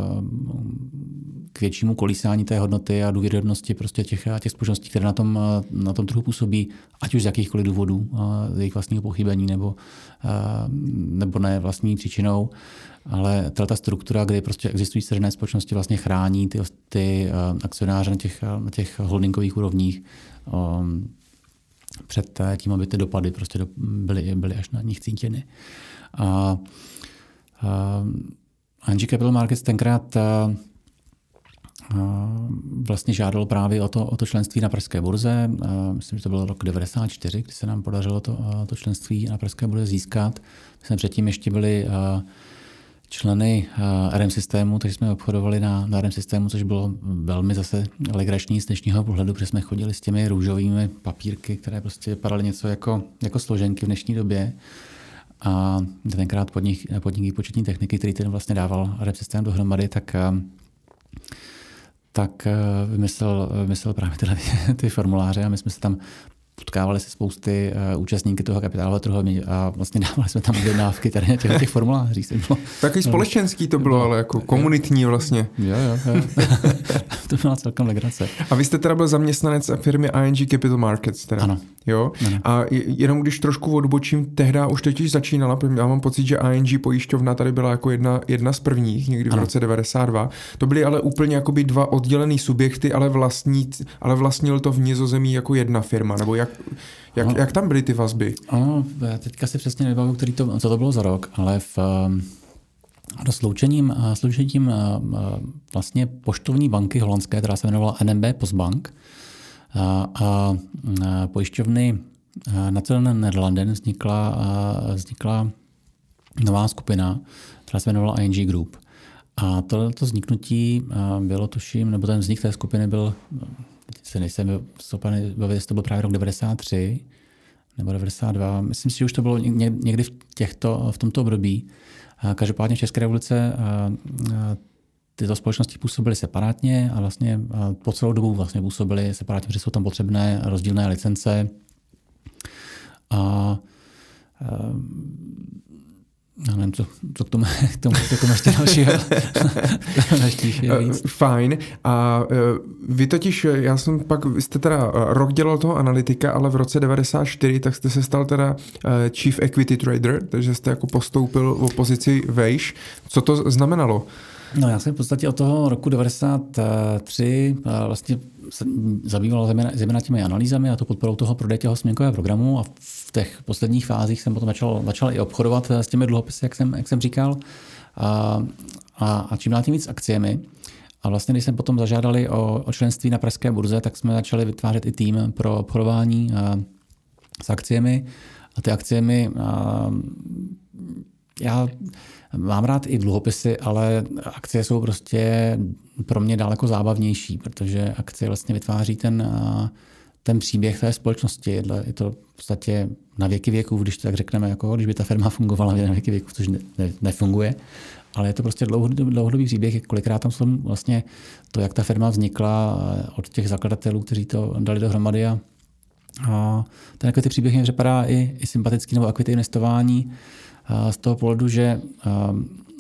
k většímu kolísání té hodnoty a důvěryhodnosti prostě těch, těch společností, které na tom, na tom trhu působí, ať už z jakýchkoliv důvodů, z jejich vlastního pochybení nebo, nebo ne vlastní příčinou. Ale ta struktura, kdy prostě existují dceřiné společnosti, vlastně chrání ty, ty akcionáře na těch, na těch holdingových úrovních um, před tím, aby ty dopady prostě do, byly, byly až na nich cítěny. A, a I N G Capital Markets tenkrát a, a vlastně žádalo právě o to, o to členství na pražské burze. A myslím, že to byl rok devadesát čtyři, kdy se nám podařilo to, to členství na pražské burze získat. My jsme předtím ještě byli a, členy R M systému, takže jsme obchodovali na, na R M systému, což bylo velmi zase legrační z dnešního pohledu, protože jsme chodili s těmi růžovými papírky, které prostě vypadaly něco jako, jako složenky v dnešní době. A tenkrát podnik, podnik výpočetní techniky, který ten vlastně dával R M systém dohromady, tak, tak vymyslel, vymyslel právě tyhle, ty formuláře a my jsme se tam potkávali se spousty uh, účastníky toho kapitálového trhu a vlastně dávali jsme tam objednávky tady na těch, těch formulářích. Bylo, Taky společenský to bylo, ale jako komunitní vlastně. Jo, jo, jo. To byla celkem legrace. A vy jste teda byl zaměstnanec firmy I N G Capital Markets teda? Ano. Jo? Ano. A jenom když trošku odbočím, tehdy už totiž začínala, protože já mám pocit, že I N G pojišťovna tady byla jako jedna, jedna z prvních, někdy v ano. roce devadesát dva. To byly ale úplně jakoby dva oddělený subjekty, ale, vlastní, ale vlastnil to v Nizozemí jako jedna firma, nebo jak, jak, no. jak tam byly ty vazby? Ano, teďka si přesně nebavu, který to, co to bylo za rok, ale v sloučením, sloučením vlastně poštovní banky holandské, která se jmenovala N M B Postbank, a, a pojišťovny Nationale Nederlanden vznikla, vznikla nová skupina, která se jmenovala I N G Group. A tohleto vzniknutí bylo tuším, nebo ten vznik té skupiny byl, teď se nejsem schopen bavit, jestli to byl právě rok devadesát tři nebo devadesát dva. Myslím si, že už to bylo někdy v, těchto, v tomto období. Každopádně v České republice tyto společnosti působily separátně a vlastně po celou dobu vlastně působily separátně, protože jsou tam potřebné rozdílné licence. A, a já nevím, co, co k tomu, k tomu, k tomu ještě dalšího. Fajn. A vy totiž, já jsem pak, vy jste teda rok dělal toho analytika, ale v roce devadesát čtyři tak jste se stal teda Chief Equity Trader, takže jste jako postoupil v pozici vejš. Co to znamenalo? No, já jsem v podstatě od toho roku devadesát tři vlastně se zabýval zejména těmi analýzami a to podporou toho prodeje těho směnkového programu a v těch posledních fázích jsem potom začal, začal i obchodovat s těmi dluhopisy, jak jsem, jak jsem říkal, a, a, a čím dál tím víc akciemi. A vlastně, když jsme potom zažádali o, o členství na pražské burze, tak jsme začali vytvářet i tým pro obchodování a, s akciemi. A ty akciemi a, já mám rád i dluhopisy, ale akcie jsou prostě pro mě daleko zábavnější, protože akcie vlastně vytváří ten, ten příběh té společnosti. Je to v podstatě na věky věků, když tak řekneme, jako když by ta firma fungovala na věky věků, což ne, ne, nefunguje. Ale je to prostě dlouhodobý, dlouhodobý příběh, kolikrát tam jsou vlastně to, jak ta firma vznikla od těch zakladatelů, kteří to dali dohromady. A, a ten equity příběh mi připadá i, i sympatický, nebo equity investování z toho pohledu, že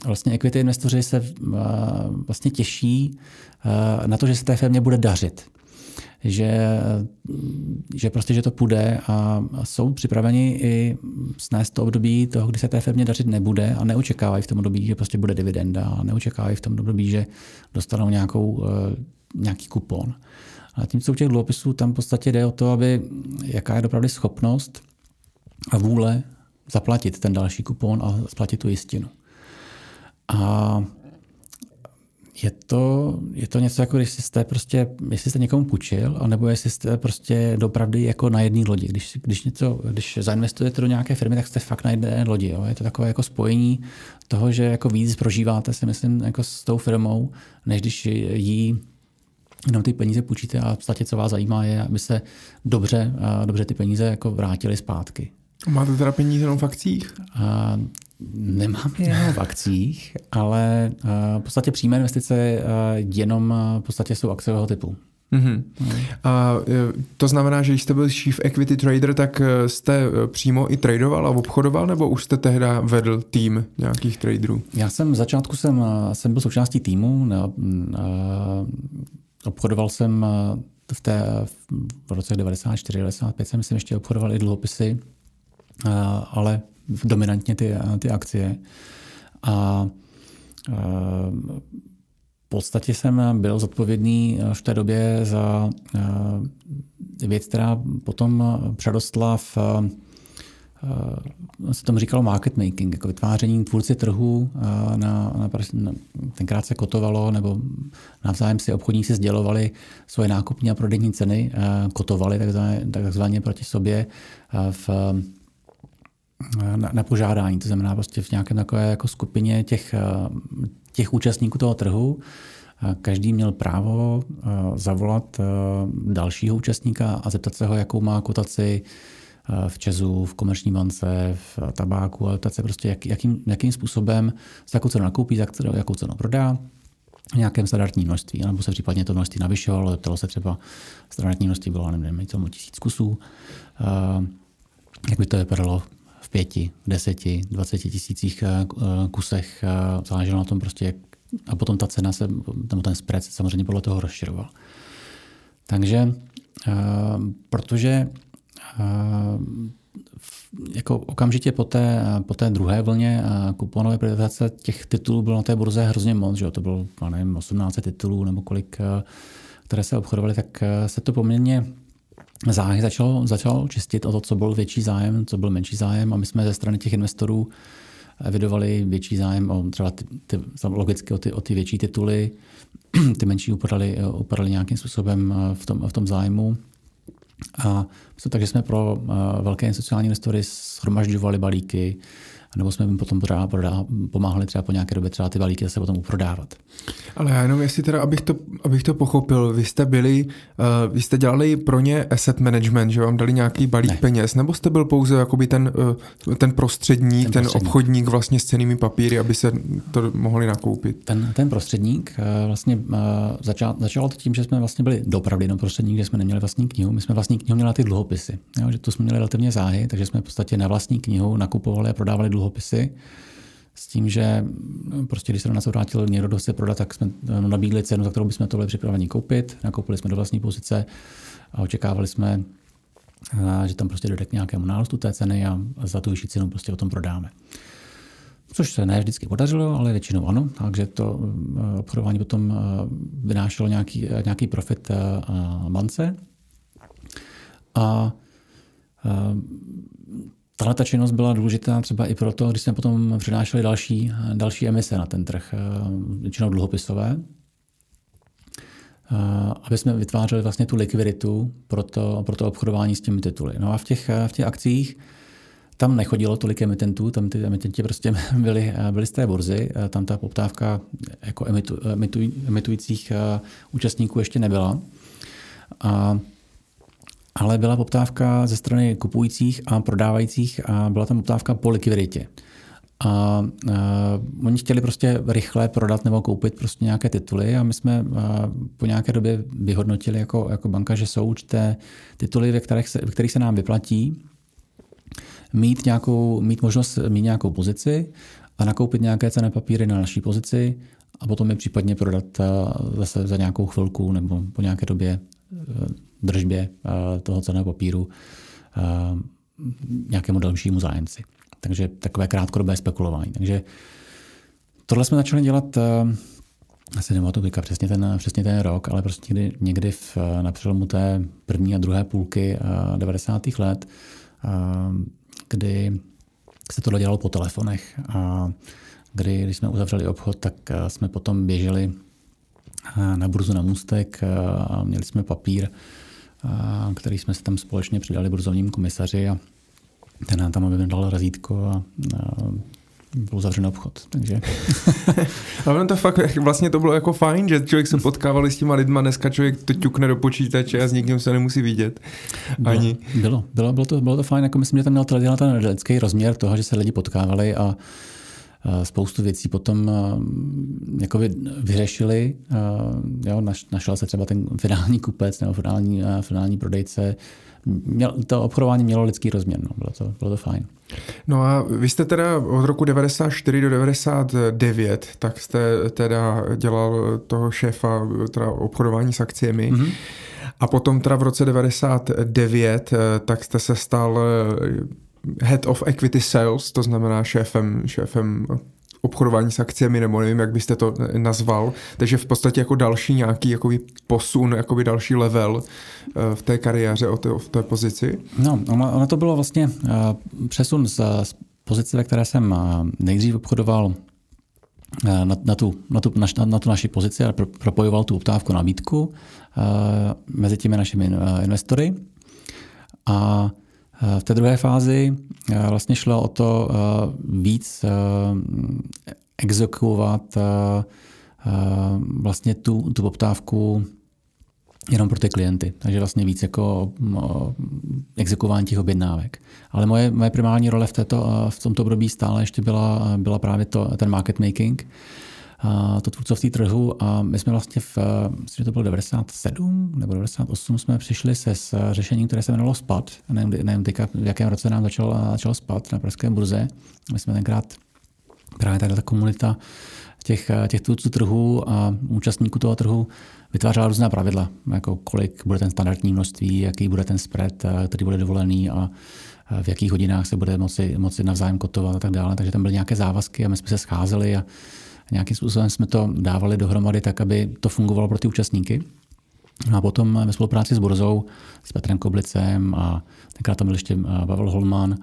vlastně equity investoři se vlastně těší na to, že se té firmě bude dařit. Že, že prostě, že to půjde a jsou připraveni i snést to období toho, kdy se té firmě dařit nebude a neočekávají v tom období, že prostě bude dividenda a neočekávají v tom období, že dostanou nějakou, nějaký kupon. A tím, co u těch dluhopisů, tam v podstatě jde o to, aby jaká je opravdu schopnost a vůle zaplatit ten další kupon a splatit tu jistinu. A je to, je to něco jako, když jste prostě, jestli jste někomu půjčil, anebo jestli jste prostě dopravdy jako na jedné lodi. Když, když, něco, když zainvestujete do nějaké firmy, tak jste fakt na jedné lodi. Jo? Je to takové jako spojení toho, že jako víc prožíváte, si myslím, jako s tou firmou, než když jí jenom ty peníze půjčíte a v podstatě, co vás zajímá, je, aby se dobře, dobře ty peníze jako vrátily zpátky. Máte teda peníze jenom v akcích? A nemám je jenom v akcích, ale v podstatě přímé investice jenom v podstatě jsou akciového typu. Mm-hmm. A to znamená, že když jste byl chief equity trader, tak jste přímo i tradoval a obchodoval, nebo už jste tehdy vedl tým nějakých traderů? Já jsem v začátku jsem, jsem byl součástí týmu, obchodoval jsem v, té, v roce devadesát čtyři devadesát pět jsem myslím ještě obchodoval i dluhopisy, ale dominantně ty, ty akcie. A v podstatě jsem byl zodpovědný v té době za věc, která potom předostla v, se tomu říkalo market making, jako vytváření tvůrci trhu. Na, na, na, tenkrát se kotovalo, nebo navzájem si obchodníci sdělovali svoje nákupní a prodejní ceny, kotovali takzvaně, takzvaně proti sobě v Na, na požádání, to znamená prostě v nějaké takové jako skupině těch, těch účastníků toho trhu. Každý měl právo zavolat dalšího účastníka a zeptat se ho, jakou má kotaci v Česu, v Komerční bance, v tabáku, a zeptat se prostě, jak, jakým, jakým způsobem se jakou cenu nakoupí, za jakou cenu prodá, v nějakém standardním množství, nebo se případně to množství navyšovalo, zeptalo se třeba standardní množství bylo, nevím, tomu tisíc kusů, jak by to vypadalo v pěti, deseti, dvaceti tisících kusech, záleželo na tom prostě, jak, a potom ta cena se, nebo ten spread se samozřejmě podle toho rozširoval. Takže, protože jako okamžitě po té, po té druhé vlně kuponové privatizace těch titulů bylo na té burze hrozně moc, že to bylo, nevím, osmnáct titulů nebo kolik, které se obchodovaly, tak se to poměrně záhy začalo, začalo čistit o to, co byl větší zájem, co byl menší zájem, a my jsme ze strany těch investorů evidovali větší zájem o třeba ty, ty, logicky o ty, o ty větší tituly, ty menší upadaly, upadaly nějakým způsobem v tom, v tom zájmu. A takže jsme pro velké institucionální investory shromažďovali balíky, nebo jsme jim potom prodá, prodá, pomáhali třeba po nějaké době třeba ty balíky zase potom uprodávat. Ale já jenom, jestli teda, abych to, abych to pochopil, vy jste byli, uh, vy jste dělali pro ně asset management, že vám dali nějaký balík ne. peněz, nebo jste byl pouze jakoby ten, uh, ten prostředník, ten, ten prostředník. obchodník vlastně s cennými papíry, aby se to mohli nakoupit? Ten, ten prostředník uh, vlastně uh, začal, začalo to tím, že jsme vlastně byli dopravdy jenom prostředník, že jsme neměli vlastní knihu, my jsme vlastní knihu měli na ty dluhopisy, jo, že to jsme měli relativně záhy, takže jsme v podstatě na vlastní knihu nakupovali a prodávali dluhopisy. S tím, že prostě, když se na nás vrátil někdo, kdo chce prodat, tak jsme nabídli cenu, za kterou bychom to byli připraveni koupit. Nakoupili jsme do vlastní pozice a očekávali jsme, že tam prostě dojde k nějakému nárůstu té ceny a za tu vyšší cenu prostě o tom prodáme. Což se ne vždycky podařilo, ale většinou ano. Takže to obchodování potom vynášelo nějaký, nějaký profit bance. A tahle ta činnost byla důležitá třeba i proto, když jsme potom přinášeli další, další emise na ten trh, většinou dluhopisové, aby jsme vytvářeli vlastně tu likviditu pro to, pro to obchodování s těmi tituly. No a v těch, v těch akcích tam nechodilo tolik emitentů, tam ty emitenti prostě byli, byli z té burzy, tam ta poptávka jako emitu, emituj, emitujících účastníků ještě nebyla. A ale byla poptávka ze strany kupujících a prodávajících a byla tam poptávka po likviditě. A, a oni chtěli prostě rychle prodat nebo koupit prostě nějaké tituly a my jsme a, po nějaké době vyhodnotili jako, jako banka, že jsou určité tituly, ve kterých se, ve kterých se nám vyplatí mít, nějakou, mít možnost mít nějakou pozici a nakoupit nějaké cenné papíry na naší pozici a potom je případně prodat zase za nějakou chvilku nebo po nějaké době držbě toho cenného papíru nějakému dalšímu zájemci. Takže takové krátkodobé spekulování. Takže tohle jsme začali dělat, asi nemám to teďka přesně ten, přesně ten rok, ale prostě někdy, někdy v, na přelomu té první a druhé půlky devadesátých let, kdy se tohle dělalo po telefonech a kdy, když jsme uzavřeli obchod, tak jsme potom běželi na burzu na Můstek a měli jsme papír, který jsme si tam společně přidali burzovním komisaři a ten nám tam vydal razítko a, a byl zavřený obchod. Takže... Ale to fakt, vlastně to bylo jako fajn, že člověk se potkával s těma lidma, dneska člověk to ťukne do počítače a s nikým se nemusí vidět. Ani. Bylo, bylo, bylo, bylo, to, bylo to fajn, jako myslím, že tam měl ten, ten lidský rozměr toho, že se lidi potkávali a spoustu věcí potom jakoby vyřešili. Jo, našel se třeba ten finální kupec nebo finální, finální prodejce. Měl, to obchodování mělo lidský rozměr, no, bylo, to, bylo to fajn. No a vy jste teda od roku devadesát čtyři do devadesát devět, tak jste teda dělal toho šéfa teda obchodování s akciemi. Mm-hmm. A potom teda v roce devadesát devět tak jste se stal Head of Equity Sales, to znamená šéfem, šéfem obchodování s akciemi, nebo nevím, jak byste to nazval. Takže v podstatě jako další nějaký jakoby posun, jakoby další level v té kariéře, o té, v té pozici. No, ono, ono to bylo vlastně uh, přesun z, z pozice, ve které jsem uh, nejdřív obchodoval uh, na, na, tu, na, tu, na, na tu naši pozici a pro, propojoval tu poptávku nabídku uh, mezi těmi našimi uh, investory. A v té druhé fázi vlastně šlo o to víc exekuovat vlastně tu, tu poptávku jenom pro ty klienty. Takže vlastně víc jako exekuování těch objednávek. Ale moje, moje primární role v, této, v tomto období stále ještě byla, byla právě to, ten market making, to tvůrcovství trhu a my jsme vlastně v, myslím, že to bylo devadesát sedm nebo devadesát osm jsme přišli se s řešením, které se jmenovalo S P A D. Nevím, nevím teďka, v jakém roce nám začal, začal S P A D na pražské burze. My jsme tenkrát právě tady ta komunita těch, těch tvůrců trhu a účastníků toho trhu vytvářela různá pravidla, jako kolik bude ten standardní množství, jaký bude ten spread, který bude dovolený a v jakých hodinách se bude moci, moci navzájem kotovat a tak dále. Takže tam byly nějaké závazky a my jsme se scházeli a nějakým způsobem jsme to dávali dohromady tak, aby to fungovalo pro ty účastníky. A potom ve spolupráci s burzou, s Petrem Koblicem a tenkrát tam byl ještě Pavel Holman,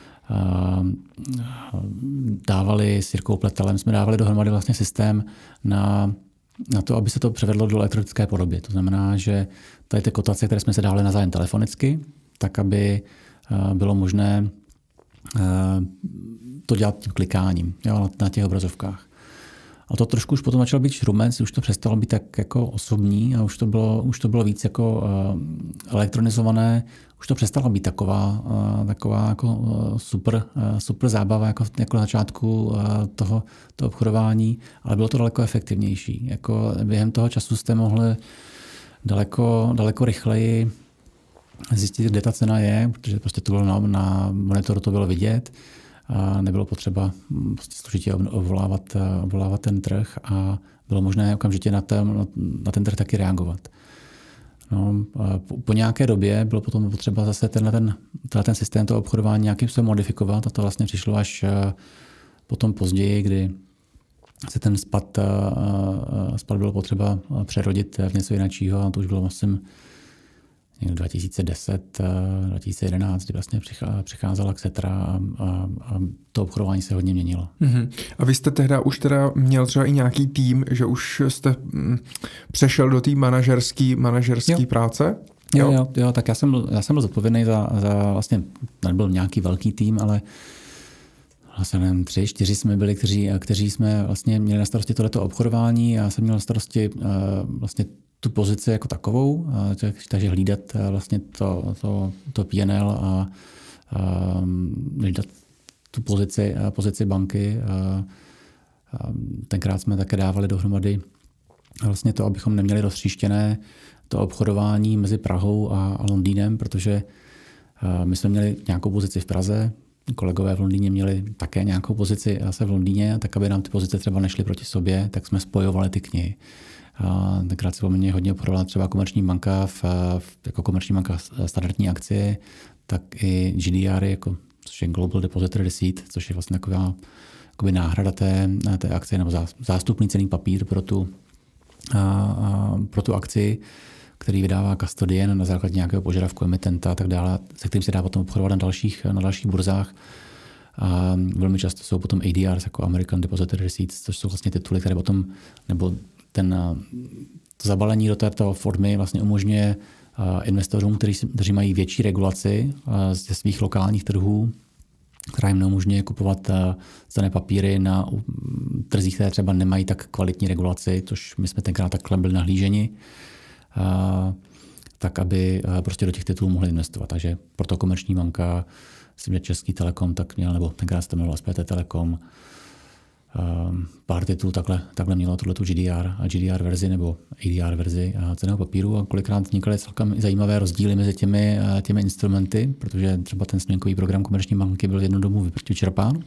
dávali s Jirkou Pletelem, jsme dávali dohromady vlastně systém na, na to, aby se to převedlo do elektronické podoby. To znamená, že tady ty kotace, které jsme se dávali navzájem telefonicky, tak aby bylo možné to dělat tím klikáním, jo, na těch obrazovkách. A to trošku už potom začalo být šrumec, už to přestalo být tak jako osobní a už to bylo, už to bylo víc jako uh, elektronizované, už to přestalo být taková, uh, taková jako uh, super, uh, super zábava jako, jako na začátku uh, toho, toho obchodování, ale bylo to daleko efektivnější. Jako během toho času jste mohli daleko, daleko rychleji zjistit, kde ta cena je, protože prostě to bylo na, na monitoru, to bylo vidět. A nebylo potřeba prostě složitě obvolávat, obvolávat ten trh a bylo možné okamžitě na ten, na ten trh taky reagovat. No, po, po nějaké době bylo potom potřeba zase tenhle ten, tenhle ten systém toho obchodování nějakým způsobem modifikovat a to vlastně přišlo až potom později, kdy se ten spad, spad bylo potřeba přerodit v něco jiného a to už bylo vlastně dva tisíce deset, dva tisíce jedenáct, kdy vlastně přicházela Xetra a, a, a to obchodování se hodně měnilo. Mm-hmm. A vy jste tehda už teda měl třeba i nějaký tým, že už jste mm, přešel do té manažerské manažerský práce? Jo, jo, jo, tak já jsem byl, já jsem byl zodpovědný za, za vlastně, nebyl nějaký velký tým, ale vlastně nevím, tři, čtyři jsme byli, kteří, kteří jsme vlastně měli na starosti tohleto obchodování. Já jsem měl na starosti uh, vlastně tu pozici jako takovou, takže hlídat vlastně to, to, to P and L a, a hlídat tu pozici, pozici banky. A, a tenkrát jsme také dávali dohromady vlastně to, abychom neměli roztříštěné to obchodování mezi Prahou a, a Londýnem, protože my jsme měli nějakou pozici v Praze, kolegové v Londýně měli také nějakou pozici zase v Londýně, tak aby nám ty pozice třeba nešly proti sobě, tak jsme spojovali ty knihy. A tenkrát se poměrně hodně obchodovala třeba Komerční banka, v, v, jako Komerční banka standardní akcie, tak i G D R, jako, což je Global Depository Receipt, což je vlastně taková jakoby náhrada té, té akcie nebo zástupný cenný papír pro tu, a, a, pro tu akci, který vydává custodian na základě nějakého požadavku emitenta a tak dále, se kterým se dá potom obchodovat na dalších, na dalších burzách. A velmi často jsou potom A D Rs, jako American Depository Receipts, což jsou vlastně tituly, které potom, nebo ten, to zabalení do této formy vlastně umožňuje investorům, kteří, kteří mají větší regulaci ze svých lokálních trhů, která jim neumožňuje kupovat cenné papíry na trzích, které třeba nemají tak kvalitní regulaci, což my jsme tenkrát takhle byli nahlíženi, tak aby prostě do těch titulů mohli investovat. Takže proto Komerční banka, myslím, že Český Telekom tak měl, nebo tenkrát se to jmenovalo S P T Telekom, pár titulů takhle, takhle mělo tohletu G D R a G D R verzi nebo A D R verzi cenného papíru a kolikrát vznikaly celkem zajímavé rozdíly mezi těmi, těmi instrumenty, protože třeba ten směnkový program Komerční banky byl v jednu dobu vyčerpán.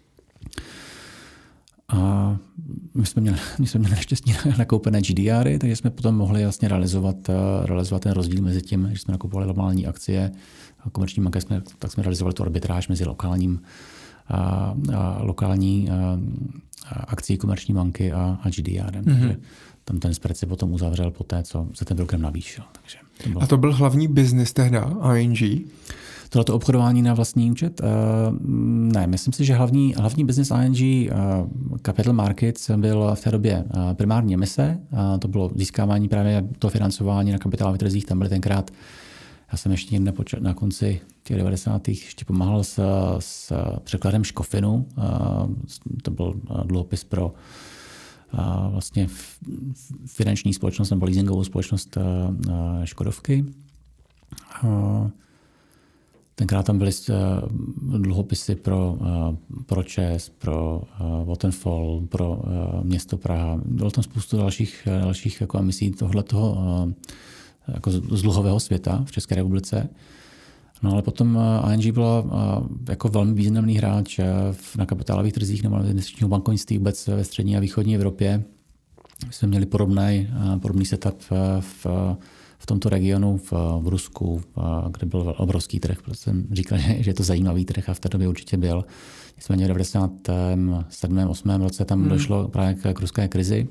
A my jsme měli, my jsme měli naštěstí nakoupené G D R, takže jsme potom mohli vlastně realizovat, realizovat ten rozdíl mezi tím, že jsme nakupovali globální akcie a Komerční banka, jsme, tak jsme realizovali tu arbitráž mezi lokálním a, a lokální a, a akcí Komerční banky a, a G D R. Mm-hmm. Takže tam ten spread se potom uzavřel po té, co se ten program navýšil. Takže to bylo... A to byl hlavní biznis tehda, I N G? Tohleto obchodování na vlastní účet? Uh, ne, myslím si, že hlavní, hlavní biznis I N G uh, Capital Markets byl v té době uh, primární emise. Uh, to bylo získávání právě toho financování na kapitálových trzích. Tam byly tenkrát, já jsem ještě někde na konci těch devadesátých ještě pomáhal s, s překladem Škofinu. Uh, to byl dluhopis pro uh, vlastně finanční společnost nebo leasingovou společnost uh, Škodovky. Uh, Tenkrát tam byly dluhopisy pro, pro ČEZ, pro Vattenfall, pro město Praha. Bylo tam spoustu dalších, dalších jako emisí tohletoho jako z dluhového světa v České republice. No ale potom I N G byla jako velmi významný hráč na kapitálových trzích nebo na investičního bankovnictví vůbec ve střední a východní Evropě. My jsme měli podobný, podobný setup v v tomto regionu v, v Rusku, kde byl obrovský trh, protože jsem říkal, že, že je to zajímavý trh a v té době určitě byl. Nicméně v devadesátém sedmém osmém roce tam hmm. došlo právě k, k ruské krizi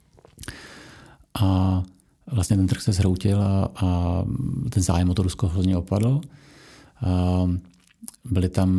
a vlastně ten trh se zhroutil a, a ten zájem o to Rusko hrozně opadl. A byly tam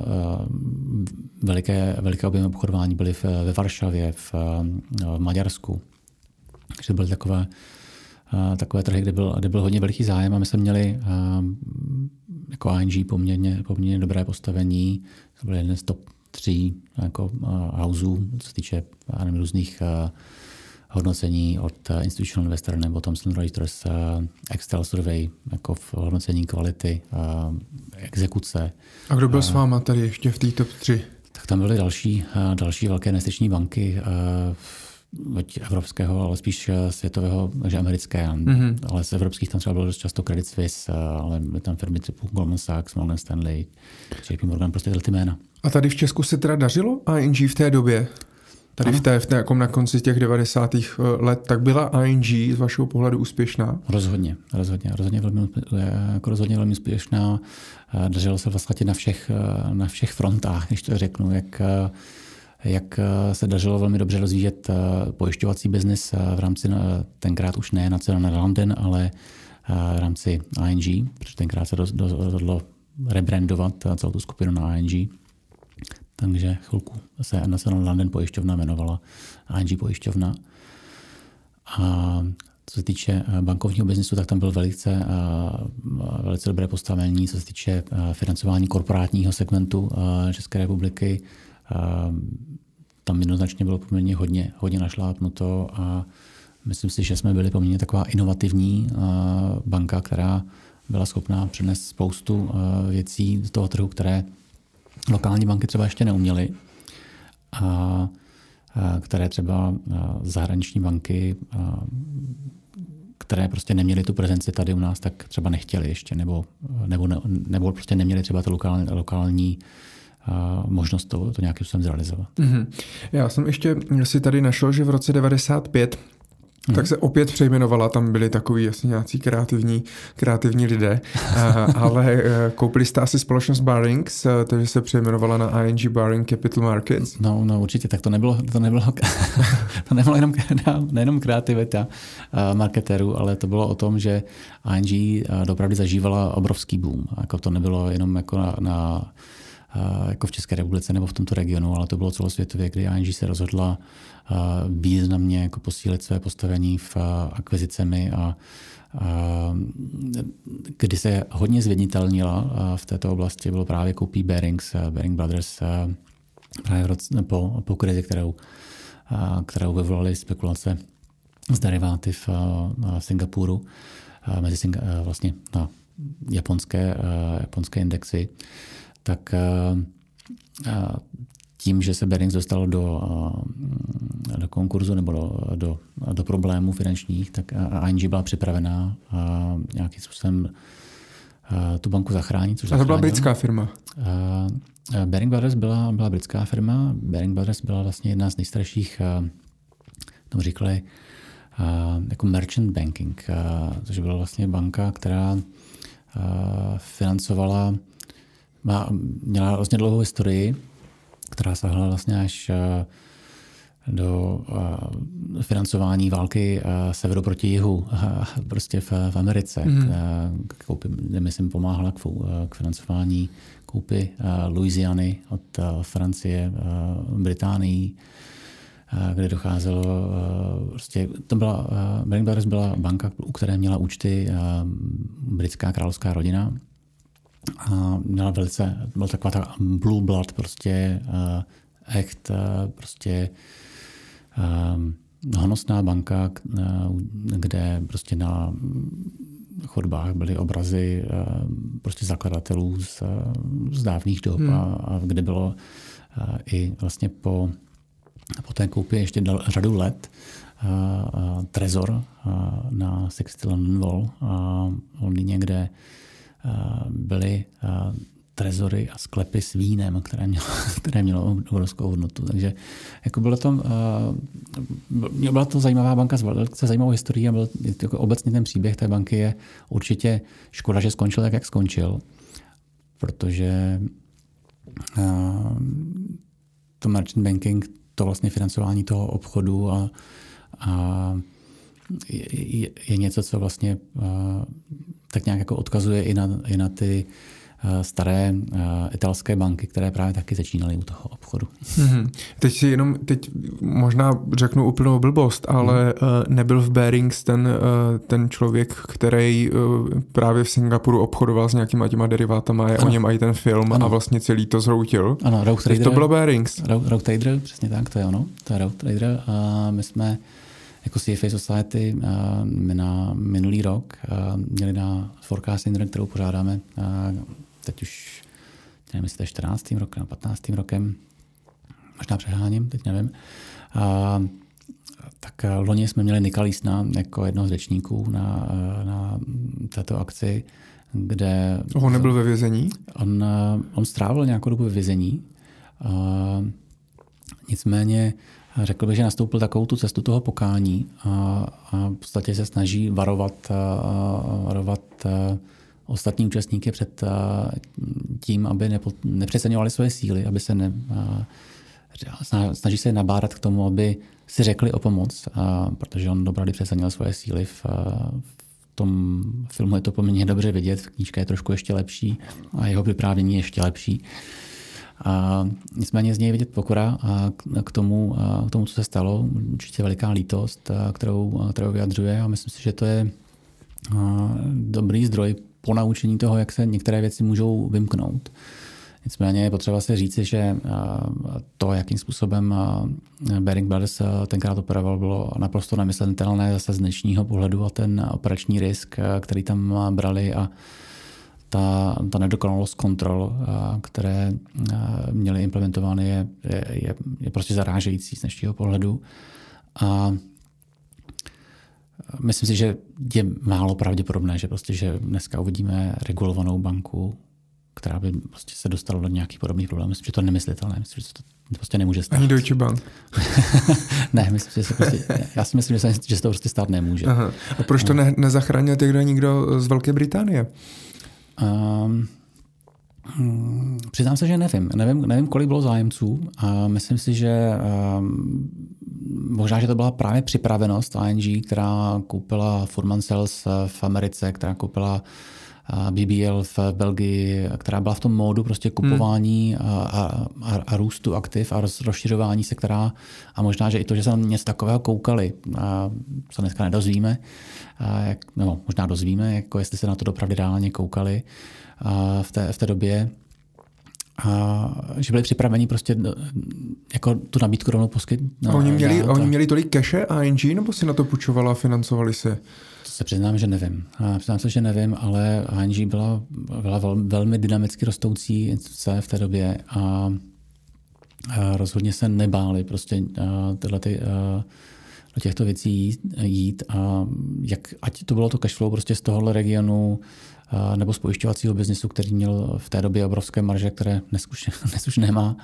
veliké, veliké objemy obchodování, byly v, ve Varšavě, v, v Maďarsku. Takže byly takové takové trhy, kde byl, kde byl hodně veliký zájem a my jsme měli jako I N G poměrně, poměrně dobré postavení. To byl jeden z top tří jako houseů, co se týče nevím, různých hodnocení od Institutional Investor nebo Thomson Reuters, Excel Survey, jako v hodnocení kvality, exekuce. A kdo byl s váma tady ještě v té top tři? Tak tam byly další, další velké investiční banky, veď evropského, ale spíš světového, takže americké. Mm-hmm. Ale z evropských tam třeba bylo dost často Credit Suisse, ale byly tam firmy typu Goldman Sachs, Morgan Stanley, J P Morgan, prostě tyhle ty jména. A tady v Česku se teda dařilo I N G v té době? Tady v té, v té, jako na konci těch devadesátých let, tak byla I N G z vašeho pohledu úspěšná? Rozhodně, rozhodně, rozhodně velmi, jako rozhodně velmi úspěšná. Dařilo se vlastně na všech, na všech frontách, když to řeknu, jak jak se dařilo velmi dobře rozvíjet pojišťovací biznis v rámci, tenkrát už ne National London, ale v rámci I N G, protože tenkrát se rozhodlo rebrandovat celou tu skupinu na I N G. Takže chvilku se National London pojišťovna jmenovala I N G pojišťovna. A co se týče bankovního biznisu, tak tam byl velice, velice dobré postavení, co se týče financování korporátního segmentu České republiky. Tam jednoznačně bylo poměrně hodně, hodně našlápnuto a myslím si, že jsme byli poměrně taková inovativní banka, která byla schopná přinést spoustu věcí z toho trhu, které lokální banky třeba ještě neuměly a které třeba zahraniční banky, které prostě neměly tu prezenci tady u nás, tak třeba nechtěli ještě, nebo, nebo, nebo prostě neměli třeba tu lokální, lokální možnost to, to nějakým způsobem zrealizovat. Mm-hmm. Já jsem ještě si tady našel, že v roce devadesát pět Hmm. tak se opět přejmenovala, tam byli takový jasně nějací kreativní, kreativní lidé, ale koupili jste asi společnost Barings, takže se přejmenovala na I N G Baring Capital Markets. No, no určitě, tak to nebylo, to nebylo, to nebylo jenom, nejenom kreativita marketérů, ale to bylo o tom, že I N G dopravdy zažívala obrovský boom. Jako to nebylo jenom jako na, na jako v České republice nebo v tomto regionu, ale to bylo celosvětově, kdy I N G se rozhodla významně jako posílit své postavení v akvizicemi a, a kdy se hodně zviditelnila v této oblasti, bylo právě koupí Barings, Baring Brothers právě v roce, po, po krizi, kterou, kterou vyvolaly spekulace z deriváty v, v Singapuru mezi Sing, vlastně na japonské, japonské indexy, tak tím, že se Barings dostal do, do konkurzu nebo do, do, do problémů finančních, tak I N G byla připravená nějakým způsobem tu banku zachránit. Což a to byla britská firma? Baring Brothers byla, byla britská firma. Baring Brothers byla vlastně jedna z nejstarších, tomu říkali, jako merchant banking, což byla vlastně banka, která financovala, má, měla vlastně dlouhou historii, která sahala vlastně až do financování války severu proti jihu, prostě v, v Americe. Mm. Koupy, myslím, pomáhala k, k financování koupy Louisiany od Francie, Británii, kde docházelo, prostě to byla, Baring Brothers byla banka, u které měla účty britská královská rodina. A měla velice, byla taková ta blue blood, prostě uh, echt, uh, prostě uh, honosná banka, uh, kde prostě na chodbách byly obrazy uh, prostě zakladatelů z, z dávných dob hmm. a, a kde bylo uh, i vlastně po, po té koupi ještě dal, řadu let uh, uh, trezor uh, na šedesát London Wall uh, v Londýně, kde byly trezory a sklepy s vínem, které mělo, které mělo obrovskou hodnotu. Takže jako bylo to, byla to zajímavá banka s velice zajímavou historií a byl, jako obecně ten příběh té banky je určitě škoda, že skončil tak, jak skončil, protože to merchant banking, to vlastně financování toho obchodu a, a je, je něco, co vlastně uh, tak nějak jako odkazuje i na, i na ty uh, staré uh, italské banky, které právě taky začínaly u toho obchodu. Mm-hmm. Teď si jenom, teď možná řeknu úplnou blbost, ale mm. uh, nebyl v Barings ten, uh, ten člověk, který uh, právě v Singapuru obchodoval s nějakýma těma derivátama, je ano. o něm i ten film ano. a vlastně celý to zhroutil. Ano, Rogue Trader. To bylo Barings. Rogue Trader, přesně tak, to je ono. To je Rogue Trader a my jsme jako C F A Society my na minulý rok měli na forecasting dinner, kterou pořádáme teď už, nevím, jestli to je čtrnáctým rokem, patnáctým rokem, možná přeháním, teď nevím. A, tak loni jsme měli Nika Lísna jako jednoho z řečníků na, na této akci, kde... On nebyl ve vězení? On, on strávil nějakou dobu ve vězení. A, nicméně řekl bych, že nastoupil takovou tu cestu toho pokání a, a v podstatě se snaží varovat, a, varovat a, ostatní účastníky před a, tím, aby nepo, nepřeceňovali své síly, aby se ne, a, snaží se nabádat k tomu, aby si řekli o pomoc, a, protože on opravdu přecenil svoje síly. V, v tom filmu je to poměrně dobře vidět, v knížce je trošku ještě lepší a jeho vyprávění je ještě lepší. A nicméně z něj vidět pokora a k tomu, a k tomu, co se stalo, určitě veliká lítost, kterou, kterou vyjadřuje a myslím si, že to je dobrý zdroj po naučení toho, jak se některé věci můžou vymknout. Nicméně je potřeba si říci, že to, jakým způsobem Baring Brothers tenkrát operoval, bylo naprosto nemyslitelné zase z dnešního pohledu a ten operační risk, který tam brali a ta, ta nedokonalost kontrol, které měly implementovány, je, je, je prostě zarážející z dnešního pohledu. A myslím si, že je málo pravděpodobné, že prostě, že dneska uvidíme regulovanou banku která by prostě se dostala do nějakých podobných problémů. Myslím, že to je nemyslitelné. Myslím, že to prostě nemůže stát. Ani Deutsche Bank? Ne, myslím, že se prostě, já si myslím, že se, že se to prostě stát nemůže. Aha. A proč to ne, nezachránil někdo, nikdo z Velké Británie? Um, Hmm, přiznám se, že nevím. nevím. Nevím, kolik bylo zájemců. A myslím si, že um, možná, že to byla právě připravenost I N G, která koupila Furman Cells v Americe, která koupila uh, B B L v Belgii, která byla v tom módu prostě kupování hmm. a, a, a růstu aktiv a rozšiřování se, která a možná, že i to, že se na něco takového koukali, a se dneska nedozvíme, a jak, nebo možná dozvíme, jako jestli se na to dopravdy reálně koukali, v té, v té době, a že byli připraveni prostě jako tu nabídku rovnou poskytnout. No, oni, měli, a... oni měli tolik cache I N G, nebo si na to půjčovala a financovali se? To se přiznám, že nevím. A přiznám se, že nevím, ale I N G byla, byla vel, velmi dynamicky rostoucí instituce v té době a, a rozhodně se nebáli prostě tyhle ty, a, do těchto věcí jít, jít a jak, ať to bylo to cashflow prostě z tohohle regionu nebo z pojišťovacího biznesu, který měl v té době obrovské marže, které dnes už, dnes už nemá,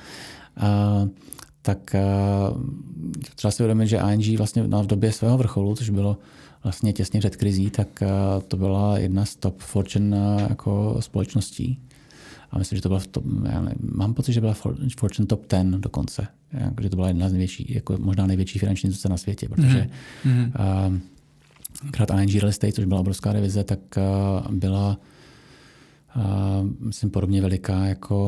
tak třeba si uvědomit, že I N G vlastně v době svého vrcholu, což bylo vlastně těsně před krizí, tak to byla jedna z top Fortune jako společností. A myslím, že to byla v top, já ne, mám pocit, že byla Fortune top deset dokonce. Že to byla jedna z největší, jako možná největší finanční instituce na světě, protože mm-hmm. uh, krát I N G Real Estate, což byla obrovská divize, tak uh, byla uh, myslím podobně veliká jako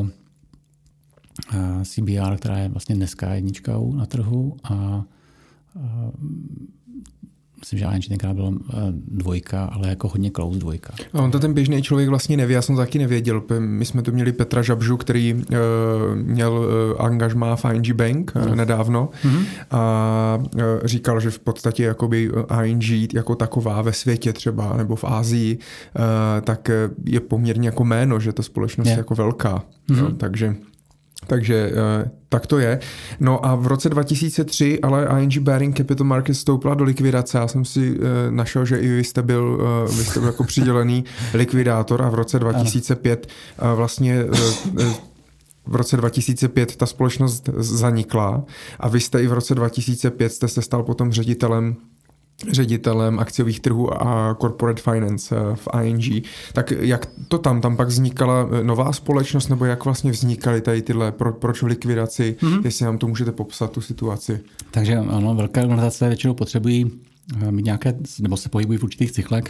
uh, C B R, která je vlastně dneska jedničkou na trhu a uh, myslím, že I N G tenkrát byla dvojka, ale jako hodně close dvojka. A on to ten běžný člověk vlastně neví, já jsem to taky nevěděl. My jsme tu měli Petra Žabžu, který uh, měl uh, angažmá v I N G Bank uh, no. nedávno mm-hmm. a uh, říkal, že v podstatě jakoby I N G jako taková ve světě třeba, nebo v Asii, uh, tak je poměrně jako jméno, že ta společnost je jako velká. Mm-hmm. Jo, takže Takže uh, tak to je. No a v roce dva tisíce tři ale I N G Baring Capital Markets stoupla do likvidace. Já jsem si uh, našel, že i vy jste byl, uh, vy jste byl jako přidělený likvidátor a v roce dva tisíce pět uh, vlastně uh, uh, v roce dva tisíce pět ta společnost zanikla a vy jste i v roce dva tisíce pět jste se stal potom ředitelem ředitelem akciových trhů a corporate finance v I N G. Tak jak to tam? Tam pak vznikala nová společnost, nebo jak vlastně vznikaly tady tyhle, pro, proč v likvidaci? Mm-hmm. Jestli nám to můžete popsat, tu situaci. Takže ano, velké organizace většinou potřebují mít nějaké, nebo se pohybují v určitých cyklech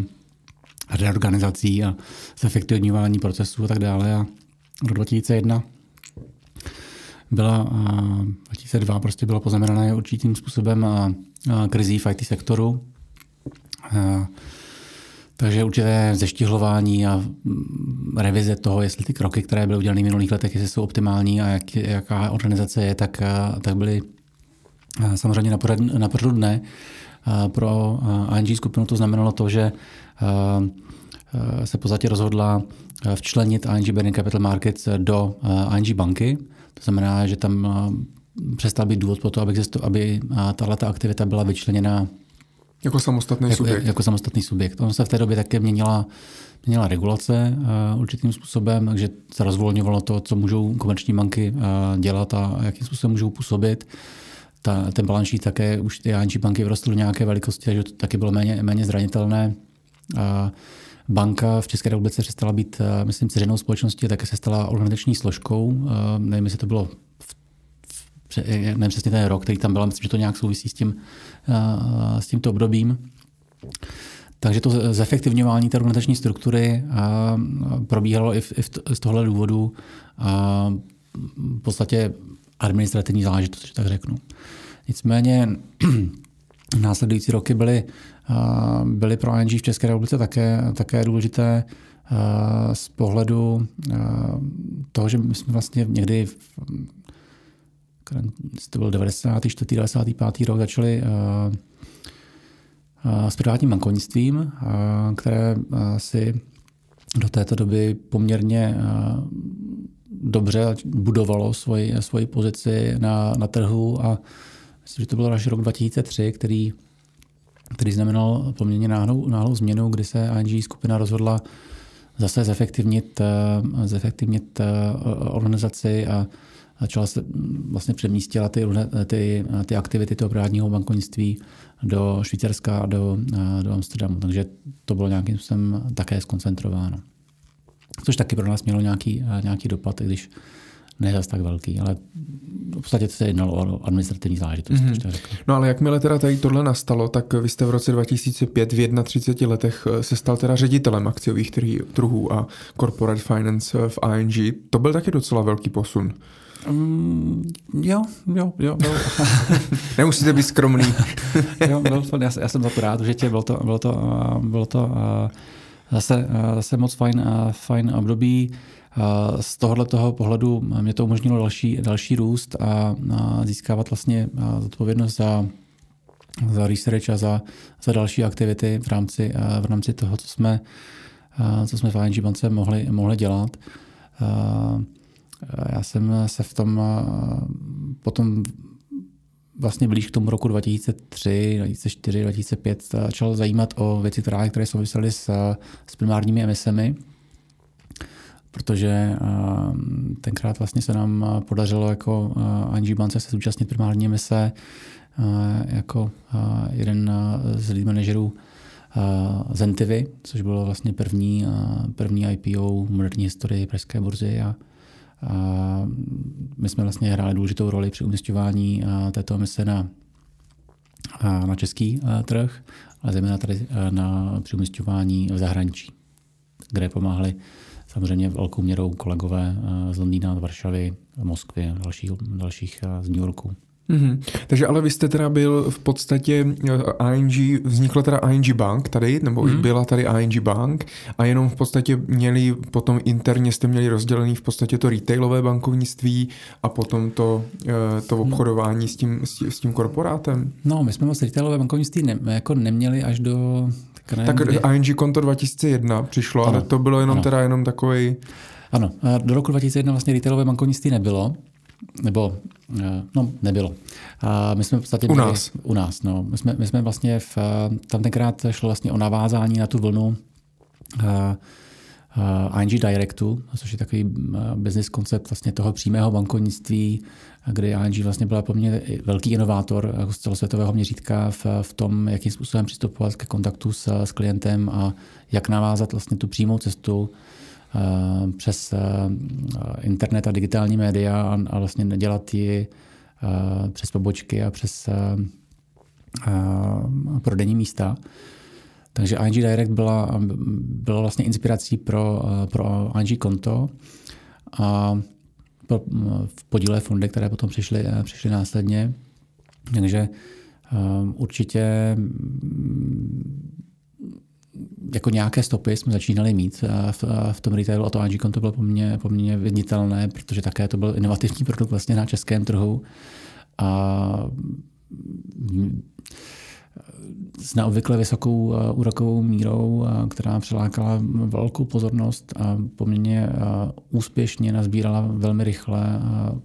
a reorganizací a zefektivňování procesů a tak dále. A do dva tisíce jedna byla, dva tisíce dva prostě bylo poznamenané určitým způsobem a krizí v I T sektoru. Takže určité zeštihlování a revize toho, jestli ty kroky, které byly udělané v minulých letech, jestli jsou optimální a jak, jaká organizace je, tak, tak byly samozřejmě na pořadu dne. Pro I N G skupinu to znamenalo to, že se v podstatě rozhodla včlenit I N G Baring Capital Markets do I N G banky. To znamená, že tam přestal být důvod pro to, aby, aby tato aktivita byla vyčleněna jako samostatný jako, subjekt. Jako samostatný subjekt. On se v té době také měnila, měnila regulace uh, určitým způsobem, takže se rozvolňovalo to, co můžou komerční banky uh, dělat a jakým způsobem můžou působit. Ta, ten balance sheet také, už ty I N G banky vyrostly do nějaké velikosti, takže to taky bylo méně, méně zranitelné. Uh, banka v České republice přestala být, uh, myslím, dceřinou společností a také se stala organizační složkou. Uh, nevím, jestli to bylo nevím přesně ten rok, který tam byl, myslím, že to nějak souvisí s, tím, s tímto obdobím. Takže to zefektivňování té organizační struktury probíhalo i, v, i z tohle důvodu a v podstatě administrativní záležitost, že tak řeknu. Nicméně následující roky byly, byly pro I N G v České republice také, také důležité z pohledu toho, že my jsme vlastně někdy v to byl devadesátý čtvrtý devadesátý pátý rok, začali uh, uh, s privátním bankovnictvím, uh, které uh, si do této doby poměrně uh, dobře budovalo svoji, svoji pozici na, na trhu a myslím, že to byl až rok dva tisíce tři, který, který znamenal poměrně náhlou, náhlou změnu, kdy se I N G skupina rozhodla zase zefektivnit, zefektivnit organizaci a začala se vlastně přemístila ty, ty, ty aktivity toho privátního bankovnictví do Švýcarska a do, do Amsterdamu. Takže to bylo nějakým způsobem také skoncentrováno. Což taky pro nás mělo nějaký, nějaký dopad, i když ne zas tak velký, ale v podstatě se jednalo o administrativní záležitost. Mm-hmm. No ale jakmile teda tady tohle nastalo, tak vy jste v roce dva tisíce pět v třiceti jedné letech se stal teda ředitelem akciových trhů a corporate finance v I N G. To byl taky docela velký posun. Um, jo, jo, jo. jo. Nemusíte být skromný. jo, byl to, já, já jsem za to rád, že tě bylo to, bylo to, bylo to uh, zase, uh, zase moc fajn, uh, fajn období. Uh, z tohohle toho pohledu mě to umožnilo další, další růst a, a získávat vlastně uh, zodpovědnost za, za research a za, za další aktivity v rámci, uh, v rámci toho, co jsme, uh, co jsme v I N G bance mohli, mohli dělat. Uh, Já jsem se v tom potom vlastně blíž k tomu roku dva tisíce tři, dva tisíce čtyři, dva tisíce pět začal zajímat o věci, které, které souvisely s, s primárními emisemi, protože tenkrát vlastně se nám podařilo jako I N G bance se zúčastnit primární emise jako jeden z lead manažerů Zentivy, což bylo vlastně první, první I P O v moderní historii pražské burzy a A my jsme vlastně hráli důležitou roli při umisťování této emise na, na český trh, ale zejména tady na při umisťování v zahraničí, kde pomáhali samozřejmě velkou měrou kolegové z Londýna, z Varšavy, Moskvy, dalších, dalších z New Yorku. Mm-hmm. Takže ale vy jste teda byl v podstatě I N G, vznikla teda I N G Bank tady, nebo mm-hmm. byla tady I N G Bank a jenom v podstatě měli, potom interně jste měli rozdělený v podstatě to retailové bankovnictví a potom to, to obchodování s tím, s tím korporátem? No, my jsme moc retailové bankovnictví ne, jako neměli až do... Tak, tak I N G konto dva tisíce jedna přišlo, ano, ale to bylo jenom ano. teda jenom takovej... Ano, do roku dva tisíce jedna vlastně retailové bankovnictví nebylo. Nebo, no, nebylo. A my jsme v podstatě u byli, nás. U nás, no. My jsme, my jsme vlastně v, tam tenkrát šlo vlastně o navázání na tu vlnu uh, uh, I N G Directu, což je takový business koncept vlastně toho přímého bankovnictví, kdy I N G vlastně byla poměrně velký inovátor z celosvětového měřítka v, v tom, jakým způsobem přistupovat ke kontaktu s, s klientem a jak navázat vlastně tu přímou cestu přes internet a digitální média a vlastně nedělat ji přes pobočky a přes prodejní místa. Takže I N G Direct byla, byla vlastně inspirací pro, pro I N G konto a v podíle fondy, které potom přišly, přišly následně. Takže určitě jako nějaké stopy jsme začínali mít v, v tom retailu a to I N G konto bylo poměrně, poměrně viditelné, protože také to byl inovativní produkt vlastně na českém trhu a s neobvykle vysokou úrokovou mírou, která přilákala velkou pozornost a poměrně úspěšně nazbírala velmi rychle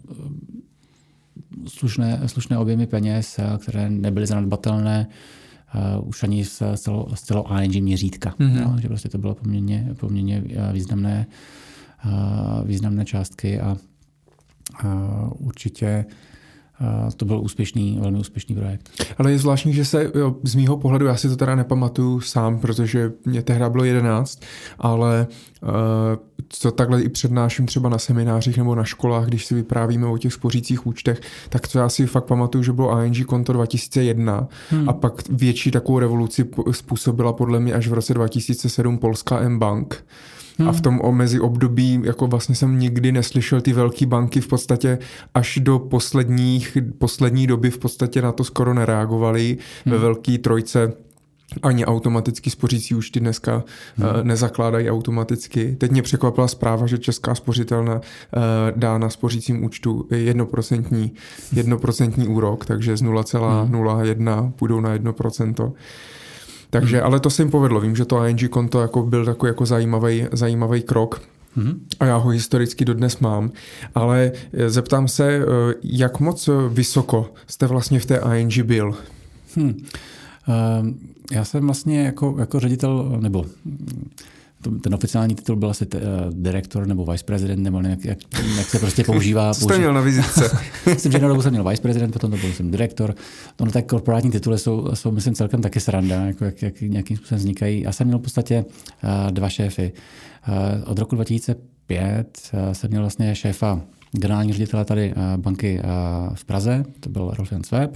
slušné, slušné objemy peněz, které nebyly zanedbatelné Uh, už ani z celou I N G měřítka. Mm-hmm. No, že prostě to bylo poměrně, poměrně významné, uh, významné částky a uh, určitě uh, to byl úspěšný, velmi úspěšný projekt. Ale je zvláštní, že se jo, z mýho pohledu, já si to teda nepamatuju sám, protože mě tehdy bylo jedenáct, ale uh, co takhle i přednáším třeba na seminářích nebo na školách, když si vyprávíme o těch spořících účtech, tak co já si fakt pamatuju, že bylo I N G konto dva tisíce jedna hmm. a pak větší takovou revoluci způsobila podle mě až v roce dva tisíce sedm polská M-Bank. Hmm. A v tom mezi období jako vlastně jsem nikdy neslyšel ty velké banky v podstatě až do posledních, poslední doby v podstatě na to skoro nereagovaly. Hmm. Ve velké trojce ani automaticky spořící účty dneska hmm. uh, nezakládají automaticky. Teď mě překvapila zpráva, že Česká spořitelna uh, dá na spořícím účtu jednoprocentní, jednoprocentní úrok, takže z nula celá nula jedna půjdou na jedno procento. Takže, hmm. ale to se jim povedlo. Vím, že to I N G konto jako byl takový jako zajímavý, zajímavý krok. Hmm. A já ho historicky dodnes mám. Ale zeptám se, jak moc vysoko jste vlastně v té I N G byl? Hmm. Uh, já jsem vlastně jako, jako ředitel, nebo ten oficiální titul byl asi direktor nebo vice president, nebo jak, jak, jak se prostě používá. Co jste měl na vizitce? Myslím, že jednou dobu jsem měl vice president, potom to byl jsem direktor. No, tak korporátní tituly jsou, jsou myslím, celkem taky sranda, jako jak, jak nějakým způsobem vznikají. Já jsem měl v podstatě uh, dva šéfy. Uh, od roku dva tisíce pět uh, jsem měl vlastně šéfa generální ředitele tady uh, banky uh, v Praze, to byl Rolf Jan Sveb.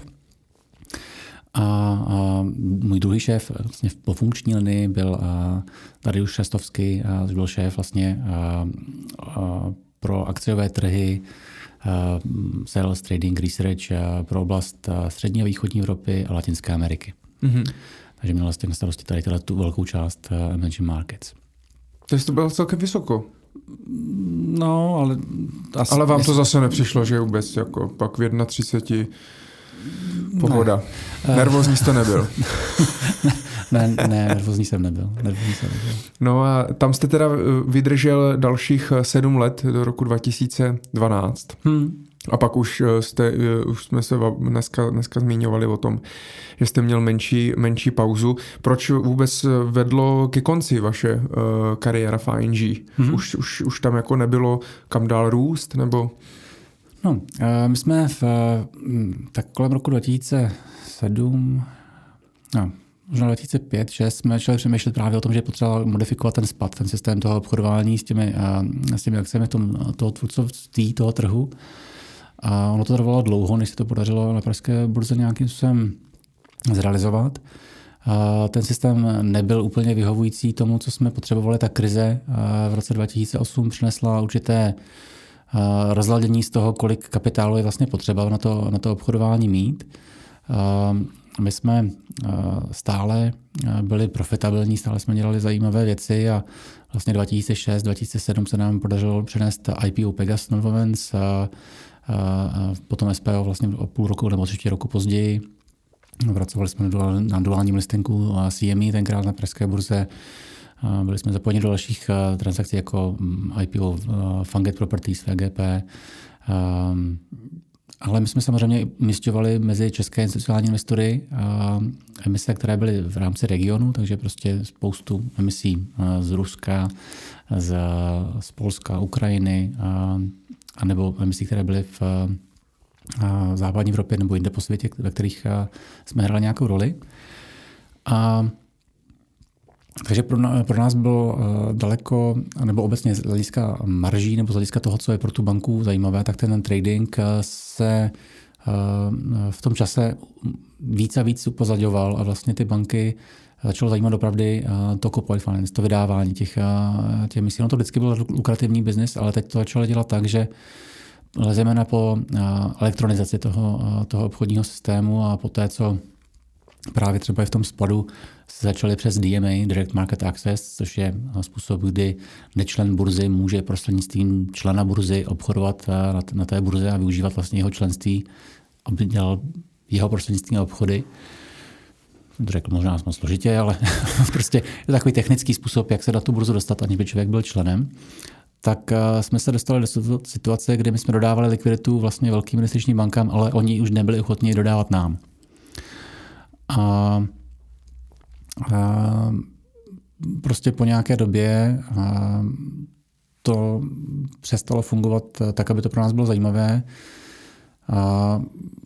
A, a můj druhý šéf vlastně po funkční linii byl Dariusz Šestovský, což byl šéf vlastně a, a pro akciové trhy, a, sales, trading, research a pro oblast střední a východní Evropy a Latinské Ameriky. Mm-hmm. Takže měl vlastně na starosti tady tu velkou část emerging markets. Takže to bylo celkem vysoko. No, ale... Asi, ale vám to zase nepřišlo, že vůbec jako pak v třicet jedna pohoda. Ne. Nervózní jste nebyl. ne, ne, nervózní jsem nebyl. Nervózní jsem nebyl. No a tam jste teda vydržel dalších sedm let do roku dva tisíce dvanáct. Hmm. A pak už jste, už jsme se dneska, dneska zmiňovali o tom, že jste měl menší, menší pauzu. Proč vůbec vedlo ke konci vaše uh, kariéra v I N G? Hmm. Už, už, už tam jako nebylo kam dál růst, nebo... No, my jsme v, tak kolem roku dva tisíce sedm, no, možná dva tisíce pět, šest jsme začali přemýšlet právě o tom, že je potřeba modifikovat ten spad, ten systém toho obchodování s těmi, s těmi akcemi v tom, toho tvůrcovství, toho trhu. A ono to trvalo dlouho, než se to podařilo na pražské burze nějakým způsobem zrealizovat. A ten systém nebyl úplně vyhovující tomu, co jsme potřebovali. Ta krize v roce dva tisíce osm přinesla určité rozladění z toho, kolik kapitálu je vlastně potřeba na to, na to obchodování mít. My jsme stále byli profitabilní, stále jsme dělali zajímavé věci a vlastně dva tisíce šest dva tisíce sedm se nám podařilo přenést I P O Pegasus Nonwovens a, a potom S P O vlastně o půl roku nebo třetí roku později. Pracovali jsme na duálním listingu C M E tenkrát na pražské burze. Byli jsme zapojeni do dalších transakcí jako I P O Funget Properties, V G P. Ale my jsme samozřejmě umisťovali mezi české institucionální investory emise, které byly v rámci regionu, takže prostě spoustu emisí z Ruska, z, z Polska, Ukrajiny, anebo emisí, které byly v západní Evropě nebo jinde po světě, ve kterých jsme hráli nějakou roli. A takže pro, pro nás bylo uh, daleko, nebo obecně z hlediska marží nebo z hlediska toho, co je pro tu banku zajímavé, tak ten, ten trading se uh, v tom čase víc a víc upozaďoval a vlastně ty banky začalo zajímat opravdu uh, to corporate finance, to vydávání těch, uh, těch misí. No to vždycky byl lukrativní biznis, ale teď to začalo dělat tak, že zejména po uh, elektronizaci toho, uh, toho obchodního systému a po té, co právě třeba i v tom spadu se začali přes D M A, Direct Market Access, což je způsob, kdy nečlen burzy může prostřednictvím člena burzy obchodovat na té burze a využívat vlastně jeho členství, aby dělal jeho prostřednictvím obchody. To řekl možná moc složitě, ale prostě je takový technický způsob, jak se na tu burzu dostat, aniž by člověk byl členem. Tak jsme se dostali do situace, kdy my jsme dodávali likviditu vlastně velkým investičním bankám, ale oni už nebyli ochotní dodávat nám. A, a prostě po nějaké době a to přestalo fungovat tak, aby to pro nás bylo zajímavé. A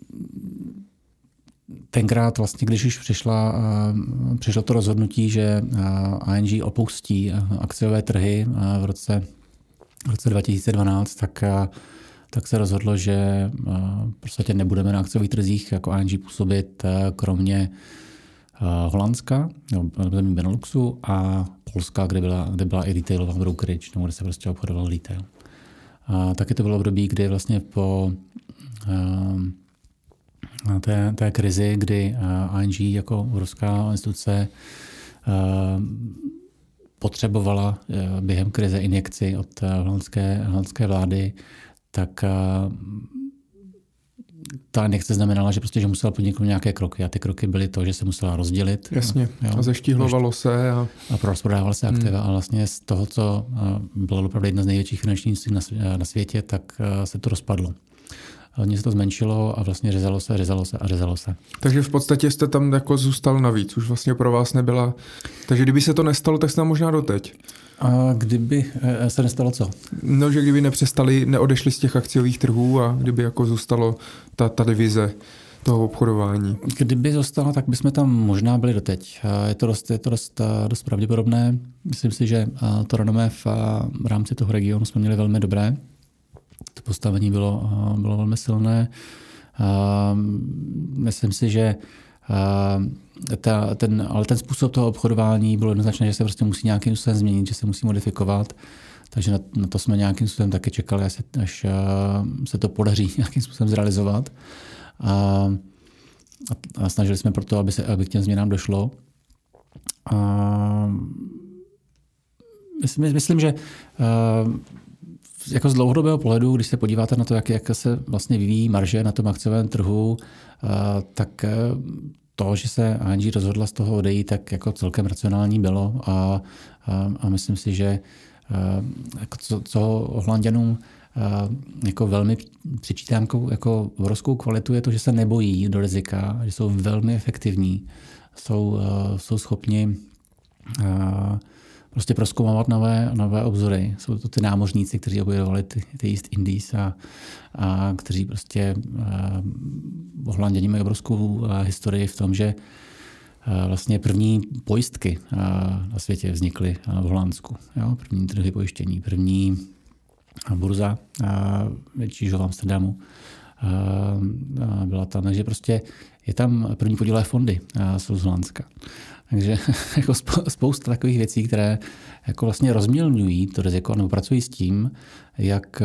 tenkrát vlastně, když už přišla, přišlo to rozhodnutí, že I N G opustí akciové trhy v roce, v roce dva tisíce dvanáct, tak tak se rozhodlo, že v podstatě nebudeme na akciových trzích jako I N G působit kromě Holandska, nebo zemí Beneluxu a Polska, kde byla, kde byla i retailová brokerage, nebo kde se prostě obchodoval retail. A taky to bylo období, kdy vlastně po té, té krizi, kdy I N G jako ruská instituce potřebovala během krize injekci od holandské, holandské vlády, tak ta injekce znamenala, že prostě že musela podniknout nějaké kroky a ty kroky byly to, že se musela rozdělit. Jasně. Jo, a zeštíhlovalo se. A, a rozprodávalo se aktiva hmm. a vlastně z toho, co bylo opravdu jedna z největších finančních institucí na světě, tak se to rozpadlo. hodně se to zmenšilo a vlastně řezalo se, řezalo se a řezalo se. Takže v podstatě jste tam jako zůstal navíc, už vlastně pro vás nebyla... Takže kdyby se to nestalo, tak jste tam možná doteď. A kdyby se nestalo co? No, že kdyby nepřestali, neodešli z těch akciových trhů a kdyby jako zůstalo ta, ta divize toho obchodování. Kdyby zůstala, tak bychom tam možná byli doteď. Je to dost, je to dost, dost pravděpodobné. Myslím si, že to renomé v, v rámci toho regionu jsme měli velmi dobré. To postavení bylo, bylo velmi silné. Myslím si, že ta, ten, ale ten způsob toho obchodování bylo jednoznačné, že se prostě musí nějakým způsobem změnit, že se musí modifikovat. Takže na, na to jsme nějakým způsobem také čekali, až se, až se to podaří nějakým způsobem zrealizovat. A, a snažili jsme proto, aby, se, aby k těm změnám došlo. A myslím, myslím, že jako z dlouhodobého pohledu, když se podíváte na to, jak, jak se vlastně vyvíjí marže na tom akciovém trhu, tak to, že se I N G rozhodla z toho odejít, tak jako celkem racionální bylo a, a, a myslím si, že jako co, co Holanďanům jako velmi přičítám jako obrovskou kvalitu je to, že se nebojí do rizika, že jsou velmi efektivní, jsou, jsou schopni prostě prozkoumávat nové, nové obzory. Jsou to ty námořníci, kteří objevovali ty, ty East Indies a, a kteří prostě uh, Holanděni mají obrovskou uh, historii v tom, že uh, vlastně první pojistky uh, na světě vznikly uh, v Holandsku. Jo? První trhy pojištění, první burza uh, Čížo v Amsterdamu uh, byla tam. Takže prostě je tam první podílové fondy uh, jsou z Holandska. Takže jako spousta takových věcí, které jako vlastně rozmělňují to riziko nebo pracují s tím, jak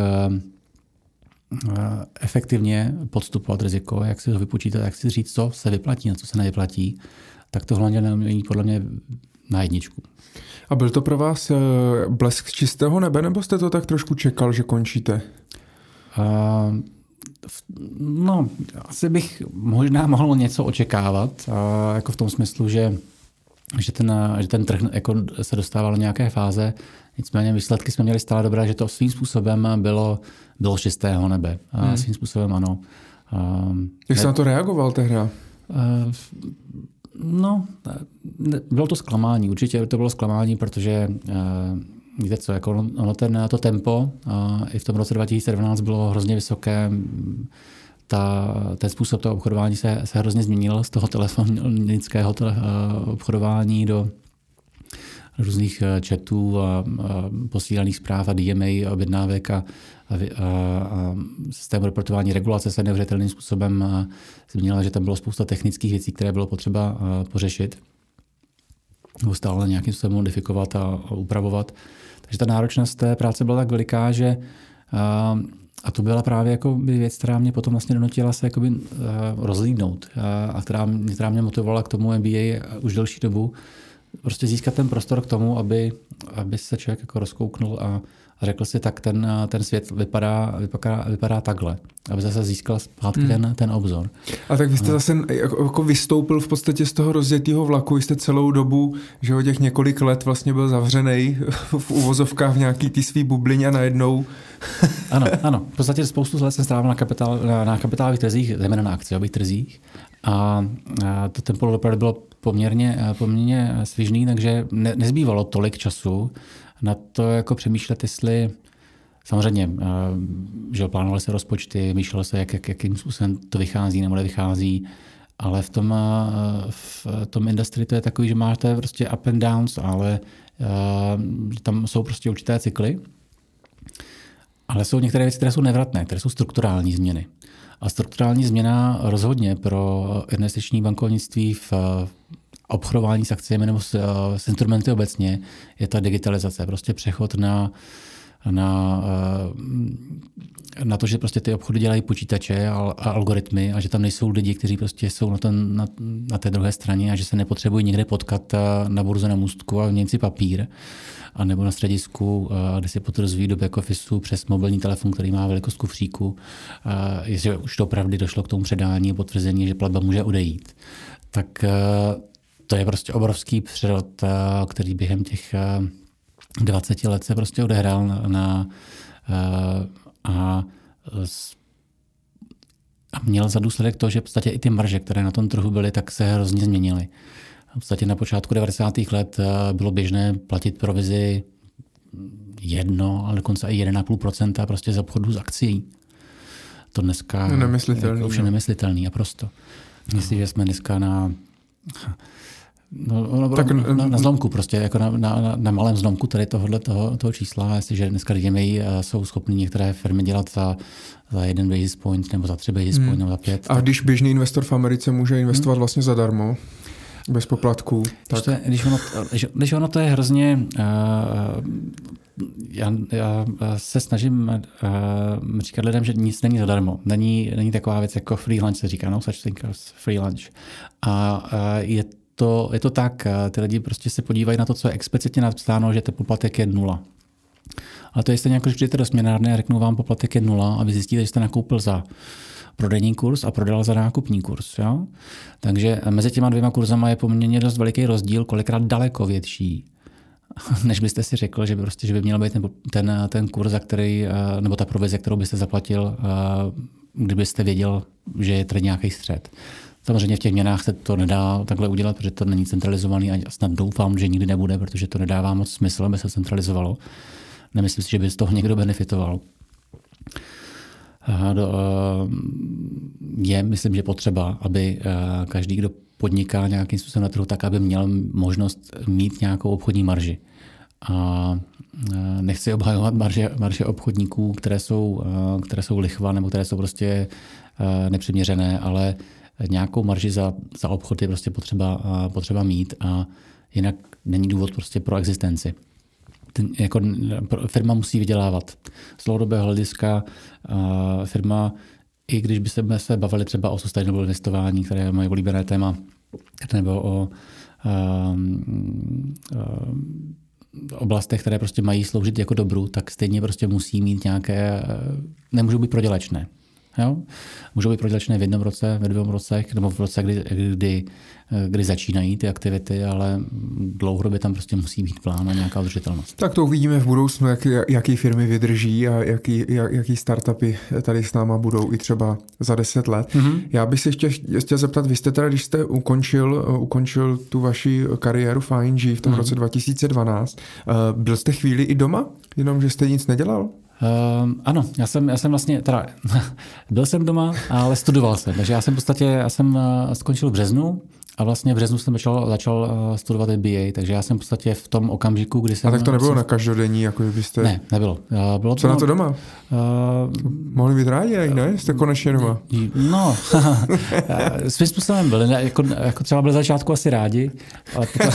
efektivně podstupovat riziko, jak si ho vypočítat, jak si říct, co se vyplatí, na co se nevyplatí, tak to hlavně mají podle mě na jedničku. A byl to pro vás blesk čistého nebe, nebo jste to tak trošku čekal, že končíte? Uh, no, asi bych možná mohl něco očekávat, uh, jako v tom smyslu, že Že ten, že ten trh jako se dostával do nějaké fáze. Nicméně výsledky jsme měli stále dobré, že to svým způsobem bylo, bylo čistého nebe. Hmm. Svým způsobem ano. Jak jsi na to reagoval tehda? No, bylo to zklamání. Určitě to bylo zklamání, protože víte co, jako ono ten, to tempo i v tom roce dva tisíce dvanáct bylo hrozně vysoké. Ta, ten způsob toho obchodování se, se hrozně změnil z toho telefonického tele, obchodování do různých chatů a, a posílaných zpráv a D M A objednávek a, a, a systém reportování regulace se neuvěřitelným způsobem změnila, že tam bylo spousta technických věcí, které bylo potřeba pořešit nebo stále nějakým způsobem modifikovat a, a upravovat. Takže ta náročnost té práce byla tak veliká, že a, A to byla právě jako věc, která mě potom vlastně donutila se jakoby, uh, rozlídnout uh, a která, která mě motivovala k tomu M B A už delší dobu. Prostě získat ten prostor k tomu, aby, aby se člověk jako rozkouknul a, a řekl si, tak ten, ten svět vypadá, vypadá, vypadá takhle. Aby zase získal zpátky hmm. ten, ten obzor. A tak vy jste zase jako vystoupil v podstatě z toho rozjetého vlaku. Vy jste celou dobu, že o těch několik let vlastně byl zavřenej v uvozovkách v nějaký ty svý bublině a najednou... Ano, ano. V podstatě spoustu let jsem strávil na, kapitál, na, na kapitálových trzích, zejména na akciových trzích. A, a to tempo dopravy bylo poměrně, poměrně svižný, takže ne, nezbývalo tolik času na to jako přemýšlet, jestli samozřejmě, že plánovaly se rozpočty, myšlelo se, jak, jak, jakým způsobem to vychází nebo nevychází, ale v tom, v tom industrii to je takový, že máte prostě up and downs, ale tam jsou prostě určité cykly. Ale jsou některé věci, které jsou nevratné, které jsou strukturální změny. A strukturální změna rozhodně pro investiční bankovnictví v obchodování s akciemi nebo s, s instrumenty obecně je ta digitalizace. Prostě přechod na, na, na to, že prostě ty obchody dělají počítače a, a algoritmy a že tam nejsou lidi, kteří prostě jsou na, ten, na, na té druhé straně a že se nepotřebují někde potkat na burze na můstku a měnit si papír. A nebo na středisku, kde si potvrzují do back officeu přes mobilní telefon, který má velikost kufříku, jestli už to opravdu došlo k tomu předání potvrzení, že platba může odejít. Tak to je prostě obrovský přerod, který během těch dvaceti let se prostě odehrál na, a a měl za důsledek to, že v podstatě i ty marže, které na tom trhu byly, tak se hrozně změnily. V podstatě na počátku devadesátých let bylo běžné platit provizi jedno, ale dokonce i jedna celá pět procenta prostě z obchodu z akcií. To dneska je nemyslitelný, jako už je nemyslitelný a prosto. Myslím, že jsme dneska na, no, no, tak, na, na zlomku, prostě jako na, na, na malém zlomku tady tohohle toho, toho čísla. Jestliže dneska lidi mají, jsou schopni některé firmy dělat za, za jeden basis point nebo za tři basis point hmm. nebo za pět. A tak... když běžný investor v Americe může investovat hmm. vlastně zadarmo, bez poplatků. Tak... Když, když, ono, když ono to je hrozně... Uh, já, já se snažím uh, říkat lidem, že nic není zadarmo. Není, není taková věc jako free lunch, se říká, no such thing as free lunch. A uh, je, to, je to tak, ty lidi prostě se podívají na to, co je explicitně napsáno, že ten poplatek je nula. Ale to je stejně jako, když jdete do směnárny a řeknu vám, poplatek je nula a vy zjistíte, že jste nakoupil za prodejní kurz a prodal za nákupní kurz. Jo? Takže mezi těma dvěma kurzama je poměrně dost veliký rozdíl, kolikrát daleko větší, než byste si řekl, že by, prostě, že by měl být ten, ten, ten kurz, za který, nebo ta provize, kterou byste zaplatil, kdybyste věděl, že je tady nějaký střed. Samozřejmě v těch měnách se to nedá takhle udělat, protože to není centralizovaný a snad doufám, že nikdy nebude, protože to nedává moc smysl, aby se centralizovalo. Nemyslím si, že by z toho někdo benefitoval. Je, myslím, že potřeba, aby každý, kdo podniká nějakým způsobem na trhu, tak aby měl možnost mít nějakou obchodní marži. A nechci obhajovat marže, marže obchodníků, které jsou, které jsou lichva nebo které jsou prostě nepřiměřené, ale nějakou marži za, za obchod je prostě potřeba, potřeba mít a jinak není důvod prostě pro existenci. Ten, jako, firma musí vydělávat. Z dlouhodobého hlediska firma, i když by se, se bavili třeba o sustainable investování, které je moje oblíbené téma, nebo o um, um, oblastech, které prostě mají sloužit jako dobru, tak stejně prostě musí mít nějaké, nemůžou být prodělečné. Jo? Můžou být prodělečné v jednom roce, ve dvou rocech, nebo v roce, kdy, kdy, kdy začínají ty aktivity, ale dlouhodobě tam prostě musí být plán a nějaká udržitelnost. Tak to uvidíme v budoucnu, jak, jaký firmy vydrží a jaký, jak, jaký startupy tady s náma budou i třeba za deset let. Mm-hmm. Já bych se ještě chtěl zeptat, vy jste teda, když jste ukončil, ukončil tu vaši kariéru v I N G v tom mm-hmm. roce dva tisíce dvanáct, byl jste chvíli i doma, jenom že jste nic nedělal? Uh, ano, já jsem, já jsem vlastně, teda byl jsem doma, ale studoval jsem, takže já jsem v podstatě, já jsem uh, skončil v březnu a vlastně v březnu jsem začal, začal uh, studovat M B A, takže já jsem v podstatě v tom okamžiku, kdy jsem... A tak to nebylo jsem, na každodenní, jako byste... Ne, nebylo. Uh, bylo Co to, na to doma? Uh, Mohli být rádi, ne? Jste konečně doma. No, svým způsobem byli, jako, jako třeba byli začátku asi rádi, ale potom...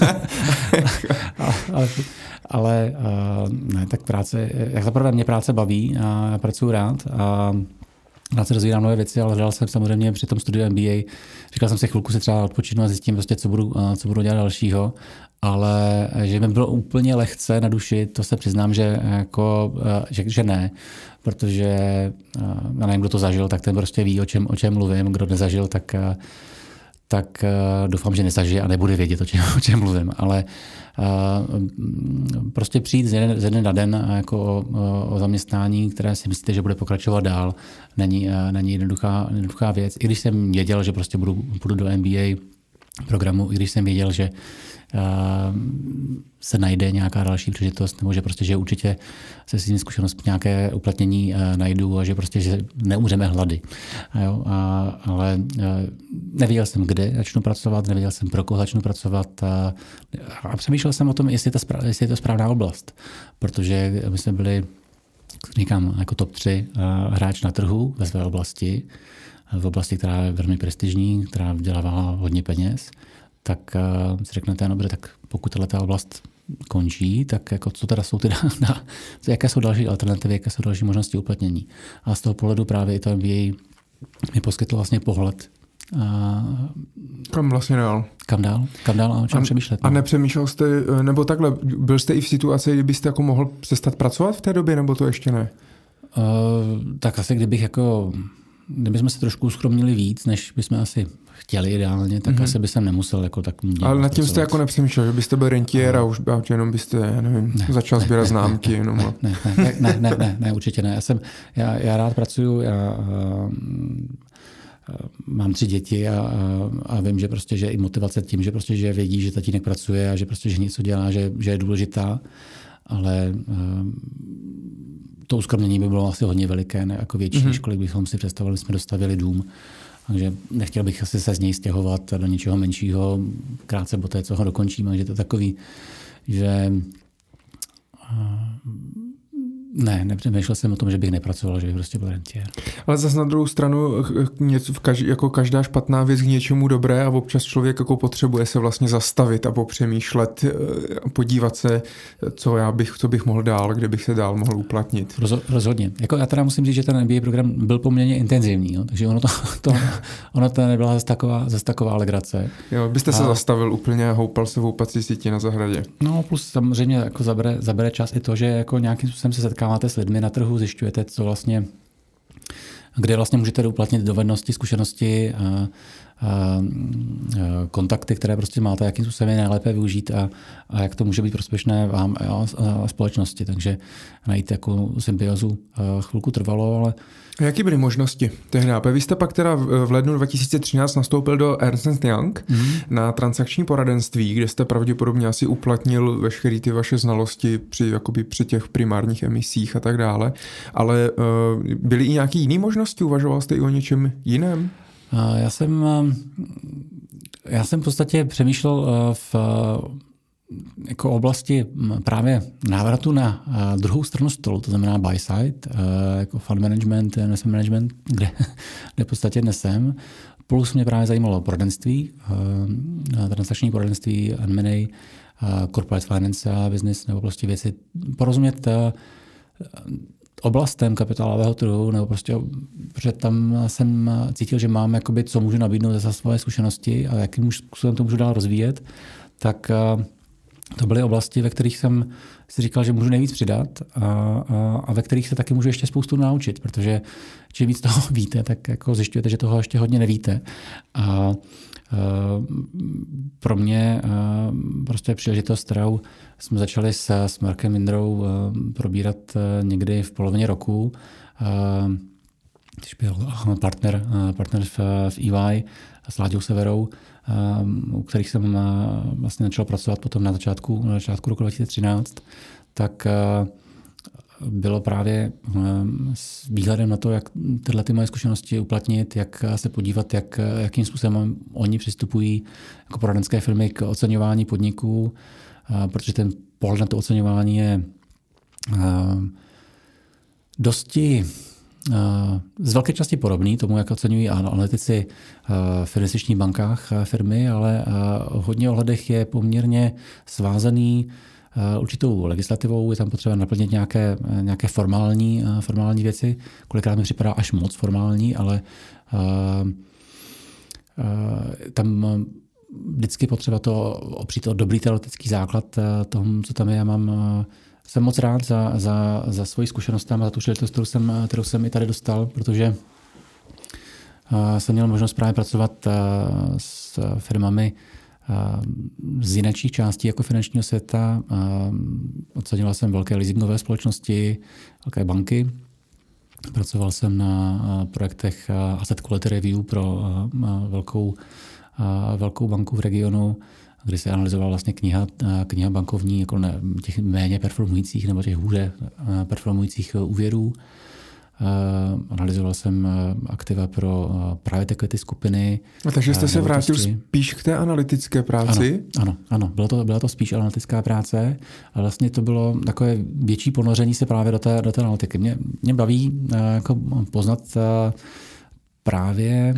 ale, ale uh, ne, tak práce, jak zaprvé mě práce baví a já pracuji rád a rád se rozvídám nové věci, ale hledal jsem samozřejmě při tom studiu M B A, říkal jsem si chvilku si třeba odpočinu a zjistím prostě, co budu, uh, co budu dělat dalšího, ale že mi bylo úplně lehce na duši, to se přiznám, že, jako, uh, že, že ne, protože uh, já nevím, kdo to zažil, tak ten prostě ví, o čem, o čem mluvím, kdo nezažil, tak uh, tak uh, doufám, že nezažije a nebude vědět, o čem, o čem mluvím. Ale uh, prostě přijít z jeden, z jeden na den jako o, o zaměstnání, které si myslíte, že bude pokračovat dál, není, uh, není jednoduchá, jednoduchá věc. I když jsem věděl, že prostě budu, budu do M B A programu, i když jsem věděl, že uh, se najde nějaká další příležitost, nebo že prostě, že určitě se svým zkušenost nějaké uplatnění uh, najdu a že prostě, že neumřeme hlady. Jo? A, ale uh, nevěděl jsem, kde začnu pracovat, nevěděl jsem, pro koho začnu pracovat a, a přemýšlel jsem o tom, jestli je, to spra- jestli je to správná oblast, protože my jsme byli, říkám, jako top tři uh, hráč na trhu ve své oblasti, v oblasti, která je velmi prestižní, která vydělává hodně peněz, tak uh, si řeknete, no, tak pokud tato oblast končí, tak jako co teda jsou ty, na, jaké jsou další alternativy, jaké jsou další možnosti uplatnění. A z toho pohledu právě i to M B A mi poskytlo vlastně pohled. A kam vlastně dál? Kam dál? Kam dál a o čem a, přemýšlet? A nepřemýšlel jste, nebo takhle, byl jste i v situaci, kdybyste jako mohl přestat pracovat v té době, nebo to ještě ne? Uh, tak asi kdybych jako... Kdybychom se trošku uschromnili víc, než bychom asi chtěli ideálně, tak mm-hmm. asi by jsem nemusel jako tak dělat. Ale nad tím jste jako nepřemýšlel, že byste byl rentier a už jenom byste, já nevím, ne, začal sbírat známky. Jenom. Ne, ne, ne, ne, ne, ne, ne, určitě ne. Já, jsem, já, já rád pracuju, já, mám tři děti a, a, a vím, že prostě, že i motivace tím, že prostě, že vědí, že tatínek pracuje a že prostě, že něco dělá, že, že je důležitá, ale to uskromnění by bylo asi hodně veliké, ne? Jako větší, než kolik bychom si představili, jsme dostavili dům. Takže nechtěl bych asi se z něj stěhovat do něčeho menšího krátce po té, co ho dokončím. Takže to je takový, že ne, nepřemýšlel jsem o tom, že bych nepracoval, že bych prostě byl rentiér. Ale zase na druhou stranu, něco v každý, jako každá špatná věc k něčemu dobré a občas člověk jako potřebuje se vlastně zastavit a popřemýšlet, podívat se, co já bych, co bych mohl dál, kde bych se dál mohl uplatnit. Roz, rozhodně. Jako já teda musím říct, že ten M B A program byl poměrně intenzivní, jo? Takže ono to, to, ono to nebyla zase taková, zase taková legrace. Jo, byste a... se zastavil úplně a houpal se v houpací síti na zahradě. No plus samozřejmě jako zabere, zabere čas i to, že jako nějakým způsobem se setkáváte s lidmi na trhu, zjišťujete, co vlastně, kde vlastně můžete uplatnit dovednosti, zkušenosti, a, a, a kontakty, které prostě máte, jakým způsobem je nejlépe využít a, a jak to může být prospěšné vám a, a, a společnosti. Takže najít jako symbiozu chvilku trvalo, ale a jaký byly možnosti tehdy? Vy jste pak teda v lednu dva tisíce třináct nastoupil do Ernst and Young mm-hmm. na transakční poradenství, kde jste pravděpodobně asi uplatnil veškeré ty vaše znalosti při, jakoby při těch primárních emisích a tak dále. Ale uh, byly i nějaké jiné možnosti? Uvažoval jste i o něčem jiném? Já jsem, já jsem v podstatě přemýšlel v jako oblasti právě návratu na druhou stranu stolu, to znamená buy side, jako fund management, investment management, kde, kde v podstatě dnes jsem. Plus mě právě zajímalo poradenství, transakční poradenství, M and A, corporate finance a business, nebo prostě věci, porozumět oblastem kapitálového trhu, nebo prostě, protože tam jsem cítil, že mám jakoby, co můžu nabídnout za svoje zkušenosti a jakým způsobem to můžu dál rozvíjet, tak to byly oblasti, ve kterých jsem si říkal, že můžu nejvíc přidat a, a, a ve kterých se taky můžu ještě spoustu naučit, protože čím víc toho víte, tak jako zjišťujete, že toho ještě hodně nevíte. A, a pro mě a, prostě příležitost, kterou jsme začali s, s Markem Mindrou a, probírat a, někdy v polovině roku, a, když byl partner, a, partner v, v E Y s Láďou Severou, u kterých jsem vlastně začal pracovat potom na začátku, na začátku roku dva tisíce třináct, tak bylo právě s výhledem na to, jak tyhle ty moje zkušenosti uplatnit, jak se podívat, jak, jakým způsobem oni přistupují jako poradenské firmy k oceňování podniků, protože ten pohled na to oceňování je dosti z velké části podobný tomu, jak oceňují analytici v investičních bankách firmy, ale v hodně ohledech je poměrně svázaný určitou legislativou, je tam potřeba naplnit nějaké, nějaké formální, formální věci. Kolikrát mi připadá až moc formální, ale tam vždycky potřeba to opřít o dobrý teoretický základ toho, co tam je. Já mám Jsem moc rád za, za, za svoji zkušenost a za tu příležitost, kterou jsem, kterou jsem i tady dostal, protože uh, jsem měl možnost právě pracovat uh, s firmami uh, z jiných částí jako finančního světa. Uh, ocenil jsem velké leasingové společnosti, velké banky. Pracoval jsem na uh, projektech uh, Asset Quality Review pro uh, velkou, uh, velkou banku v regionu, kdy se analyzovala vlastně kniha, kniha bankovní jako ne, těch méně performujících nebo těch hůře performujících úvěrů. Analyzoval jsem aktiva pro private equity skupiny. A takže jste se vrátil spíš k té analytické práci? Ano, ano, ano. Bylo to, byla to spíš analytická práce a vlastně to bylo takové větší ponoření se právě do té, do té analytiky. Mě, mě baví jako poznat právě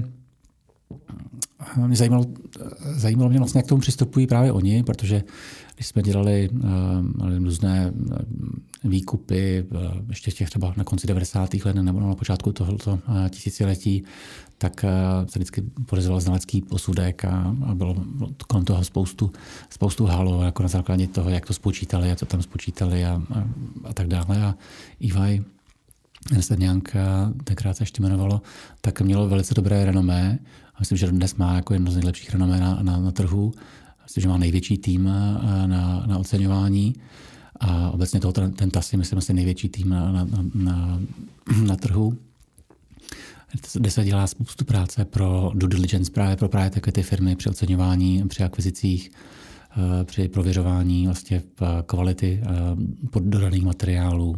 Mě zajímalo, zajímalo mě vlastně, jak k tomu přistupují právě oni, protože když jsme dělali uh, různé výkupy, uh, ještě těch třeba na konci devadesátých let nebo na počátku tohoto uh, tisíciletí, tak uh, se vždycky pořizoval znalecký posudek a, a bylo kolem toho spoustu, spoustu halo, jako na základě toho, jak to spočítali a co tam spočítali a, a, a tak dále. A E Y Ernst and Young, tenkrát se ještě jmenovalo, tak mělo velice dobré renomé. Myslím, že dnes má jako jedno z nejlepších renomé na, na, na trhu. Myslím, že má největší tým na, na oceňování. A obecně toho, ten T A S je, myslím, asi největší tým na, na, na, na trhu. kde se dělá spoustu práce pro due diligence, právě pro právě takové ty firmy při oceňování, při akvizicích, při prověřování vlastně kvality poddodaných materiálů,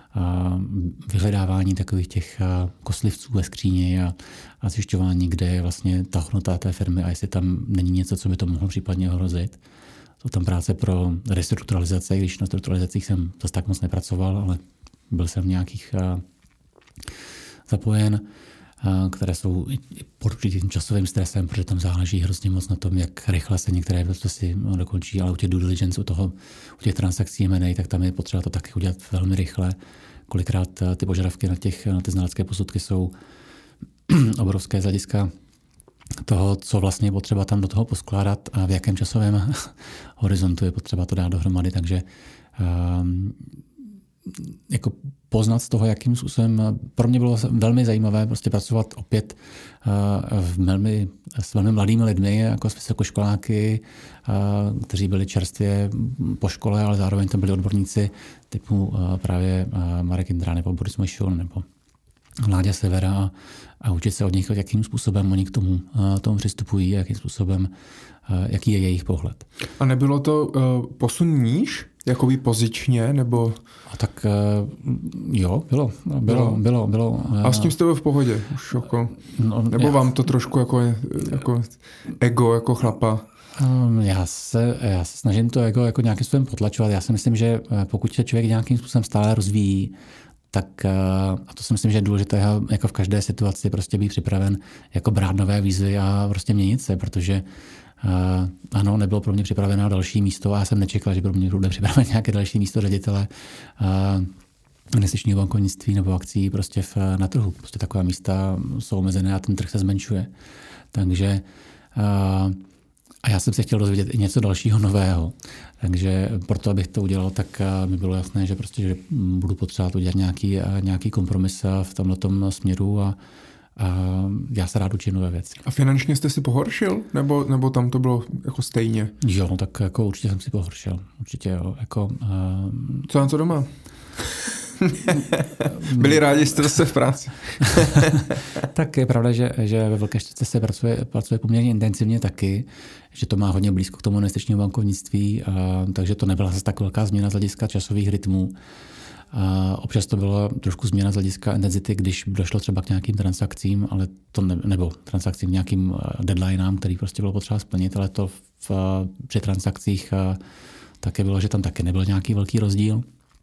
vyhledávání takových těch koslivců ve skříni a, a zjišťování, kde je vlastně ta hodnota té firmy a jestli tam není něco, co by to mohlo případně ohrozit. Jsou tam práce pro restrukturalizace, když na restrukturalizacích jsem zase tak moc nepracoval, ale byl jsem v nějakých zapojen, které jsou pod určitým časovým stresem, protože tam záleží hrozně moc na tom, jak rychle se některé procesy dokončí, ale u těch due diligence, u, toho, u těch transakcí M and A, tak tam je potřeba to taky udělat velmi rychle. Kolikrát ty požadavky na, těch, na ty znalecké posudky jsou obrovské z hlediska toho, co vlastně je potřeba tam do toho poskládat a v jakém časovém horizontu je potřeba to dát dohromady, takže um, jako poznat z toho, jakým způsobem. Pro mě bylo velmi zajímavé prostě pracovat opět uh, v velmi, s velmi mladými lidmi, jako s vysokoškoláky, uh, kteří byli čerstvě po škole, ale zároveň tam byli odborníci typu uh, právě uh, Marek Indra nebo Boris Mojšon nebo Láďa Severa a, a učit se od nich, jakým způsobem oni k tomu, uh, tomu přistupují, jakým způsobem, uh, jaký je jejich pohled. A nebylo to uh, posun níž? Jakoby pozičně, nebo... A tak jo, bylo. Bylo, bylo, bylo. A s tím jste byl v pohodě? Už jako, no, nebo já, vám to trošku jako, jako ego, jako chlapa? Já se, já se snažím to ego jako nějakým způsobem potlačovat. Já si myslím, že pokud se člověk nějakým způsobem stále rozvíjí, tak, a to si myslím, že je důležité jako v každé situaci prostě být připraven jako brát nové výzvy a prostě měnit se, protože Uh, ano, nebylo pro mě připraveno další místo a já jsem nečekal, že pro mě bude připraveno nějaké další místo ředitele uh, investičního bankovnictví nebo akcí prostě v, na trhu. Prostě taková místa jsou omezené a ten trh se zmenšuje. Takže uh, a já jsem se chtěl dozvědět i něco dalšího nového. Takže proto, abych to udělal, tak uh, mi bylo jasné, že prostě že budu potřebovat udělat nějaký, uh, nějaký kompromis v tomhletom směru a A já se rád učím nové věci. A finančně jste si pohoršil? Nebo, nebo tam to bylo jako stejně? Jo, no tak jako určitě jsem si pohoršil. Určitě jo. Jako, uh... Co na to doma? Byli rádi, jste zase v práci. Tak je pravda, že, že ve Velké Štítce se pracuje, pracuje poměrně intenzivně taky, že to má hodně blízko k tomu investičnímu bankovnictví, uh, takže to nebyla zase tak velká změna z hlediska časových rytmů. A občas to byla trošku změna z hlediska intenzity, když došlo třeba k nějakým transakcím, ale to ne, nebo transakcím nějakým deadlineám, který prostě bylo potřeba splnit, ale to v, při transakcích také bylo, že tam taky nebyl nějaký velký rozdíl.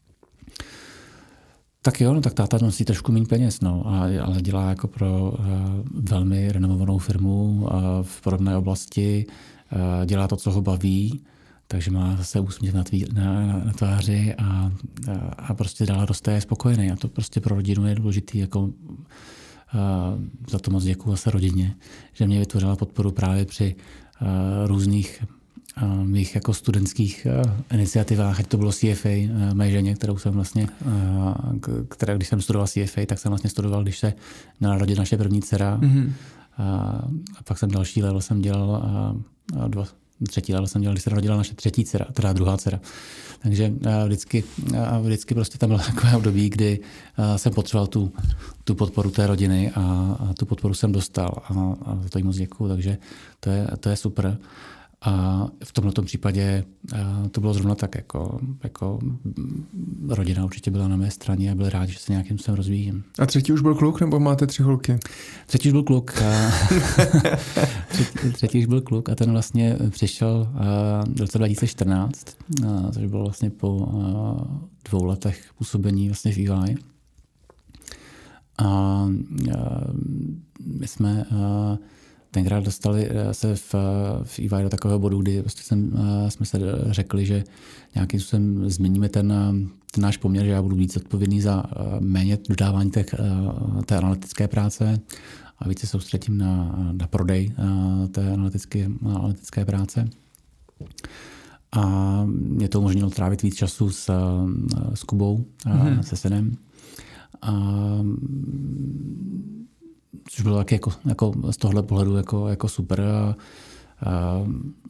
Tak jo, no tak táta nosí trošku méně peněz, no, a, ale dělá jako pro uh, velmi renomovanou firmu uh, v podobné oblasti, uh, dělá to, co ho baví, takže má zase úsměv na, tví, na, na, na tváři a, a, a prostě dál roste, je spokojený. A to prostě pro rodinu je důležitý. Jako, a, za to moc děkuju zase rodině, že mě vytvořila podporu právě při a, různých a, mých jako studentských a, iniciativách, ať to bylo C F A, a, mé ženě, kterou jsem vlastně, a, která, když jsem studoval C F A, tak jsem vlastně studoval, když se narodila naše první dcera. Mm-hmm. A, a pak jsem další level jsem dělal a, a dva třetí level jsem dělal, když se narodila naše třetí dcera, teda druhá dcera. Takže vždycky, vždycky prostě tam bylo takové období, kdy jsem potřeboval tu, tu podporu té rodiny a, a tu podporu jsem dostal a, a za to jí moc děkuju, takže to je, to je super. A v tomto případě to bylo zrovna tak, jako, jako rodina určitě byla na mé straně a byl rád, že se nějakým způsobem rozvíjím. A třetí už byl kluk, nebo máte tři holky? Třetí už byl kluk. A třetí, třetí už byl kluk a ten vlastně přišel v roce dva tisíce čtrnáct, což bylo vlastně po dvou letech působení vlastně v E Y. A my jsme tenkrát dostali se v, v E Y do takového bodu, kdy vlastně jsem, jsme se řekli, že nějakým způsobem změníme ten, ten náš poměr, že já budu víc odpovědný za méně dodávání té, té analytické práce a více soustředím na, na prodej té analytické, analytické práce. A mě to umožnilo trávit víc času s, s Kubou, mm-hmm. se synem. A což bylo taky jako, jako z tohle pohledu jako, jako super. A, a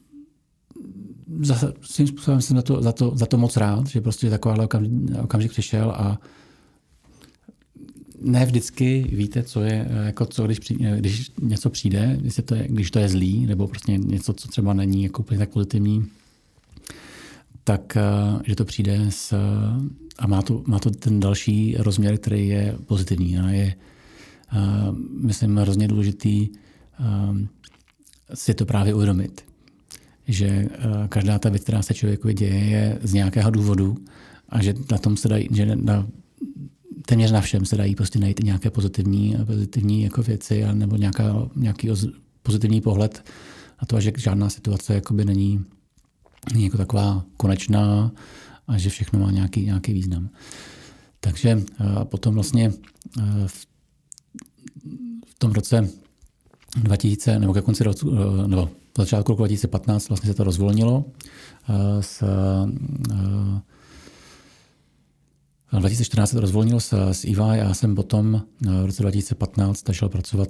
zase svým způsobem jsem za to, za, to, za to moc rád, že prostě takováhle okamžik, okamžik přišel a ne vždycky víte, co je, jako co, když, přijde, když něco přijde, jestli to je, když to je zlý, nebo prostě něco, co třeba není jako úplně tak pozitivní, tak že to přijde s, a má to, má to ten další rozměr, který je pozitivní. A je, myslím, hrozně důležitý si to právě uvědomit. Že každá ta věc, která se člověku děje, je z nějakého důvodu a že na tom se dají, že na, téměř na všem se dají prostě najít nějaké pozitivní, pozitivní jako věci nebo nějaká, nějaký pozitivní pohled na to, že žádná situace jakoby není, není jako taková konečná a že všechno má nějaký, nějaký význam. Takže potom vlastně v, v tom roce dva tisíce, nebo ke konci roku, nebo v začátku roku dva tisíce patnáct vlastně se to rozvolnilo. S, dva tisíce čtrnáct se to rozvolnilo s, s E Y a já jsem potom v roce dva tisíce patnáct začal pracovat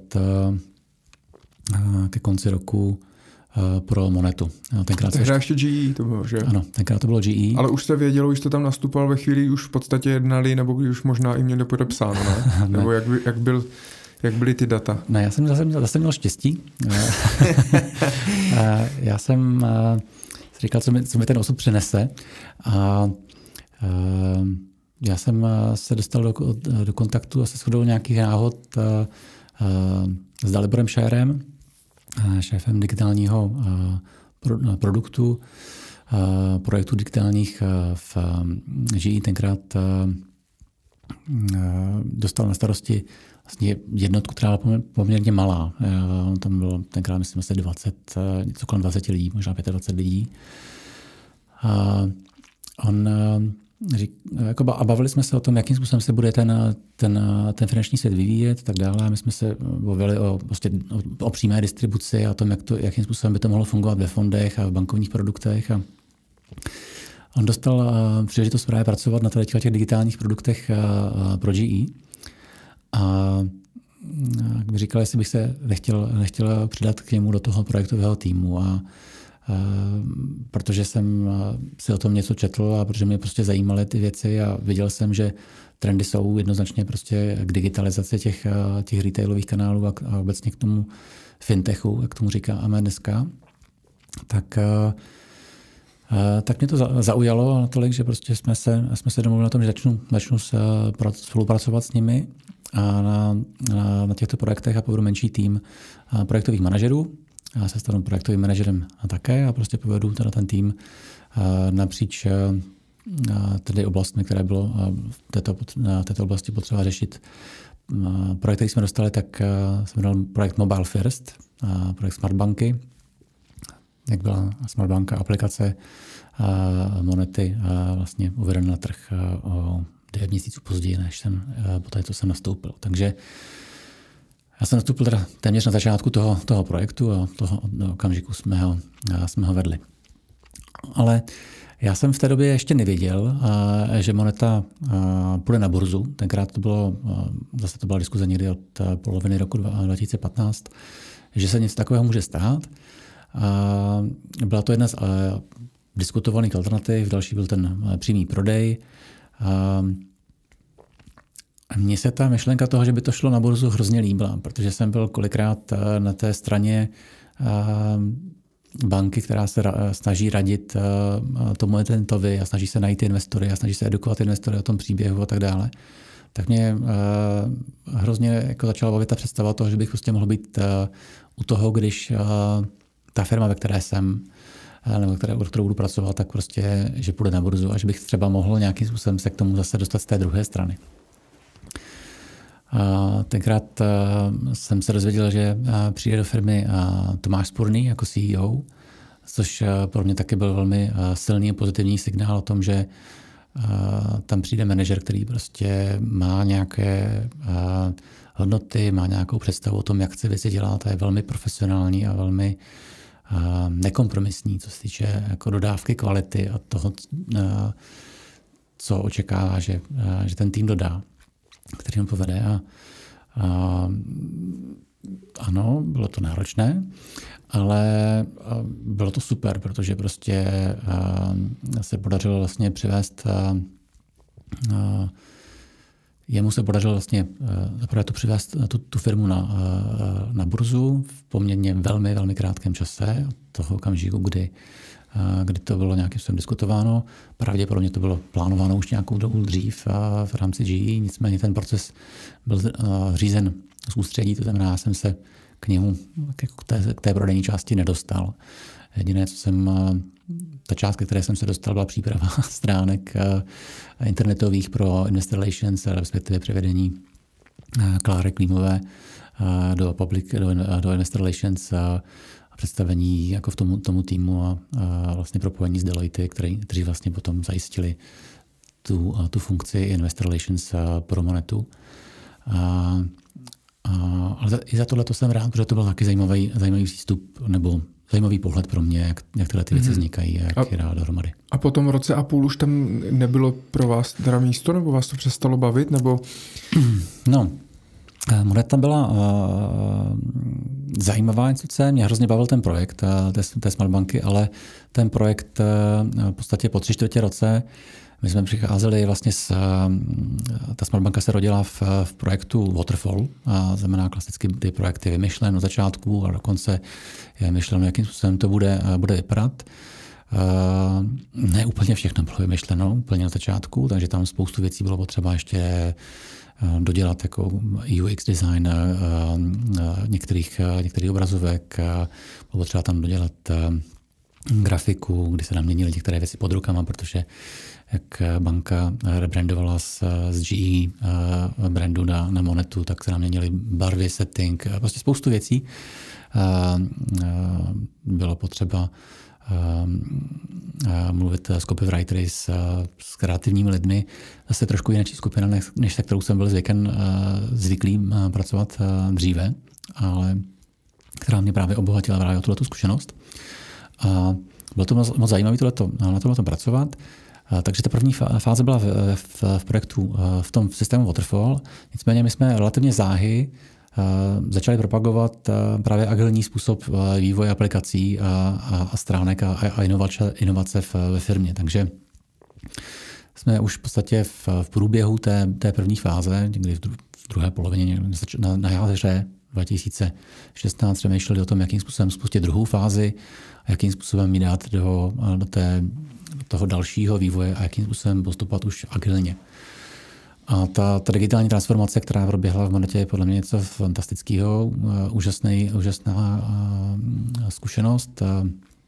ke konci roku pro Monetu. Tenkrát Tehdy ještě G E to bylo, že? Ano, tenkrát to bylo G E. Ale už jste vědělo, už jste tam nastupoval ve chvíli, už v podstatě jednali, nebo když už možná i měli podepsáno, ne? ne. Nebo jak, jak, byl, jak byly ty data? Ne, já jsem zase měl, zase měl štěstí. Já jsem si říkal, co mi, co mi ten osud přinese. A já jsem se dostal do, do kontaktu a se shodou nějakých náhod s Daliborem Šérem, šéfem digitálního produktu, projektu digitálních v G E. Tenkrát dostal na starosti vlastně jednotku, která byla poměrně malá. Tam bylo tenkrát, myslím, asi dvacet, něco kolem dvacet lidí, možná dvacet pět lidí. A on řík, jako, a bavili jsme se o tom, jakým způsobem se bude ten, ten, ten finanční svět vyvíjet tak dále. My jsme se bavili o, prostě, o, o přímé distribuci a o tom, jak to, jakým způsobem by to mohlo fungovat ve fondech a v bankovních produktech. A on dostal příležitost právě pracovat na těch, těch digitálních produktech pro G E. A jak by říkal, jestli bych se nechtěl, nechtěl přidat k němu do toho projektového týmu. A protože jsem si o tom něco četl a protože mě prostě zajímaly ty věci a viděl jsem, že trendy jsou jednoznačně prostě k digitalizaci těch, těch retailových kanálů a, a obecně k tomu fintechu, jak tomu říkáme dneska, tak, tak mě to zaujalo natolik, že prostě jsme se, jsme se domluvili na tom, že začnu, začnu spolupracovat s nimi a na, na, na těchto projektech a povedu menší tým projektových manažerů. Já se stanu projektovým manažerem také a prostě povedu teda ten tým napříč tedy oblastmi, které bylo v této, v této oblasti potřeba řešit. Projekt, který jsme dostali, tak se jmenoval projekt Mobile First, projekt Smartbanky, jak byla Smartbanka aplikace Monety vlastně uvedena na trh o devět měsíců později, než jsem poté, co jsem nastoupil. Takže já jsem nastoupil teda téměř na začátku toho, toho projektu a toho okamžiku jsme ho, jsme ho vedli. Ale já jsem v té době ještě nevěděl, že Moneta půjde na burzu. Tenkrát to bylo, zase to byla diskuze někdy od poloviny roku dva tisíce patnáct, že se něco takového může stát. Byla to jedna z diskutovaných alternativ, další byl ten přímý prodej. Mně se ta myšlenka toho, že by to šlo na burzu, hrozně líbila, protože jsem byl kolikrát na té straně banky, která se snaží radit tomu etentovi a snaží se najít investory a snaží se edukovat investory o tom příběhu a tak dále. Tak mě hrozně jako začala bavit ta představa toho, že bych prostě mohl být u toho, když ta firma, ve které jsem, nebo které, kterou budu pracovat, tak prostě, že půjde na burzu a že bych třeba mohl nějakým způsobem se k tomu zase dostat z té druhé strany. A tenkrát jsem se dozvěděl, že přijde do firmy Tomáš Spurný jako C E O, což pro mě taky byl velmi silný a pozitivní signál o tom, že tam přijde manažer, který prostě má nějaké hodnoty, má nějakou představu o tom, jak chce věci dělat a je velmi profesionální a velmi nekompromisní, co se týče jako dodávky kvality a toho, co očekává, že, že ten tým dodá, který on povede. A, a ano, bylo to náročné, ale bylo to super, protože prostě se podařilo vlastně přivést Jemu se podařilo vlastně zaprvé to přivést tu, tu firmu na, na burzu v poměrně velmi, velmi krátkém čase, od toho okamžiku, kdy, kdy to bylo nějakým způsobem diskutováno. Pravděpodobně to bylo plánováno už nějakou dobu dřív v rámci G E, nicméně ten proces byl řízen z ústředí, to znamená, já jsem se k němu, k té, k té prodejní části nedostal. Jediné, co jsem, ta částka, které jsem se dostal, byla příprava stránek internetových pro Investor Relations, respektive převedení Kláry Klímové do, public, do, do Investor Relations a představení jako v tomu, tomu týmu a, a vlastně propojení s Deloitte, který, kteří vlastně potom zajistili tu, tu funkci Investor Relations pro Monetu. A, a, ale i za tohle to jsem rád, protože to byl taky zajímavý, zajímavý přístup nebo zajímavý pohled pro mě, jak, jak tyhle ty věci mm-hmm. vznikají a jak a, je dá dohromady. A po tom roce a půl už tam nebylo pro vás teda místo, nebo vás to přestalo bavit, nebo? No, Moneta byla uh, zajímavá instituce, mě hrozně bavil ten projekt uh, té, té Smartbanky, ale ten projekt uh, v podstatě po tři čtvrtě roce my jsme přicházeli vlastně s, ta Smartbanka se rodila v, v projektu Waterfall, a znamená klasicky ty projekty vymyšlen od začátku a dokonce je myšleno, jakým způsobem to bude, bude vypadat. Ne úplně všechno bylo vymyšleno úplně od začátku, takže tam spoustu věcí bylo potřeba ještě dodělat jako U X design některých, některých obrazovek, bylo potřeba tam dodělat grafiku, kdy se nám měnily některé věci pod rukama, protože jak banka rebrandovala z, z G E brandu na, na Monetu, tak se nám měnily barvy, setting, prostě spoustu věcí. Bylo potřeba mluvit s copywritery, s, s kreativními lidmi. Zase trošku jiná skupina, než se kterou jsem byl zvyken, zvyklý pracovat dříve, ale která mě právě obohatila právě o tuhletu zkušenost. A bylo to moc, moc zajímavé tohleto, na tomhle pracovat. Takže ta první fáze byla v, v, v projektu, v tom systému Waterfall. Nicméně my jsme relativně záhy začali propagovat právě agilní způsob vývoje aplikací a, a, a stránek a, a inovace, inovace v, ve firmě. Takže jsme už v podstatě v, v průběhu té, té první fáze, někdy v, dru, v druhé polovině, na, na jaře dva tisíce šestnáct přemýšleli o tom, jakým způsobem spustit druhou fázi a jakým způsobem ji dát do, do, té, do toho dalšího vývoje a jakým způsobem postupovat už agilně. A ta, ta digitální transformace, která proběhla v Monetě, je podle mě něco fantastického, úžasný, úžasná zkušenost. A,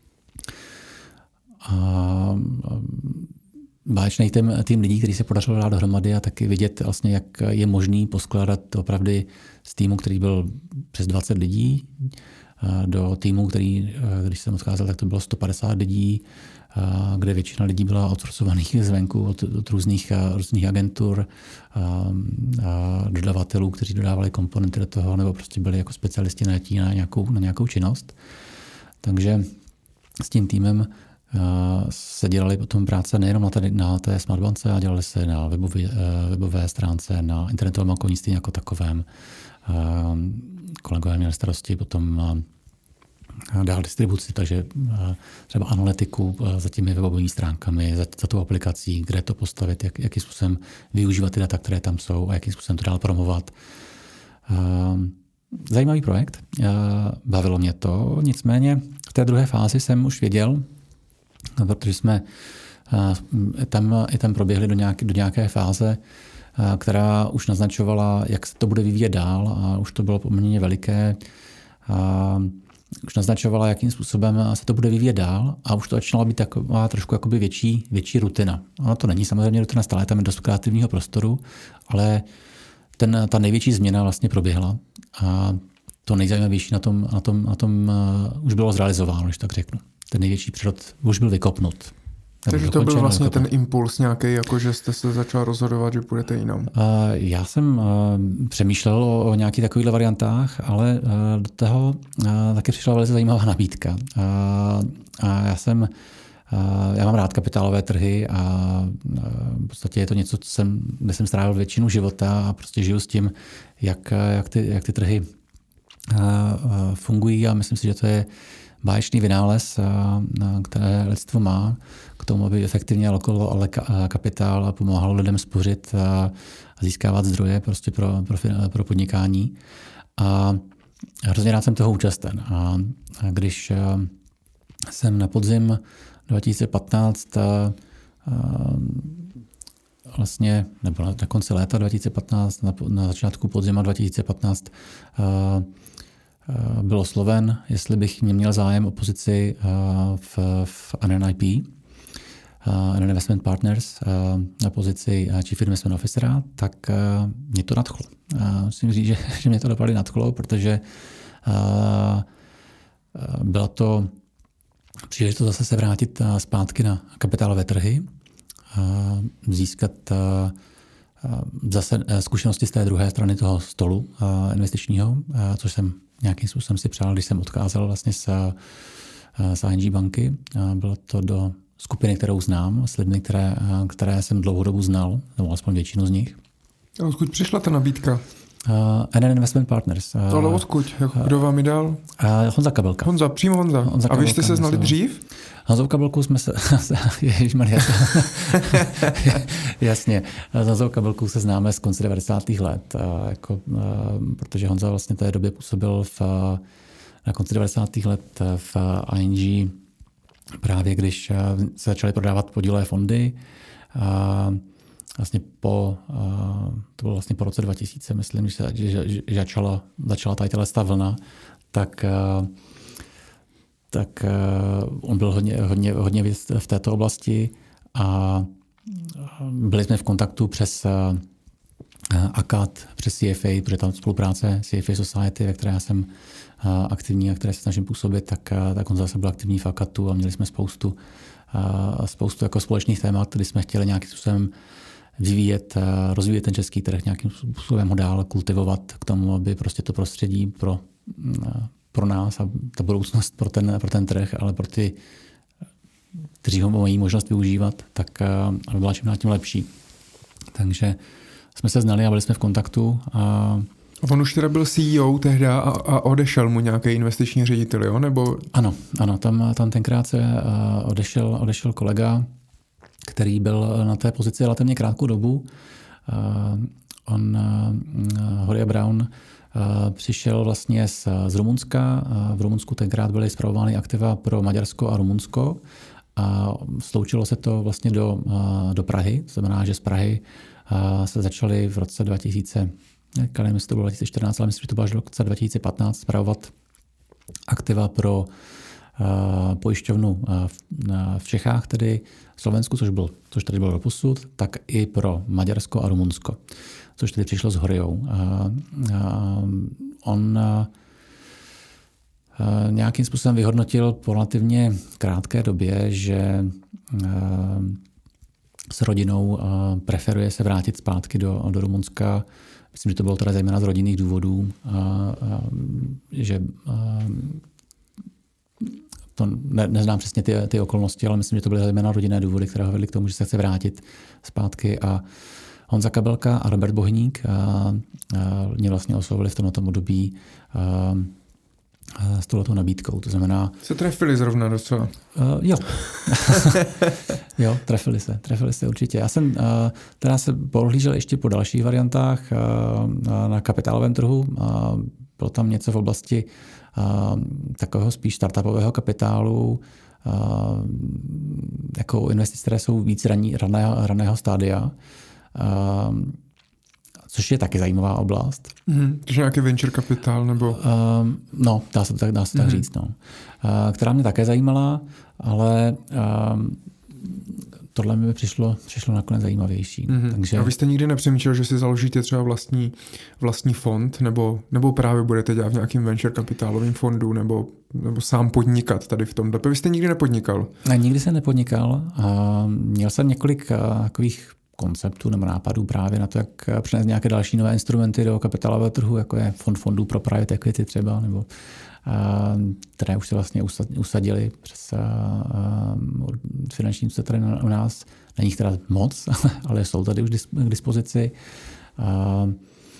a báječný tým, tým lidí, který se podařilo dát dohromady a taky vidět vlastně, jak je možný poskládat opravdu z týmu, který byl přes dvacet lidí, do týmu, který, když jsem odcházel, tak to bylo sto padesát lidí, kde většina lidí byla outsourcovaných zvenku od, od různých, různých agentur, a, a dodavatelů, kteří dodávali komponenty do toho, nebo prostě byli jako specialisti na, na, nějakou, na nějakou činnost. Takže s tím týmem se dělali potom práce nejenom na té, na té Smartbance, a dělali se na webové, webové stránce, na internetovém bankovnictví jako takovém. Kolegové měli starosti potom dál distribuci, takže třeba analytiku za těmi webovými stránkami, za, za tou aplikací, kde to postavit, jak, jakým způsobem využívat ty data, které tam jsou a jakým způsobem to dál promovat. Zajímavý projekt, bavilo mě to, nicméně v té druhé fázi jsem už věděl, protože jsme tam, i tam proběhli do nějaké, do nějaké fáze, která už naznačovala, jak se to bude vyvíjet dál, a už to bylo poměrně veliké. A už naznačovala, jakým způsobem se to bude vyvíjet dál, a už to začínalo být taková trošku jakoby větší, větší rutina. Ono to není samozřejmě rutina, stále tam je dost kreativního prostoru, ale ten, ta největší změna vlastně proběhla a to nejzajímavější na tom, na tom, na tom uh, už bylo zrealizováno, když tak řeknu. Ten největší přerod už byl vykopnut. Takže to byl vlastně ten impuls nějaký, jako že jste se začal rozhodovat, že půjdete jinam. Uh, já jsem uh, přemýšlel o, o nějakých takovýchhle variantách, ale uh, do toho uh, taky přišla velice zajímavá nabídka. Uh, a já jsem uh, já mám rád kapitálové trhy a uh, v podstatě je to něco, co jsem, kde jsem strávil většinu života a prostě žiju s tím, jak, jak, ty, jak ty trhy fungují a myslím si, že to je báječný vynález, které lidstvo má k tomu, aby efektivně alokovalo kapitál a pomáhalo lidem spořit a získávat zdroje prostě pro, pro, pro podnikání. A hrozně rád jsem toho účasten. A když jsem na podzim dva tisíce patnáct vlastně, nebo na konci léta dva tisíce patnáct, na, na začátku podzima dva tisíce patnáct byl osloven, jestli bych měl zájem o pozici v, v N N I P, N N Investment Partners, na pozici Chief Investment Officera, tak mě to nadchlo. Musím říct, že, že mě to dopadlo nadchlo, protože byla to příležitost zase se vrátit zpátky na kapitálové trhy, získat zase zkušenosti z té druhé strany toho stolu investičního, což jsem nějakým způsobem si přál, když jsem odcházel vlastně z, z I N G banky. Bylo to do skupiny, kterou znám, s lidmi, které, které jsem dlouhou dobu znal, nebo alespoň většinu z nich. A odkud přišla ta nabídka? Uh, N N Investment Partners. Uh, Ale odkud? Kdo vám ji dal? Uh, Honza Kabelka. Honza, přímo Honza. Honza A vy jste se znali dřív? Honzou Kabelkou jsme se... Ježišmarja. Jasně. S Honzou Kabelkou se známe z konce devadesátých let. Uh, jako, uh, protože Honza vlastně v té době působil v, na konci devadesátých let v I N G právě když se začaly prodávat podílové fondy. Uh, Vlastně po, to bylo vlastně po roce dva tisíce, myslím, že, že, že začala, začala tady ta vlna, tak, tak on byl hodně, hodně, hodně v této oblasti a byli jsme v kontaktu přes A C A D, přes C F A, protože tam spolupráce C F A Society, ve které já jsem aktivní a které se snažím působit, tak, tak on zase byl aktivní v A C A D a měli jsme spoustu, spoustu jako společných témat, kdy jsme chtěli nějakým způsobem vyvíjet, rozvíjet ten český trh, nějakým způsobem ho dál kultivovat k tomu, aby prostě to prostředí pro, pro nás a ta budoucnost pro ten, pro ten trh, ale pro ty, kteří ho mají možnost využívat, tak aby byla čím dál tím lepší. Takže jsme se znali a byli jsme v kontaktu. A on už teda byl C E O tehdy a, a odešel mu nějaký investiční ředitel, jo? Nebo... Ano, ano, tam, tam tenkrát se odešel, odešel kolega, který byl na té pozici relativně krátkou dobu. Uh, on, uh, Horia Brown, uh, přišel vlastně z, z Rumunska. Uh, v Rumunsku tenkrát byly spravovány aktiva pro Maďarsko a Rumunsko. A sloučilo se to vlastně do, uh, do Prahy. To znamená, že z Prahy uh, se začaly v roce dva tisíce, nevím, jestli to bylo dva tisíce čtrnáct, ale myslím, že to bylo až do roce dva tisíce patnáct, spravovat aktiva pro Uh, pojišťovnu uh, v Čechách, tedy Slovensku, což, byl, což tady bylo doposud, tak i pro Maďarsko a Rumunsko, což tedy přišlo s Horiou. Uh, uh, on uh, uh, nějakým způsobem vyhodnotil po relativně krátké době, že uh, s rodinou uh, preferuje se vrátit zpátky do, do Rumunska. Myslím, že to bylo teda zejména z rodinných důvodů, uh, uh, že uh, to ne, neznám přesně ty, ty okolnosti, ale myslím, že to byly zejména rodinné důvody, které ho vedly k tomu, že se chce vrátit zpátky. A Honza Kabelka a Robert Bohník a, a mě vlastně oslovili v tomto období a, a s touhletou nabídkou. To znamená... Se trefili zrovna docela. Uh, jo. jo, trefili se, trefili se určitě. Já jsem uh, teda se pohlížel ještě po dalších variantách uh, na kapitálovém trhu. Uh, bylo tam něco v oblasti Uh, takového spíš startupového kapitálu, uh, jako investice, které jsou víc raní, raného, raného stádia, uh, což je taky zajímavá oblast. Mm, takže nějaký venture kapitál nebo... Uh, no, dá se to tak, dá se tak mm. říct. No. Uh, která mě také zajímala, ale uh, tohle mi přišlo, přišlo nakonec zajímavější. Mm-hmm. Takže... A vy jste nikdy nepřemýšlel, že si založíte třeba vlastní, vlastní fond, nebo, nebo právě budete dělat v nějakým venture kapitálovým fondu, nebo, nebo sám podnikat tady v tom? Vy jste nikdy nepodnikal? Ne, nikdy jsem nepodnikal. A měl jsem několik takových konceptů nebo nápadů právě na to, jak přinést nějaké další nové instrumenty do kapitálového trhu, jako je fond fondů pro private equity třeba, nebo které už se vlastně usadili přes finanční instituce u nás. Není jich teda moc, ale jsou tady už k dispozici.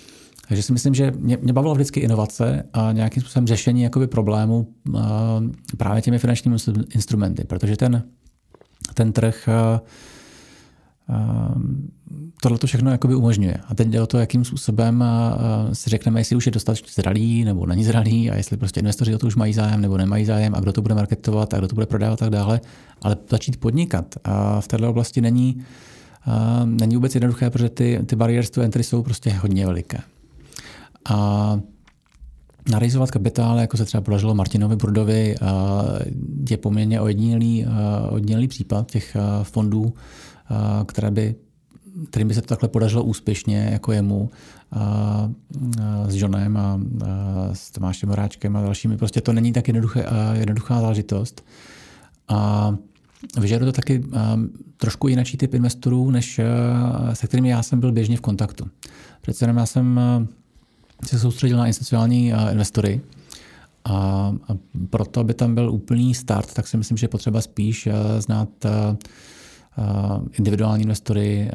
Takže si myslím, že mě, mě bavila vždycky inovace a nějakým způsobem řešení jakoby problémů uh, právě těmi finančními instrumenty, protože ten, ten trh uh, uh, tohle to všechno jakoby umožňuje. A teď jde o to, jakým způsobem uh, si řekneme, jestli už je dostatečně zralý nebo není zralý a jestli prostě investoři o to už mají zájem nebo nemají zájem a kdo to bude marketovat a kdo to bude prodávat a tak dále. Ale začít podnikat a v této oblasti není, uh, není vůbec jednoduché, protože ty, ty barriers to entry jsou prostě hodně veliké. A narejzovat kapitál, jako se třeba podařilo Martinovi Burdovi, je poměrně ojedinělý, ojedinělý případ těch fondů, které by, kterým by se to takhle podařilo úspěšně, jako jemu, s Johnem a s Tomášem Horáčkem a dalšími. Prostě to není tak jednoduché, jednoduchá záležitost. A vyžaduje to taky trošku jiný typ investorů, než se kterými já jsem byl běžně v kontaktu. Přece jenom já jsem se soustředil na institucionální investory a, a proto, aby tam byl úplný start, tak si myslím, že je potřeba spíš znát individuální investory,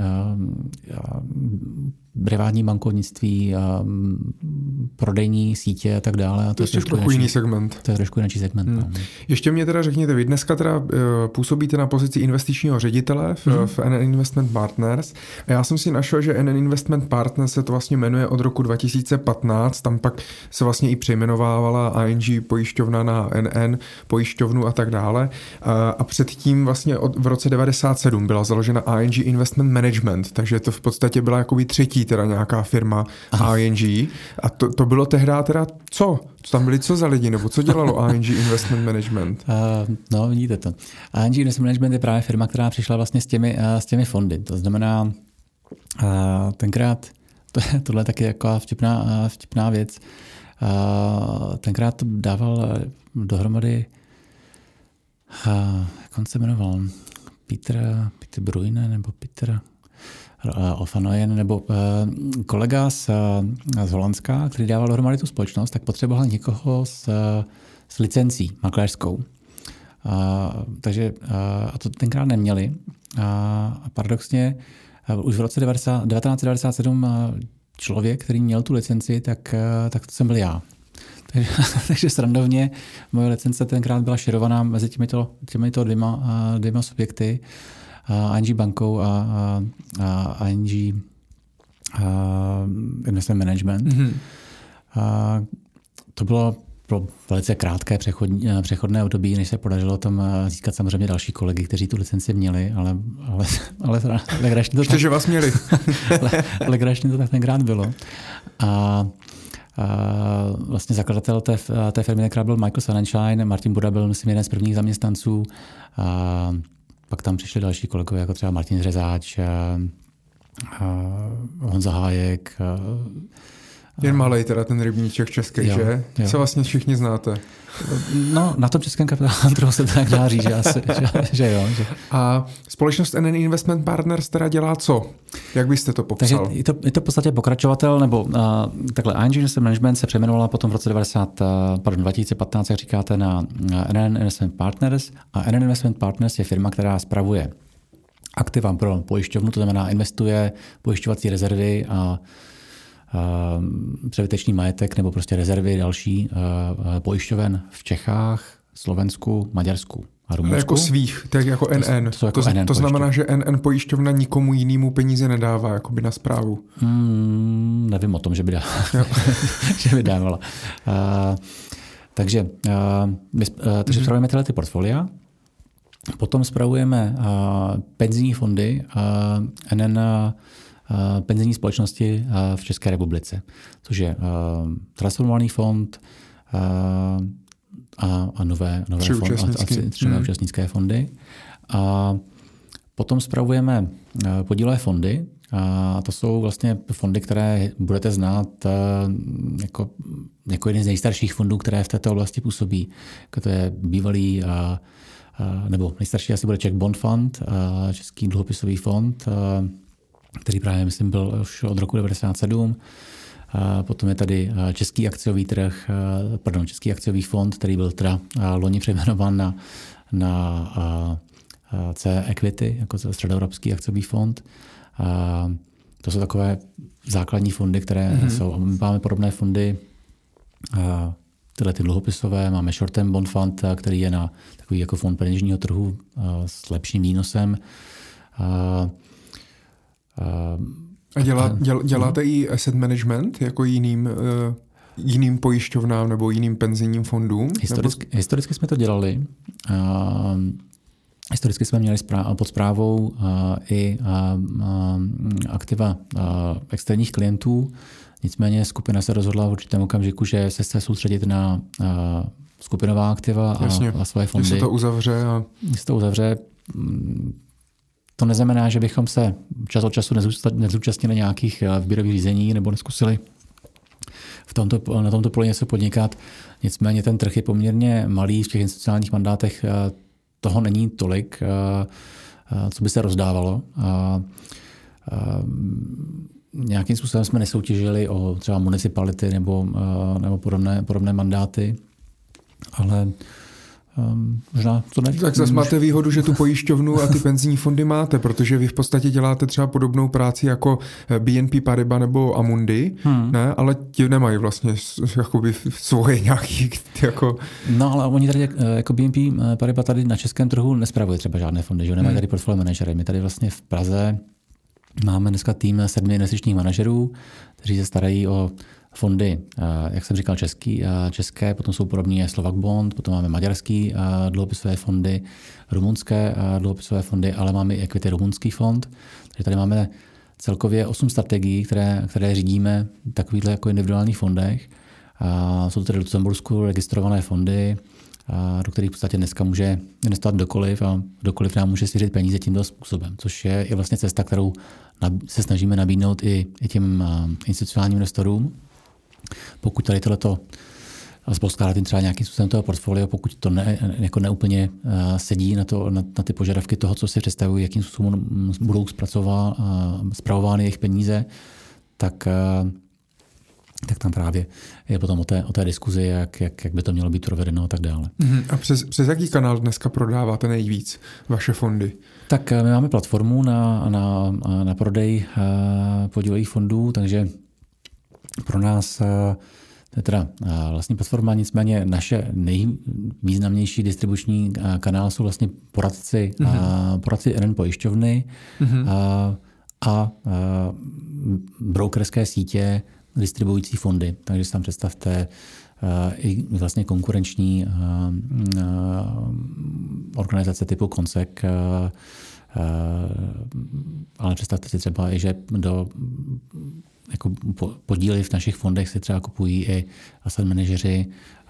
privátní bankovnictví, prodejní sítě a tak dále. A to, to je trošku jiný segment. To je trošku jiný segment. Hmm. No. Ještě mě teda řekněte, vy dneska teda působíte na pozici investičního ředitele v, hmm. v N N Investment Partners a já jsem si našel, že N N Investment Partners se to vlastně jmenuje od roku dva tisíce patnáct, tam pak se vlastně i přejmenovávala I N G pojišťovna na N N pojišťovnu a tak dále a, a předtím vlastně od, v roce devadesát sedm byla založena I N G Investment Management, takže to v podstatě byla jakoby třetí teda nějaká firma Aha. I N G. A to, to bylo tehdy teda co? Tam byli co za lidi? Nebo co dělalo I N G Investment Management? Uh, no, vidíte to. I N G Investment Management je právě firma, která přišla vlastně s těmi, uh, s těmi fondy. To znamená, uh, tenkrát, to, tohle je taky taková vtipná, uh, vtipná věc, uh, tenkrát to dával dohromady, uh, jak on se jmenoval? Peter, Peter Bruyne nebo Peter Ofanojen nebo uh, kolega z, z Holandska, který dával dohromady tu společnost, tak potřeboval někoho s, s licencí makléřskou. Uh, takže uh, a to tenkrát neměli. Uh, a paradoxně uh, už v roce devatenáct set devadesát sedm uh, člověk, který měl tu licenci, tak, uh, tak to jsem byl já. Takže, takže srandovně moje licence tenkrát byla šerovaná mezi těmito, těmito dvěma, uh, dvěma subjekty. I N G bankou a, a, a I N G a Investment Management. Mm-hmm. A to bylo pro velice krátké přechodní, přechodné období, než se podařilo tam získat samozřejmě další kolegy, kteří tu licenci měli, ale, ale, ale legračně to, tak, vás měli. legračně to tak tenkrát bylo. A, a vlastně zakladatel té, té firmy tenkrát byl Michael Sonnenschein, Martin Burda byl myslím jeden z prvních zaměstnanců. A, pak tam přišli další kolegové, jako třeba Martin Řezáč, Honza Hájek. Jen malej teda ten rybníček český, jo, že? Jo. Se vlastně všichni znáte. No, na tom českém kapitálovém trhu se to tak dá říct, že, asi, že, že jo. Že. A společnost N N Investment Partners teda dělá co? Jak byste to popsal? Takže je to, je to v podstatě pokračovatel, nebo uh, takhle I N G Investment Management se přejmenovala potom v roce devadesát, uh, pardon, dva tisíce patnáct, jak říkáte, na N N Investment Partners. A N N Investment Partners je firma, která spravuje aktiva pro pojišťovnu, to znamená investuje pojišťovací rezervy a Uh, přebytečný majetek nebo prostě rezervy další uh, pojišťoven v Čechách, Slovensku, Maďarsku a Rumunsku. Jako svých, tak jako N N. To, to, to, jako to znamená, že N N pojišťovna nikomu jinému peníze nedává jakoby na správu. Hmm, nevím o tom, že by dávala. že by dávala. Uh, takže uh, my, uh, takže mm-hmm. spravujeme tyhle ty portfolia. Potom spravujeme uh, penzijní fondy uh, N N penzijní společnosti v České republice, což je transformovaný fond a, a nové, nové tři fond, účastnické. A, tři hmm. účastnické fondy. A potom spravujeme podílové fondy. A to jsou vlastně fondy, které budete znát jako, jako jeden z nejstarších fondů, které v této oblasti působí. Jako to je bývalý, nebo nejstarší asi bude Czech Bond Fund, Český dluhopisový fond, který právě, myslím, byl už od roku devadesát sedm. Potom je tady Český akciový trh, pardon, Český akciový fond, který byl teda loni přejmenován na, na C Equity, jako středoevropský akciový fond. to jsou takové základní fondy, které mm-hmm. jsou. My máme podobné fondy, tyhle ty dluhopisové, máme short term bond fund, který je na takový jako fond peněžního trhu s lepším výnosem. A dělá, děl, děláte i asset management jako jiným, uh, jiným pojišťovnám nebo jiným penzijním fondům? Historicky, nebo... historicky jsme to dělali. Uh, historicky jsme měli správ, pod správou uh, i uh, uh, aktiva uh, externích klientů. Nicméně skupina se rozhodla v určitém okamžiku, že se chce soustředit na uh, skupinová aktiva a, a svoje fondy. Když se to uzavře. A... Když se to uzavře, to neznamená, že bychom se čas od času nezúčastnili nějakých výběrových řízení nebo neskusili v tomto, na tomto poli něco podnikat. Nicméně ten trh je poměrně malý, v těch institucionálních mandátech toho není tolik, co by se rozdávalo. Nějakým způsobem jsme nesoutěžili o třeba municipality nebo, nebo podobné, podobné mandáty, ale Um, možná to ne... Tak zase máte výhodu, že tu pojišťovnu a ty penzijní fondy máte, protože vy v podstatě děláte třeba podobnou práci jako B N P Paribas nebo Amundi, hmm. ne? Ale ti nemají vlastně jakoby svoje nějaký jako... No ale oni tady jako B N P Paribas tady na českém trhu nespravuje třeba žádné fondy, že nemají hmm. tady portfolio manažery. My tady vlastně v Praze máme dneska tým sedmi investičních manažerů, kteří se starají o fondy, jak jsem říkal, český, české, potom jsou podobně Slovak Bond, potom máme maďarský dluhopisové fondy, rumunské dluhopisové fondy, ale máme i Equity rumunský fond. Takže tady máme celkově osm strategií, které, které řídíme v takovýchto jako individuálních fondech. Jsou to tedy v Lucembursku registrované fondy, do kterých v podstatě dneska může investovat kdokoliv a kdokoliv nám může svěřit peníze tímto způsobem, což je i vlastně cesta, kterou se snažíme nabídnout i, i těm institucionálním investorům. Pokud tady tohleto skládáte třeba nějakým způsobem toho portfolio, pokud to ne, jako neúplně uh, sedí na, to, na, na ty požadavky toho, co si představují, jakým způsobem budou spravovány jejich peníze, tak, uh, tak tam právě je potom o té, o té diskuzi, jak, jak, jak by to mělo být provedeno a tak dále. Uh-huh. A přes, přes jaký kanál dneska prodáváte nejvíc vaše fondy? Tak my máme platformu na, na, na prodej uh, podílových fondů, takže pro nás to je teda vlastně platforma, nicméně naše nejvýznamnější distribuční kanál jsou vlastně poradci, mm-hmm. poradci N N pojišťovny mm-hmm. a, a brokerské sítě distribuující fondy. Takže si tam představte i vlastně konkurenční organizace typu Consec, ale představte si třeba i, že do jako podíly v našich fondech si třeba kupují i asset manažeři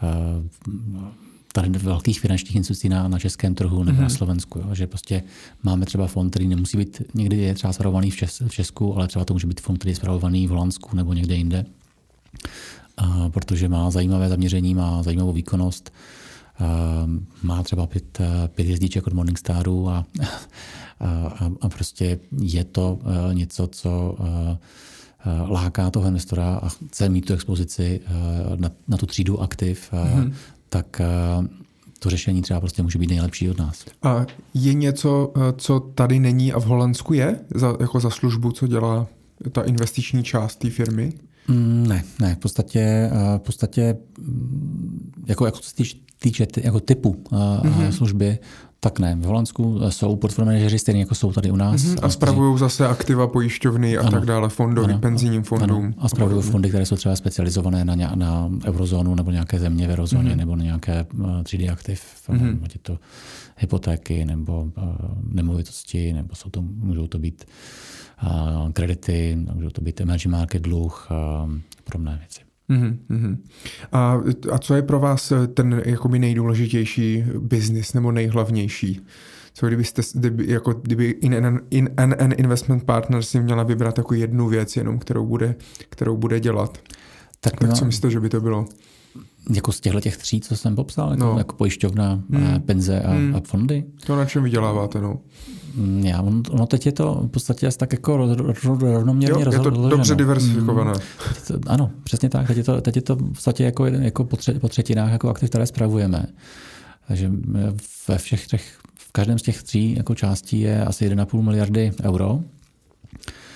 tady velkých finančních institucí na, na českém trhu nebo mm-hmm. na Slovensku. Jo? Že prostě máme třeba fond, který nemusí být někdy je třeba spravovaný v, Čes, v Česku, ale třeba to může být fond, který je spravovaný v Holandsku nebo někde jinde. A protože má zajímavé zaměření, má zajímavou výkonnost, a má třeba pět, pět jezdíček od Morningstaru a, a, a prostě je to něco, co láká toho investora a chce mít tu expozici na, na tu třídu aktiv, mm-hmm. tak to řešení třeba prostě může být nejlepší od nás. A je něco, co tady není a v Holandsku je? Za, jako za službu, co dělá ta investiční část té firmy? Ne, ne, v podstatě, v podstatě jako, jako se týče jako typu mm-hmm. služby, tak ne. V Holandsku jsou portfolio manažeři stejně jako jsou tady u nás. Mm-hmm. A spravují zase aktiva pojišťovny a ano, tak dále, fondovi, ano, penzijním fondům. Ano. A spravují fondy, které jsou třeba specializované na, ně, na eurozónu nebo nějaké země v eurozóně mm-hmm. nebo na nějaké třídy aktiv, mm-hmm. ať je to hypotéky nebo uh, nemovitosti, nebo jsou to, můžou to být uh, kredity, můžou to být emerging market dluh, uh, podobné věci. Mm-hmm. A, a co je pro vás ten jakoby nejdůležitější biznis nebo nejhlavnější? Co kdybyste, kdyby, jako kdyby in, in, N N Investment Partners si měla vybrat jako jednu věc jenom, kterou bude, kterou bude dělat? Tak, tak no, co myslíte, že by to bylo? Jako z těchto těch tří, co jsem popsal, jako, no. jako pojišťovna, hmm. penze a, hmm. a fondy? To na čem vyděláváte, no? Já, ono, ono teď je to v podstatě asi tak jako rovnoměrně rozložené. Je to dobře diversifikované. To, ano, přesně tak. Teď je to, teď je to v podstatě jako, jako po, tře, po třetinách jako aktiv, které spravujeme. Takže ve všech těch, v každém z těch tří jako částí je asi jedna celá pět miliardy euro.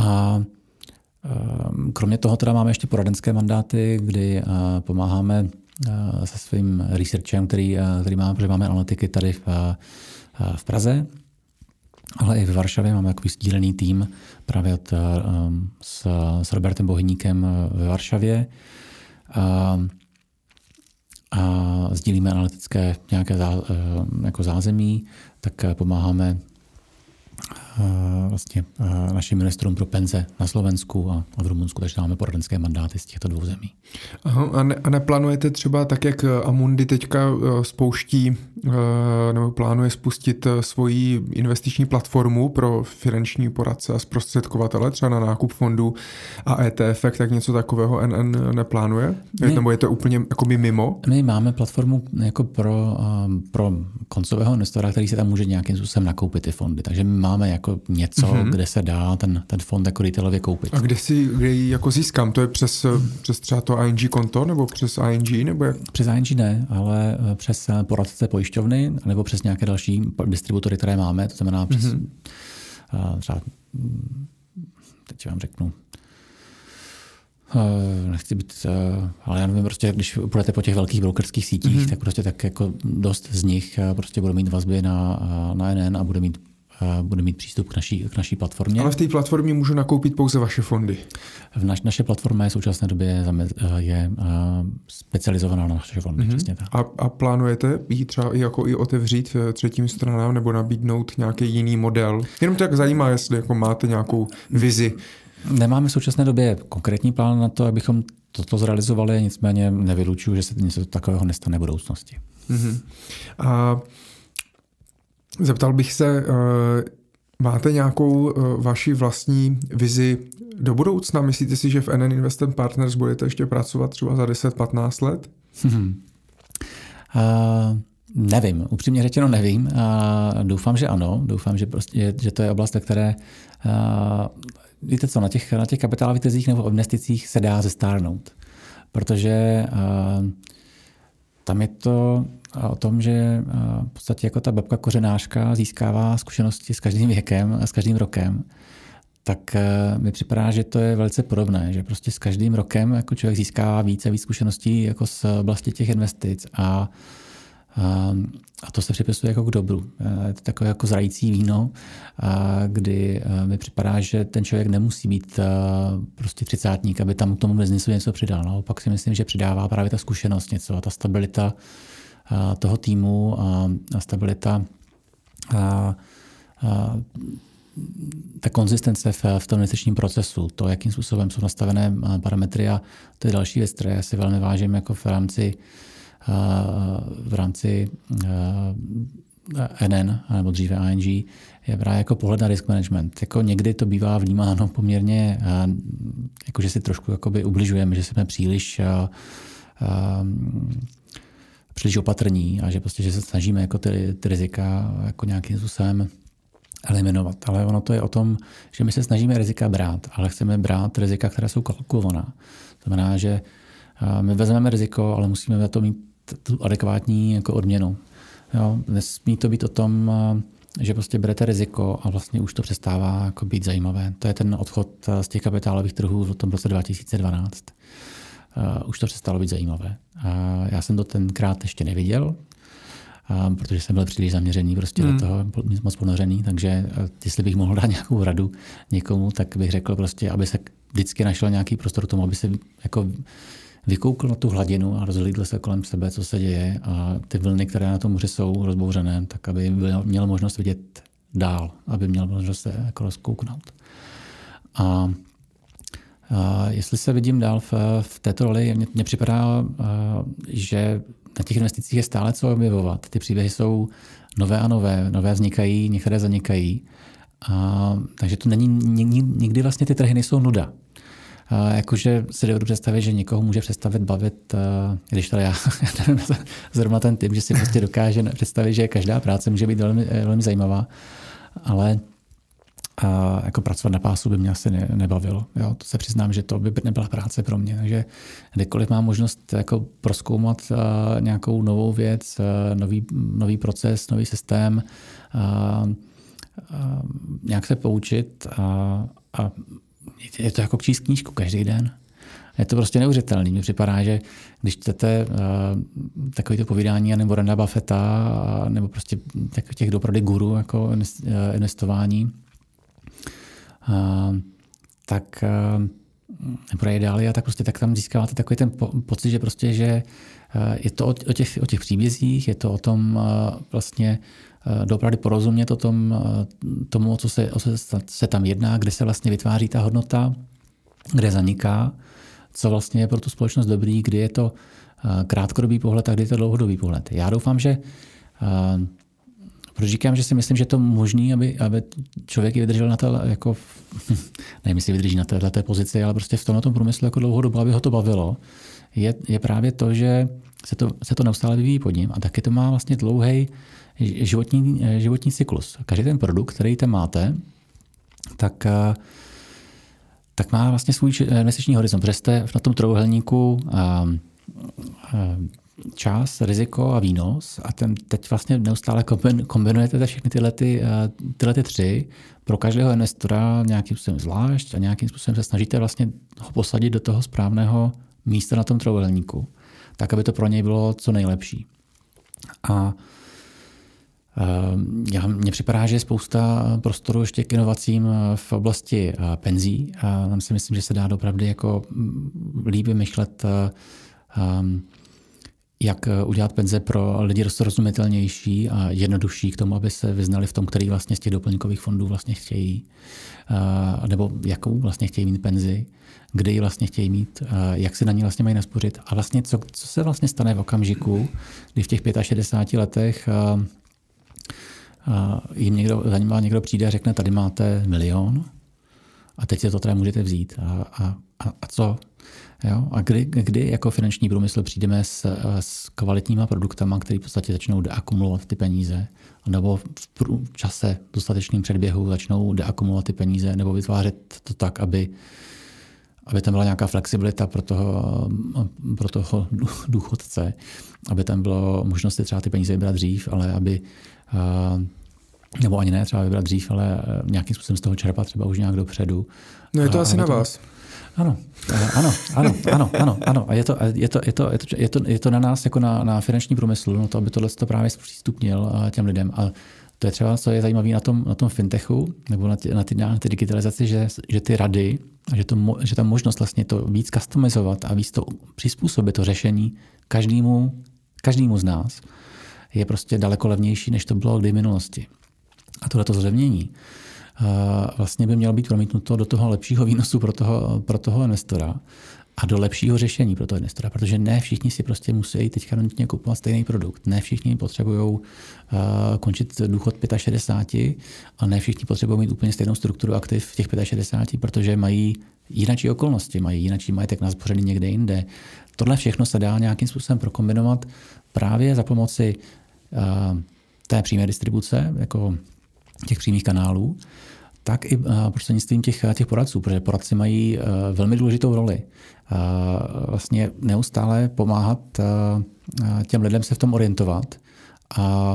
A kromě toho teda máme ještě poradenské mandáty, kdy pomáháme se svým researchem, který, který máme, protože máme analytiky tady v, v Praze, ale i v Varšavě máme takový sdílený tým právě od, s, s Robertem Bohyníkem ve Varšavě. A, a sdílíme analytické nějaké zá, jako zázemí, tak pomáháme vlastně našim ministrům pro penze na Slovensku a v Rumunsku, takže máme poradenské mandáty z těchto dvou zemí. Aha, a, ne, a neplánujete třeba tak, jak Amundi teďka spouští nebo plánuje spustit svoji investiční platformu pro finanční poradce a zprostředkovatele, třeba na nákup fondů a E T F, tak něco takového N N neplánuje? My, nebo je to úplně jako mimo? My máme platformu jako pro, pro koncového investora, který se tam může nějakým způsobem nakoupit ty fondy, takže my máme jako něco, mm-hmm. kde se dá ten, ten fond jako retailově koupit. A kde si kde ji jako získám? To je přes, přes třeba to I N G konto nebo přes I N G? Nebo jak? Přes I N G ne, ale přes poradce pojišťovny nebo přes nějaké další distributory, které máme, to znamená přes mm-hmm. třeba, teď vám řeknu, nechci být, ale já nevím, prostě když půjdete po těch velkých brokerských sítích, mm-hmm. tak prostě tak jako dost z nich prostě bude mít vazby na, na N N a bude mít bude mít přístup k naší, k naší platformě. Ale v té platformě můžu nakoupit pouze vaše fondy? V naš, naše platforma je v současné době je specializovaná na naše fondy. Mm-hmm. Přesně tak. A, a plánujete ji třeba jako i otevřít třetím stranám nebo nabídnout nějaký jiný model? Jenom tak zajímá, jestli jako máte nějakou vizi. Nemáme v současné době konkrétní plán na to, abychom toto zrealizovali, nicméně nevylučuju, že se něco takového nestane v budoucnosti. Mm-hmm. A zeptal bych se, máte nějakou vaši vlastní vizi do budoucna? Myslíte si, že v N N Investment Partners budete ještě pracovat třeba za deset patnáct let? Hmm. Uh, nevím, upřímně řečeno nevím. Uh, doufám, že ano. Doufám, že, prostě, že to je oblast, které uh, víte co, na těch, na těch kapitálových trzích nebo investicích se dá zestárnout. Protože uh, tam je to o tom, že v podstatě jako ta babka kořenářka získává zkušenosti s každým věkem a s každým rokem, tak mi připadá, že to je velice podobné, že prostě s každým rokem jako člověk získává více a víc zkušeností jako z oblasti těch investic a, a, a to se připisuje jako k dobru. Je to takové jako zrající víno, a kdy mi připadá, že ten člověk nemusí být prostě třicátník, aby tam k tomu biznisu něco přidal. No, pak si myslím, že přidává právě ta zkušenost něco a ta stabilita toho týmu a, a stabilita a, a ta konzistence v, v tom investičním procesu, to, jakým způsobem jsou nastavené parametry a to je další věc, které já si velmi vážím jako v rámci v rámci N N, nebo dříve I N G, je právě jako pohled na risk management. Jako někdy to bývá vnímáno poměrně, jako že si trošku jakoby ubližujeme, že jsme příliš a, a, příliš opatrní a že prostě, že se snažíme jako ty, ty rizika jako nějakým způsobem eliminovat. Ale ono to je o tom, že my se snažíme rizika brát, ale chceme brát rizika, která jsou kalkulovaná. To znamená, že my vezmeme riziko, ale musíme za to mít tu adekvátní jako odměnu. Jo? Nesmí to být o tom, že prostě berete riziko a vlastně už to přestává jako být zajímavé. To je ten odchod z těch kapitálových trhů v tom roce dva tisíce dvanáct. Uh, už to přestalo být zajímavé. Uh, já jsem to tenkrát ještě neviděl, uh, protože jsem byl příliš zaměřený prostě hmm. do toho, moc ponořený, takže uh, jestli bych mohl dát nějakou radu někomu, tak bych řekl prostě, aby se vždycky našel nějaký prostor tomu, aby se jako vykoukl na tu hladinu a rozhlídl se kolem sebe, co se děje a ty vlny, které na tom moři jsou rozbouřené, tak aby měl možnost vidět dál, aby měl možnost se jako rozkouknout. A Uh, jestli se vidím dál v, v této roli, mně, mně připadá, uh, že na těch investicích je stále co objevovat. Ty příběhy jsou nové a nové, nové vznikají, některé zanikají. Uh, takže to není, nikdy vlastně ty trhy nejsou nuda. Uh, jakože si dovedu představit, že někoho může představit, bavit, uh, když tady já, já nevím, zrovna ten typ, že si prostě dokáže představit, že každá práce může být velmi, velmi zajímavá, ale a jako pracovat na pásu by mě asi ne, nebavilo. Jo, to se přiznám, že to by nebyla práce pro mě. Takže kdykoliv mám možnost jako prozkoumat uh, nějakou novou věc, uh, nový, nový proces, nový systém, uh, uh, nějak se poučit a, a je to jako číst knížku každý den. Je to prostě neuvěřitelný. Mně připadá, že když čtete uh, takovýto povídání nebo Warrena Buffetta nebo prostě těch doopravdy guru jako investování, uh, tak uh, nebo Idalia, tak prostě tak tam získáváte takový ten po, pocit, že prostě, že uh, je to o, o, těch, o těch příbězích, je to o tom uh, vlastně uh, doopravdy porozumět o tom, uh, tomu, co se, o co se tam jedná, kde se vlastně vytváří ta hodnota, kde zaniká, co vlastně je pro tu společnost dobrý, kdy je to krátkodobý pohled a kdy je to dlouhodobý pohled. Já doufám, že proč říkám, že si myslím, že je to možný, aby, aby člověk vydržel na to, jako, nevím, jestli vydrží na této té pozici, ale prostě v tomto průmyslu jako dlouhodobu, aby ho to bavilo, je, je právě to, že se to, se to neustále vyvíjí pod ním a taky to má vlastně dlouhý životní, životní cyklus. Každý ten produkt, který tam máte, tak tak má vlastně svůj investiční horizont, protože jste na tom trojúhelníku čas, riziko a výnos a ten teď vlastně neustále kombinujete všechny tyhle, ty, tyhle ty tři pro každého investora nějakým způsobem zvlášť a nějakým způsobem se snažíte vlastně ho posadit do toho správného místa na tom trojúhelníku, tak aby to pro něj bylo co nejlepší. A Já, mně připadá, že je spousta prostoru ještě k inovacím v oblasti penzí. A tam si myslím, že se dá opravdu jako líp vymýšlet, jak udělat penze pro lidi rozrozumitelnější a jednodušší k tomu, aby se vyznali v tom, který vlastně z těch doplňkových fondů vlastně chtějí, nebo jakou vlastně chtějí mít penzi, kdy ji vlastně chtějí mít, jak si na ní vlastně mají naspořit a vlastně co, co se vlastně stane v okamžiku, kdy v těch šedesát pěti letech jim někdo, za ním někdo přijde a řekne, tady máte milion a teď si to teda můžete vzít. A, a, a co? Jo? A kdy, kdy jako finanční průmysl přijdeme s, s kvalitníma produktama, které v podstatě začnou deakumulovat ty peníze, nebo v čase v dostatečným předběhu začnou deakumulovat ty peníze, nebo vytvářet to tak, aby, aby tam byla nějaká flexibilita pro toho, pro toho důchodce, aby tam bylo možnost si třeba ty peníze vybrat dřív, ale aby nebo ani ne třeba vybrat dřív, ale nějakým způsobem z toho čerpat třeba už nějak dopředu. No je to a, asi na to, vás. Ano, ano, ano, ano, ano, ano. A je to, je to, je to, je to, je to, je to na nás jako na, na finanční průmyslu, no to, aby tohle to právě zpřístupnil těm lidem. A to je třeba, co je zajímavé na tom, na tom fintechu, nebo na, ty, na, ty, na ty digitalizaci, že, že ty rady, že, to, že ta možnost vlastně to víc customizovat a víc to přizpůsobit to řešení každému, každému z nás, je prostě daleko levnější, než to bylo kdy v minulosti. A tohleto zlevnění vlastně by mělo být promítnuto do toho lepšího výnosu pro toho, pro toho investora a do lepšího řešení pro toho investora, protože ne všichni si prostě musí teďka nutně kupovat stejný produkt. Ne všichni potřebují končit důchod šedesáti pěti a ne všichni potřebují mít úplně stejnou strukturu aktiv v těch šedesáti pěti, protože mají jinačí okolnosti, mají jinačí majetek naspořený někde jinde. Tohle všechno se dá nějakým způsobem prokombinovat právě za pomoci té přímé distribuce, jako těch přímých kanálů, tak i prostřednictvím těch, těch poradců, protože poradci mají velmi důležitou roli. Vlastně neustále pomáhat těm lidem se v tom orientovat a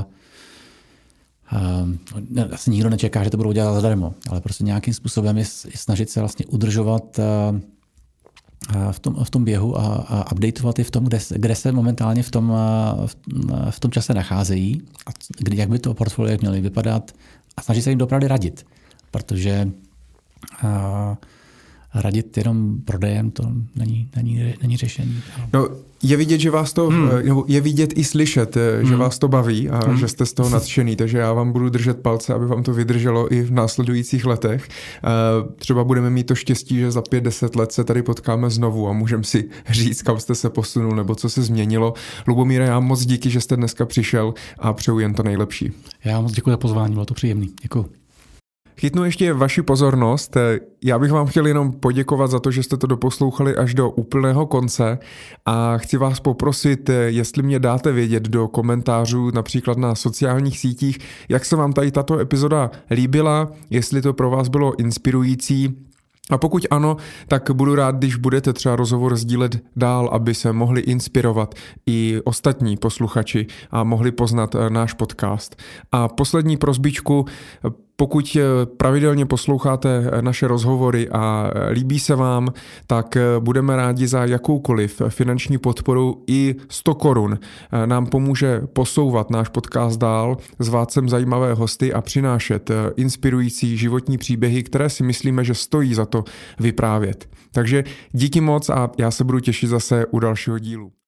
asi nikdo nečeká, že to budou dělat zadarmo, ale prostě nějakým způsobem je snažit se vlastně udržovat v tom, v tom běhu a, a updateovat je v tom, kde, kde se momentálně v tom, v, v tom čase nacházejí a kdy, jak by to portfolio mělo vypadat a snažit se jim dopravdy radit, protože a, radit jenom prodejem to není, není, není řešení. No, je vidět, že vás to, hmm. nebo je vidět i slyšet, že hmm. vás to baví a hmm. že jste z toho nadšený, takže já vám budu držet palce, aby vám to vydrželo i v následujících letech. Třeba budeme mít to štěstí, že za pět, deset let se tady potkáme znovu a můžeme si říct, kam jste se posunul nebo co se změnilo. Lubomíre, já moc díky, že jste dneska přišel a přeju jen to nejlepší. Já moc děkuji za pozvání, bylo to příjemný. Děkuji. Chytnu ještě vaši pozornost. Já bych vám chtěl jenom poděkovat za to, že jste to doposlouchali až do úplného konce a chci vás poprosit, jestli mě dáte vědět do komentářů například na sociálních sítích, jak se vám tady tato epizoda líbila, jestli to pro vás bylo inspirující. A pokud ano, tak budu rád, když budete třeba rozhovor sdílet dál, aby se mohli inspirovat i ostatní posluchači a mohli poznat náš podcast. A poslední prosbičku, pokud pravidelně posloucháte naše rozhovory a líbí se vám, tak budeme rádi za jakoukoliv finanční podporu. I sto korun nám pomůže posouvat náš podcast dál, zvát sem zajímavé hosty a přinášet inspirující životní příběhy, které si myslíme, že stojí za to vyprávět. Takže díky moc a já se budu těšit zase u dalšího dílu.